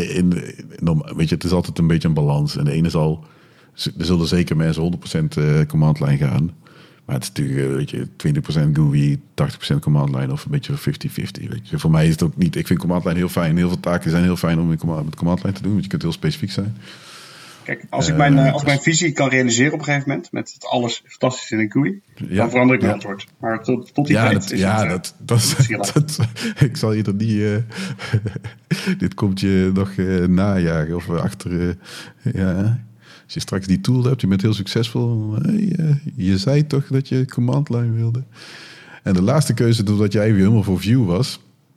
weet je, het is altijd een beetje een balans. En de ene er zullen zeker mensen 100% command line gaan. Maar het is natuurlijk, weet je, 20% GUI, 80% command line of een beetje 50-50. Weet je. Voor mij is het ook niet... Ik vind command line heel fijn. Heel veel taken zijn heel fijn om met command line te doen. Want je kunt heel specifiek zijn. Kijk, als ik mijn visie kan realiseren op een gegeven moment, met het alles fantastisch in een GUI, dan verander ik mijn antwoord. Maar tot die tijd is het... Ik zal je er niet... dit komt je nog najagen of achter... Als je straks die tool hebt, je bent heel succesvol. Je zei toch dat je command line wilde. En de laatste keuze, doordat jij weer helemaal voor Vue was,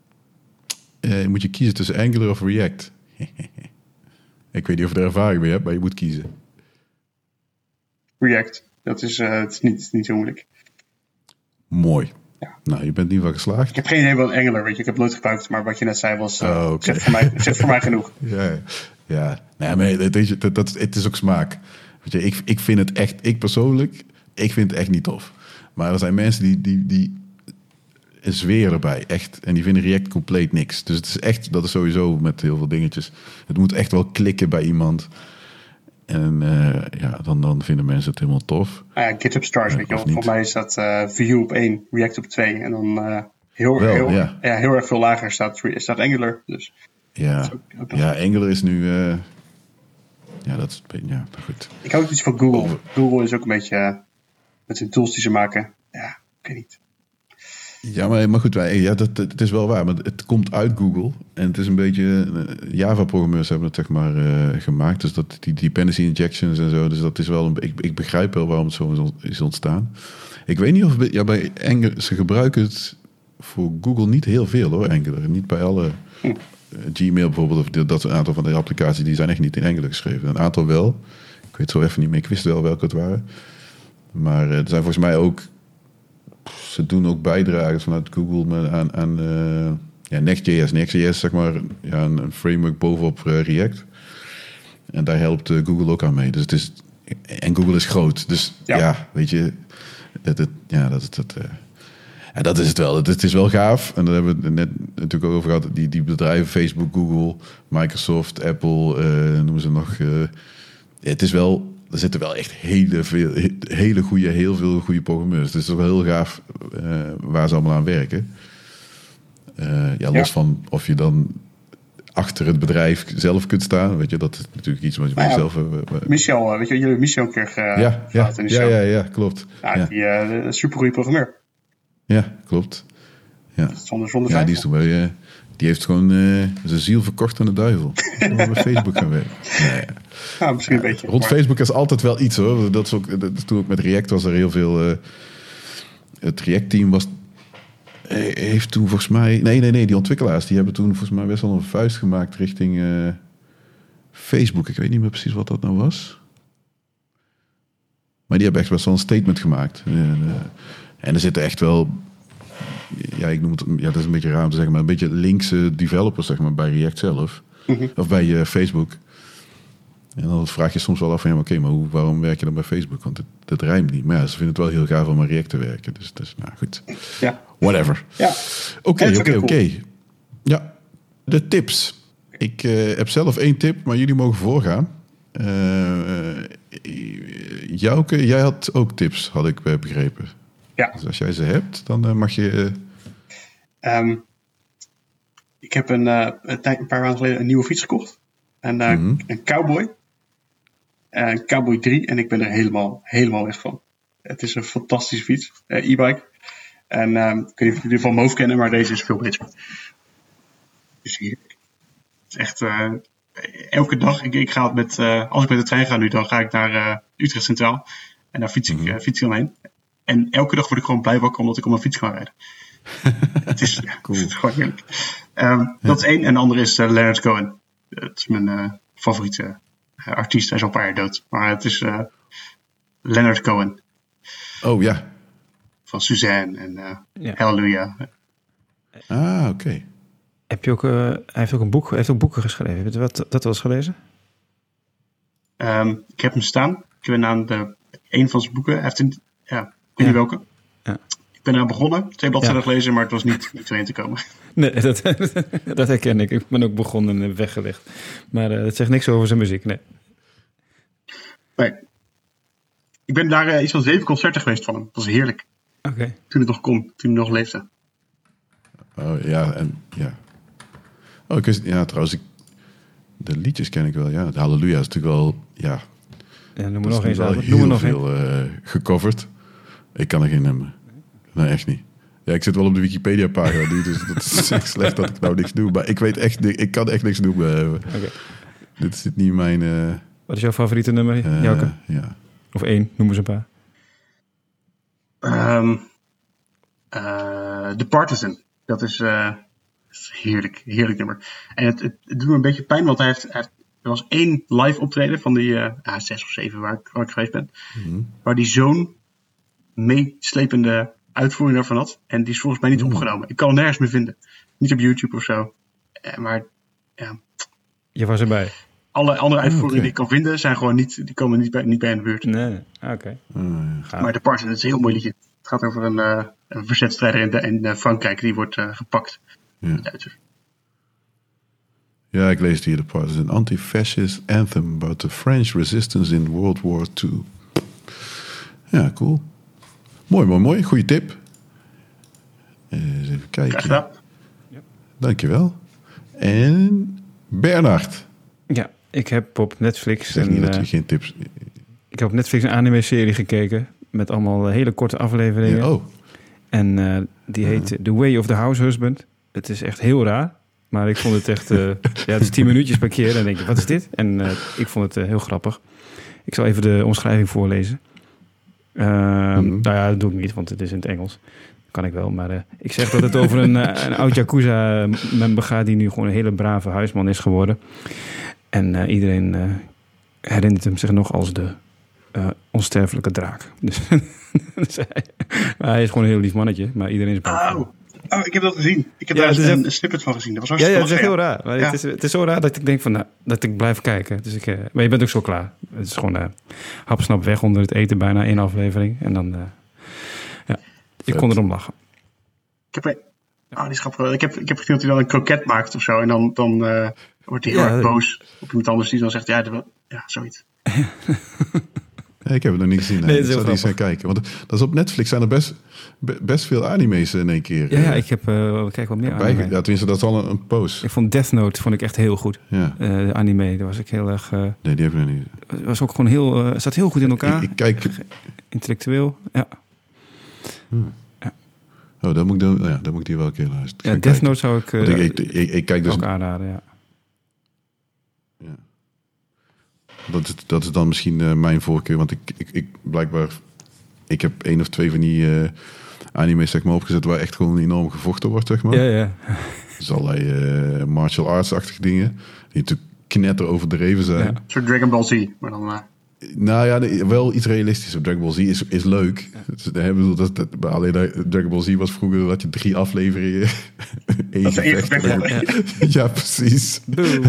moet je kiezen tussen Angular of React. Ik weet niet of je er ervaring mee hebt, maar je moet kiezen. React. Dat is, het is niet zo moeilijk. Mooi. Ja. Nou, je bent in ieder geval geslaagd. Ik heb geen idee wat Angular, weet je. Ik heb het nooit gebruikt, maar wat je net zei was... zegt voor mij genoeg. Ja. Nee, maar het is ook smaak. Weet je, ik vind het echt... Ik persoonlijk, ik vind het echt niet tof. Maar er zijn mensen die zweren erbij, echt. En die vinden React compleet niks. Dus het is echt... Dat is sowieso met heel veel dingetjes. Het moet echt wel klikken bij iemand... En dan vinden mensen het helemaal tof. GitHub Stars, weet je wel. Voor mij is dat Vue op 1, React op 2. En dan heel erg veel lager staat Angular. Dus Angular is nu... goed. Ik hou ook iets van Google. Google is ook een beetje met zijn tools die ze maken. Ja, ik weet niet. Ja, maar goed, het is wel waar. Maar het komt uit Google. En het is een beetje... Java-programmeurs hebben het zeg maar gemaakt. Dus dat die dependency injections en zo. Dus dat is wel... Ik begrijp wel waarom het zo is ontstaan. Ik weet niet of... bij Angular... Ze gebruiken het voor Google niet heel veel hoor, Angular. Niet bij alle... Gmail bijvoorbeeld, of dat een aantal van de applicaties... die zijn echt niet in Angular geschreven. Een aantal wel. Ik weet zo even niet meer. Ik wist wel welke het waren. Maar er zijn volgens mij ook... Ze doen ook bijdragen vanuit Google aan Next.js. Next.js, zeg maar, een framework bovenop React. En daar helpt Google ook aan mee. Dus het is... En Google is groot. Dus weet je... En dat is het wel. Het is wel gaaf. En daar hebben we het net natuurlijk ook over gehad. Die bedrijven, Facebook, Google, Microsoft, Apple, noemen ze nog. Het is wel... Er zitten wel echt heel veel goede programmeurs. Het is toch wel heel gaaf waar ze allemaal aan werken. Los van of je dan achter het bedrijf zelf kunt staan. Weet je, dat is natuurlijk iets wat je zelf... Michel, weet je, jullie Michel een keer gehad in de show. Ja, klopt. Die supergoeie programmeur. Ja, klopt. Ja, zonder die is toen bij... Die heeft gewoon zijn ziel verkocht aan de duivel. Om bij Facebook gaan werken. Ja, misschien een beetje. Rond Facebook is altijd wel iets hoor. Dat is ook, toen ook met React was er heel veel... het React-team heeft toen volgens mij... Nee, die ontwikkelaars die hebben toen volgens mij best wel een vuist gemaakt richting Facebook. Ik weet niet meer precies wat dat nou was. Maar die hebben echt best wel een statement gemaakt. En er zitten echt wel... Ja, ik noem het... Ja, dat is een beetje raar om te zeggen, maar een beetje linkse developers, zeg maar, bij React zelf. Mm-hmm. Of bij Facebook. En dan vraag je soms wel af van, oké, maar waarom werk je dan bij Facebook? Want dat rijmt niet. Maar ja, ze vinden het wel heel gaaf om aan React te werken. Dus nou goed. Ja. Whatever. Ja. Oké. Ja, de tips. Ik heb zelf 1 tip, maar jullie mogen voorgaan. Jouke, jij had ook tips, had ik begrepen. Ja. Dus als jij ze hebt, dan mag je... Ik heb een paar maanden geleden een nieuwe fiets gekocht. Een Cowboy. Een Cowboy 3. En ik ben er helemaal weg van. Het is een fantastische fiets. E-bike. En ik weet niet of jullie van Moof kennen, maar deze is veel beter. Dus hier. Het is echt... elke dag, ik ga met... als ik met de trein ga nu, dan ga ik naar Utrecht Centraal. En daar fiets ik omheen. En elke dag word ik gewoon blij wakker omdat ik op mijn fiets kan rijden. Het is cool. Het is gewoon heerlijk. Dat is 1. En de andere is Leonard Cohen. Dat is mijn favoriete artiest. Hij is al een paar jaar dood. Maar het is Leonard Cohen. Oh ja. Van Suzanne en Hallelujah. Oké. Heb je ook, hij heeft ook hij heeft ook boeken geschreven. Heb je dat wel eens gelezen? Ik heb hem staan. Ik ben aan een van zijn boeken. Hij heeft ik weet niet welke. Ja. Ik ben eraan begonnen. 2 bladzijden gelezen, maar het was niet erin te komen. Nee, dat herken ik. Ik ben ook begonnen en weggelegd. Maar het zegt niks over zijn muziek, nee. Ik ben daar iets van 7 concerten geweest van hem. Dat was heerlijk. Okay. Toen het nog kon. Toen hij nog leefde. Oh ja, en ja. Oh, trouwens, de liedjes ken ik wel. Ja, het Halleluja is natuurlijk wel, ja. Ja, noem me nog eens. Noem nog veel gecoverd. Ik kan er geen nemen. Nee, echt niet. Ja, ik zit wel op de Wikipedia-pagina nu, dus dat is echt slecht dat ik nou niks doe. Maar ik weet echt, ik kan echt niks doen. Okay. Dit is niet mijn... Wat is jouw favoriete nummer, Jouke? Ja. Of 1, noem eens een paar. The Partisan. Dat is heerlijk nummer. En het doet me een beetje pijn, want er was 1 live optreden van die 6 of 7 waar ik geweest ben. Mm-hmm. Waar die zo'n meeslepende uitvoering daarvan had. En die is volgens mij niet opgenomen. Ik kan hem nergens meer vinden. Niet op YouTube of zo. Maar ja. Je was erbij? Alle andere uitvoeringen die ik kan vinden zijn gewoon die komen niet bij in de buurt. Nee, oké. Maar de Partisan is een heel mooi liedje. Het gaat over een verzetstrijder in Frankrijk die wordt gepakt. Ja. Duitsers. Ja, ik lees het hier. The Partisan, anti-fascist anthem about the French resistance in World War II. Ja, cool. Mooi. Goeie tip. Eens even kijken. Graag gedaan. Ja. Dankjewel. En Bernard. Ja, ik heb op Netflix... Zeg niet dat je geen tips... Ik heb op Netflix een anime-serie gekeken met allemaal hele korte afleveringen. Ja, En die heet The Way of the House Husband. Het is echt heel raar. Maar ik vond het echt... het is 10 minuutjes per keer. En dan denk ik, wat is dit? En ik vond het heel grappig. Ik zal even de omschrijving voorlezen. Nou ja, dat doe ik niet, want het is in het Engels. Kan ik wel, maar ik zeg dat het over een oud Yakuza-member gaat... die nu gewoon een hele brave huisman is geworden. En iedereen herinnert hem zich nog als de onsterfelijke draak. Dus hij is gewoon een heel lief mannetje, maar iedereen is bang. Oh, ik heb dat gezien. Ik heb daar een snippet van gezien. Dat was het is echt heel raar. Maar het is zo raar dat ik denk van, dat ik blijf kijken. Dus maar je bent ook zo klaar. Het is gewoon hapsnap weg onder het eten bijna 1 aflevering. En dan, ik kon erom lachen. die is grappig. Ik heb gezien dat hij dan een kroket maakt of zo. En dan wordt hij heel erg boos op iemand anders die dan zegt, zoiets. Ik heb het nog niet gezien. Nee, ik zou niet eens kijken. Want dat is op Netflix zijn er best veel anime's in één keer. Ja, ik kijk wat meer anime. Ja, tenminste, dat is al een post. Ik vond Death Note echt heel goed. Ja. De anime, daar was ik heel erg... nee, die heb ik nog niet. Het was ook gewoon heel... zat heel goed in elkaar. Ik kijk... Intellectueel, ja. Ja. Oh, dan moet ik die wel een keer luisteren. Ja, Death Note zou ik kijk dus ook aanraden, ja. Dat is dan misschien mijn voorkeur, want ik blijkbaar... Ik heb 1 of 2 van die anime's zeg maar opgezet waar echt gewoon enorm gevochten wordt, zeg maar. Ja. Dus allerlei martial arts-achtige dingen die natuurlijk knetter overdreven zijn. Ja. Een soort Dragon Ball Z, maar dan... Nou ja, wel iets realistischer. Dragon Ball Z is leuk. Ja. Dus, alleen Dragon Ball Z was vroeger dat je 3 afleveringen... Ja, precies.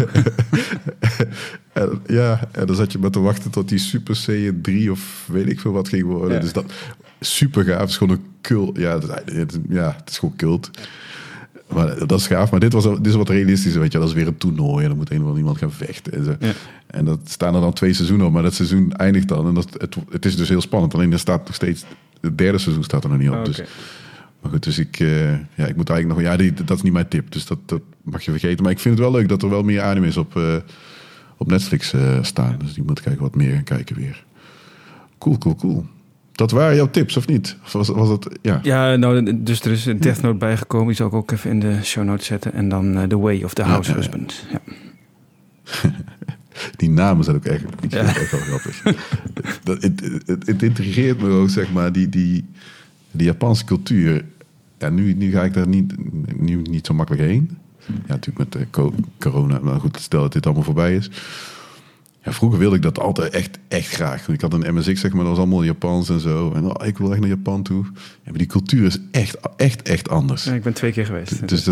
En dan zat je maar te wachten tot die Super Saiyan 3 of weet ik veel wat ging worden. Ja. Dus dat super gaaf. Het is gewoon een cult. Het is gewoon cult. Maar dat is gaaf. Maar dit is wat realistischer, weet je. Dat is weer een toernooi en dan moet iemand gaan vechten. En, zo. Ja. En dat staan er dan 2 seizoenen op. Maar dat seizoen eindigt dan. En het is dus heel spannend. Alleen er staat nog steeds... Het 3e seizoen staat er nog niet op. Dus, maar goed, dus ik moet eigenlijk nog... Ja, dat is niet mijn tip. Dus dat mag je vergeten. Maar ik vind het wel leuk dat er wel meer anime's op Netflix staan. Dus die moet kijken wat meer gaan kijken weer. Cool. Dat waren jouw tips, of niet? Of was het, ja. Ja, nou, dus er is een Death Note bijgekomen. Die zal ik ook even in de show notes zetten. En dan The Way of the House Husband. Ja. Die namen zijn ook echt wel grappig. Het intrigeert me ook, zeg maar, die Japanse cultuur. Ja, nu ga ik daar niet zo makkelijk heen. Ja, natuurlijk met corona. Maar goed, stel dat dit allemaal voorbij is. Ja, vroeger wilde ik dat altijd echt graag. Ik had een MSX, zeg maar, dat was allemaal Japans en zo. En ik wil echt naar Japan toe. Ja, maar die cultuur is echt anders. Ja, ik ben 2 keer geweest. Dus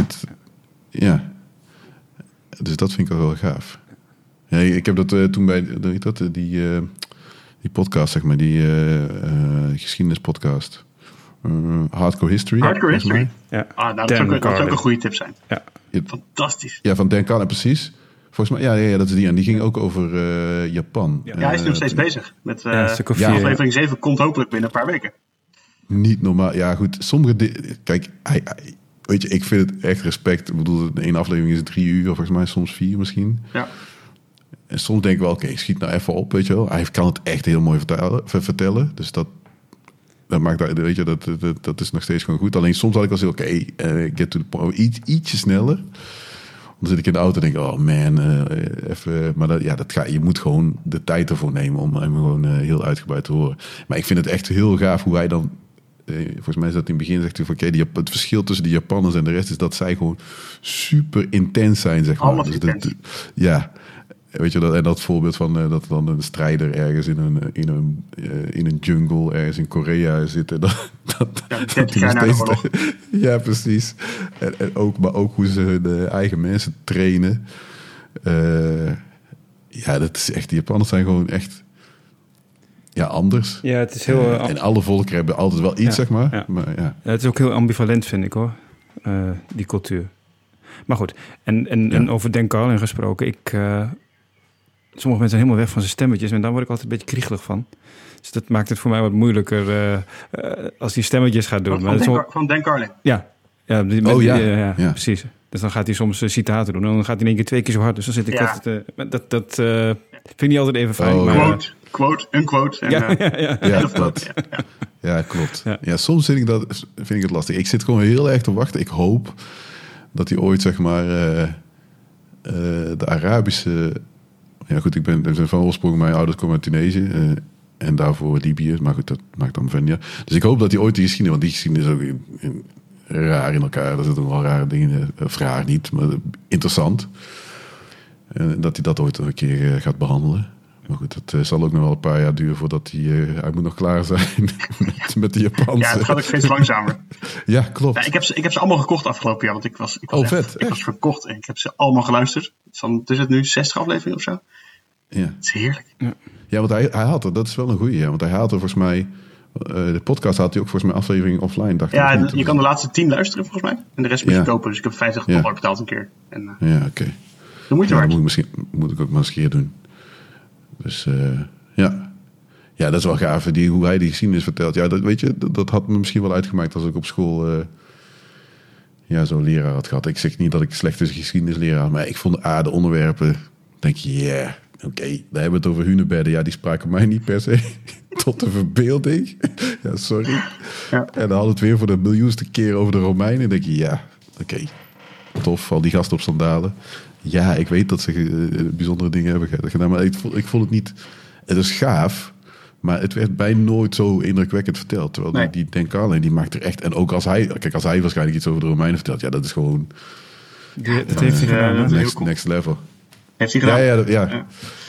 dat vind ik wel gaaf. Ja, ik heb dat toen bij die podcast, zeg maar, die geschiedenispodcast. Hardcore History. Hardcore History? Ja. Dat zou ook een goede tip zijn. Ja. Fantastisch. Ja, van Dan Carlin, precies. Volgens mij, ja, dat is die. En die ging ook over Japan. Ja, hij is nu nog steeds bezig. Met aflevering 7 komt hopelijk binnen een paar weken. Niet normaal. Ja, goed. Sommige kijk, weet je, ik vind het echt respect. Ik bedoel, de ene aflevering is 3 uur, volgens mij soms 4 misschien. Ja. En soms denk ik wel, oké, schiet nou even op, weet je wel. Hij kan het echt heel mooi vertellen. Dus dat maakt, weet je, dat is nog steeds gewoon goed. Alleen soms had ik al zo, get to the point. Ietsje sneller. Dan zit ik in de auto en denk ik, oh man, even... Maar je moet gewoon de tijd ervoor nemen om hem gewoon heel uitgebreid te horen. Maar ik vind het echt heel gaaf hoe hij dan... volgens mij is dat in het begin, zegt hij van... het verschil tussen de Japanners en de rest is dat zij gewoon super intens zijn, zeg maar. Alles intens. Weet je, dat voorbeeld van dat dan een strijder ergens in een jungle ergens in Korea zit. Ja, precies. Maar ook hoe ze hun eigen mensen trainen. Dat is echt... Die Japanners zijn gewoon echt... Ja, anders. Ja, het is heel... en alle volken hebben altijd wel iets, zeg maar. Ja. Maar ja, het is ook heel ambivalent, vind ik, hoor. Die cultuur. Maar goed. En over Dan Carlin gesproken, sommige mensen zijn helemaal weg van zijn stemmetjes en daar word ik altijd een beetje kriegelig van. Dus dat maakt het voor mij wat moeilijker als hij stemmetjes gaat doen. Van Dan Carlin? Ja. Precies. Dus dan gaat hij soms citaten doen en dan gaat hij in één keer 2 keer zo hard. Dus dan zit ik echt... Dat vind ik niet altijd even fijn. Een quote. Ja, klopt. Ja, soms vind ik het lastig. Ik zit gewoon heel erg te wachten. Ik hoop dat hij ooit, zeg maar, de Arabische... Ja goed, ik ben van oorsprong, mijn ouders komen uit Tunesië en daarvoor Libië. Maar goed, dat maakt dan van ja. Dus ik hoop dat hij ooit die geschiedenis, want die geschiedenis is ook raar in elkaar. Er zitten wel rare dingen, of raar niet, maar interessant. Dat hij dat ooit een keer gaat behandelen. Maar goed, het zal ook nog wel een paar jaar duren voordat hij moet nog klaar zijn met de Japanse. Ja, het gaat ook steeds langzamer. Ja, klopt. Ja, ik heb ze allemaal gekocht afgelopen jaar, want ik was verkocht en ik heb ze allemaal geluisterd. Is het nu 60 afleveringen of zo? Ja. Het is heerlijk. Ja, want hij had er, dat is wel een goeie, want hij had er volgens mij De podcast had hij ook volgens mij aflevering offline, dacht ik. Ja, je kan de laatste 10 luisteren volgens mij. En de rest moet je kopen. Dus ik heb $50 betaald een keer. En, ja, oké. Dat moet je waard. Moet ik ook maar eens een keer doen. Dus ja. Ja, dat is wel gaaf. Hoe hij die geschiedenis vertelt. Ja, dat had me misschien wel uitgemaakt als ik op school zo'n leraar had gehad. Ik zeg niet dat ik slecht is geschiedenisleraar had, maar ik vond de onderwerpen, denk je, oké, daar hebben we het over hunebedden. Ja, die spraken mij niet per se tot de verbeelding. Ja, sorry. Ja. En dan hadden we het weer voor de miljoenste keer over de Romeinen. Dan denk je, oké, tof, al die gasten op sandalen. Ja, ik weet dat ze bijzondere dingen hebben gedaan, maar ik vond het niet. Het is gaaf, maar het werd bijna nooit zo indrukwekkend verteld. Terwijl die Denkalen, die maakt er echt. En ook als hij waarschijnlijk iets over de Romeinen vertelt, ja, dat is gewoon. Dat heeft hij gedaan. Next level. Heeft hij gedaan? Ja.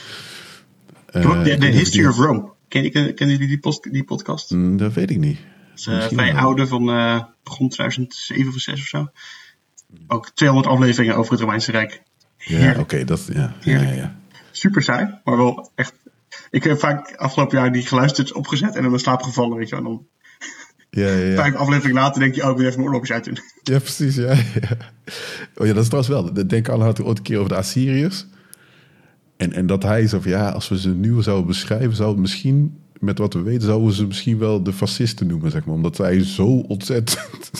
The History of Rome. Kennen jullie die podcast? Dat weet ik niet. Dat is vrij oude, van begon 2007 of 6 of zo. Ook 200 afleveringen over het Romeinse Rijk. Ja, oké, dat. Ja. Super saai, maar wel echt. Ik heb vaak afgelopen jaar die geluisterd opgezet en in mijn slaap gevallen, weet je wel. En dan 5 afleveringen later denk je, ik moet even mijn oorlogjes uitdoen. Ja, precies, ja. Oh ja, dat is trouwens wel. De Denkalen had er ooit een keer over de Assyriërs. En dat hij zo van, als we ze nu zouden beschrijven, zou het misschien, met wat we weten, zouden we ze misschien wel de fascisten noemen, zeg maar. Omdat zij zo ontzettend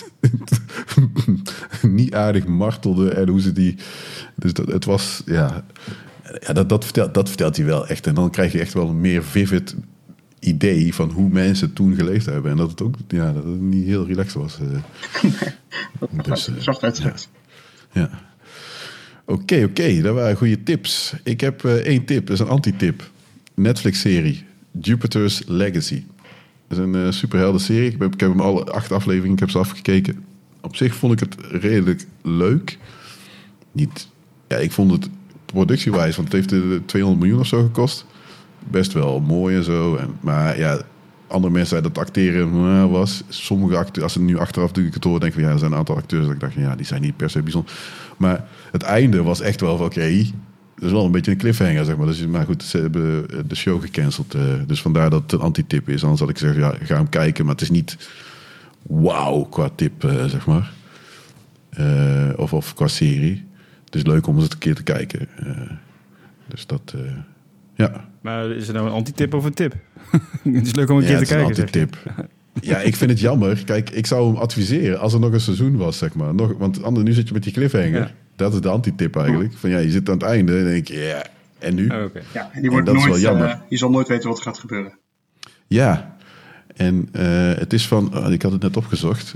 niet aardig martelden en hoe ze die. Dus het was, dat vertelt hij wel echt. En dan krijg je echt wel een meer vivid idee van hoe mensen toen geleefd hebben. En dat het ook dat het niet heel relaxed was. Dus, zacht uitgezet. Ja. Oké, dat waren goede tips. Ik heb 1 tip, dat is een anti-tip. Netflix-serie, Jupiter's Legacy. Dat is een superhelden serie. Ik heb hem alle 8 afleveringen, ik heb ze afgekeken. Op zich vond ik het redelijk leuk. Ik vond het productiewijs, want het heeft 200 miljoen of zo gekost. Best wel mooi en zo. Maar andere mensen zeiden dat acteren was. Sommige acteurs, als ze nu achteraf doe ik het hoor, denk ik van er zijn een aantal acteurs dat ik dacht, die zijn niet per se bijzonder. Maar het einde was echt wel van oké, dat is wel een beetje een cliffhanger, zeg maar. Dus, maar goed, ze hebben de show gecanceld. Dus vandaar dat het een anti-tip is. Anders had ik zeggen, ga hem kijken. Maar het is niet wauw qua tip, zeg maar. Of qua serie. Het is leuk om eens een keer te kijken. Dus dat, Maar is het nou een anti-tip of een tip? Het is leuk om een keer te kijken. Het is een anti-tip. Ja, ik vind het jammer. Kijk, ik zou hem adviseren als er nog een seizoen was, zeg maar. Want anders nu zit je met die cliffhanger. Ja. Dat is de anti-tip eigenlijk. Van je zit aan het einde en denk je, en nu? Oh, okay. Ja, en die wordt nooit, je zal nooit weten wat er gaat gebeuren. Ja, en het is van, ik had het net opgezocht.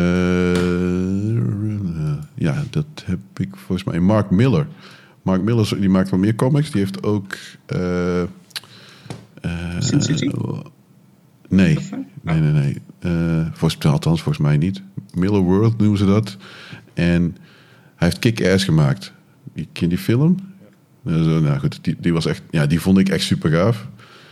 Dat heb ik volgens mij. Mark Miller. Mark Miller, die maakt wel meer comics. Die heeft ook Sin City? Nee. Volgens mij niet. Miller World noemen ze dat. En hij heeft Kick-Ass gemaakt. Ken je die film? Ja. Goed, die was echt. Ja, die vond ik echt super gaaf.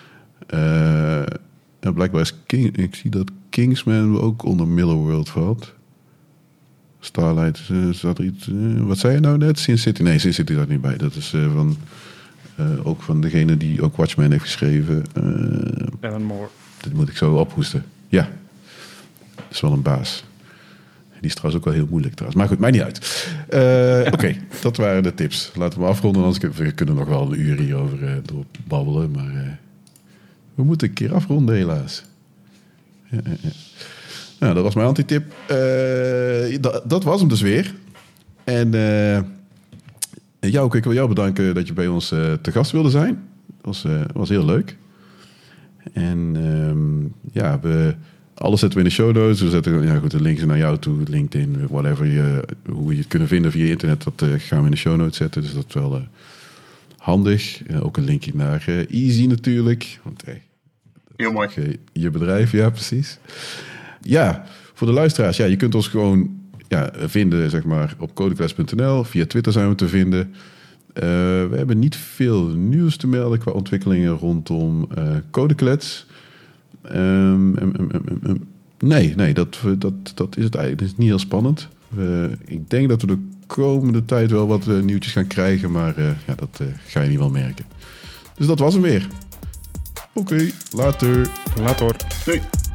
Blijkbaar is ik zie dat Kingsman ook onder Miller World valt. Starlight, zat er iets. Wat zei je nou net? Sin City? Nee, Sin City zat niet bij. Dat is ook van degene die ook Watchmen heeft geschreven. Alan Moore. Dit moet ik zo ophoesten. Ja, dat is wel een baas. Die is trouwens ook wel heel moeilijk trouwens. Maar goed, mij niet uit. Oké, dat waren de tips. Laten we afronden, anders we kunnen nog wel een uur hierover doorbabbelen. Maar we moeten een keer afronden helaas. Ja. Nou, dat was mijn antitip. Dat was hem dus weer. En ik wil jou bedanken dat je bij ons te gast wilde zijn. Dat was heel leuk. En alles zetten we in de show notes. We zetten de links naar jou toe, LinkedIn, whatever. Hoe je het kunnen vinden via internet, dat gaan we in de show notes zetten. Dus dat is wel handig. Ook een linkje naar Easy natuurlijk. Want, heel mooi. Je bedrijf, ja, precies. Ja, voor de luisteraars, je kunt ons gewoon vinden, zeg maar, op codeclass.nl. Via Twitter zijn we te vinden. We hebben niet veel nieuws te melden qua ontwikkelingen rondom Codeklets. Nee, dat is het eigenlijk. Het is niet heel spannend. Ik denk dat we de komende tijd wel wat nieuwtjes gaan krijgen, maar dat ga je niet wel merken. Dus dat was hem weer. Oké, later. Later. Doei.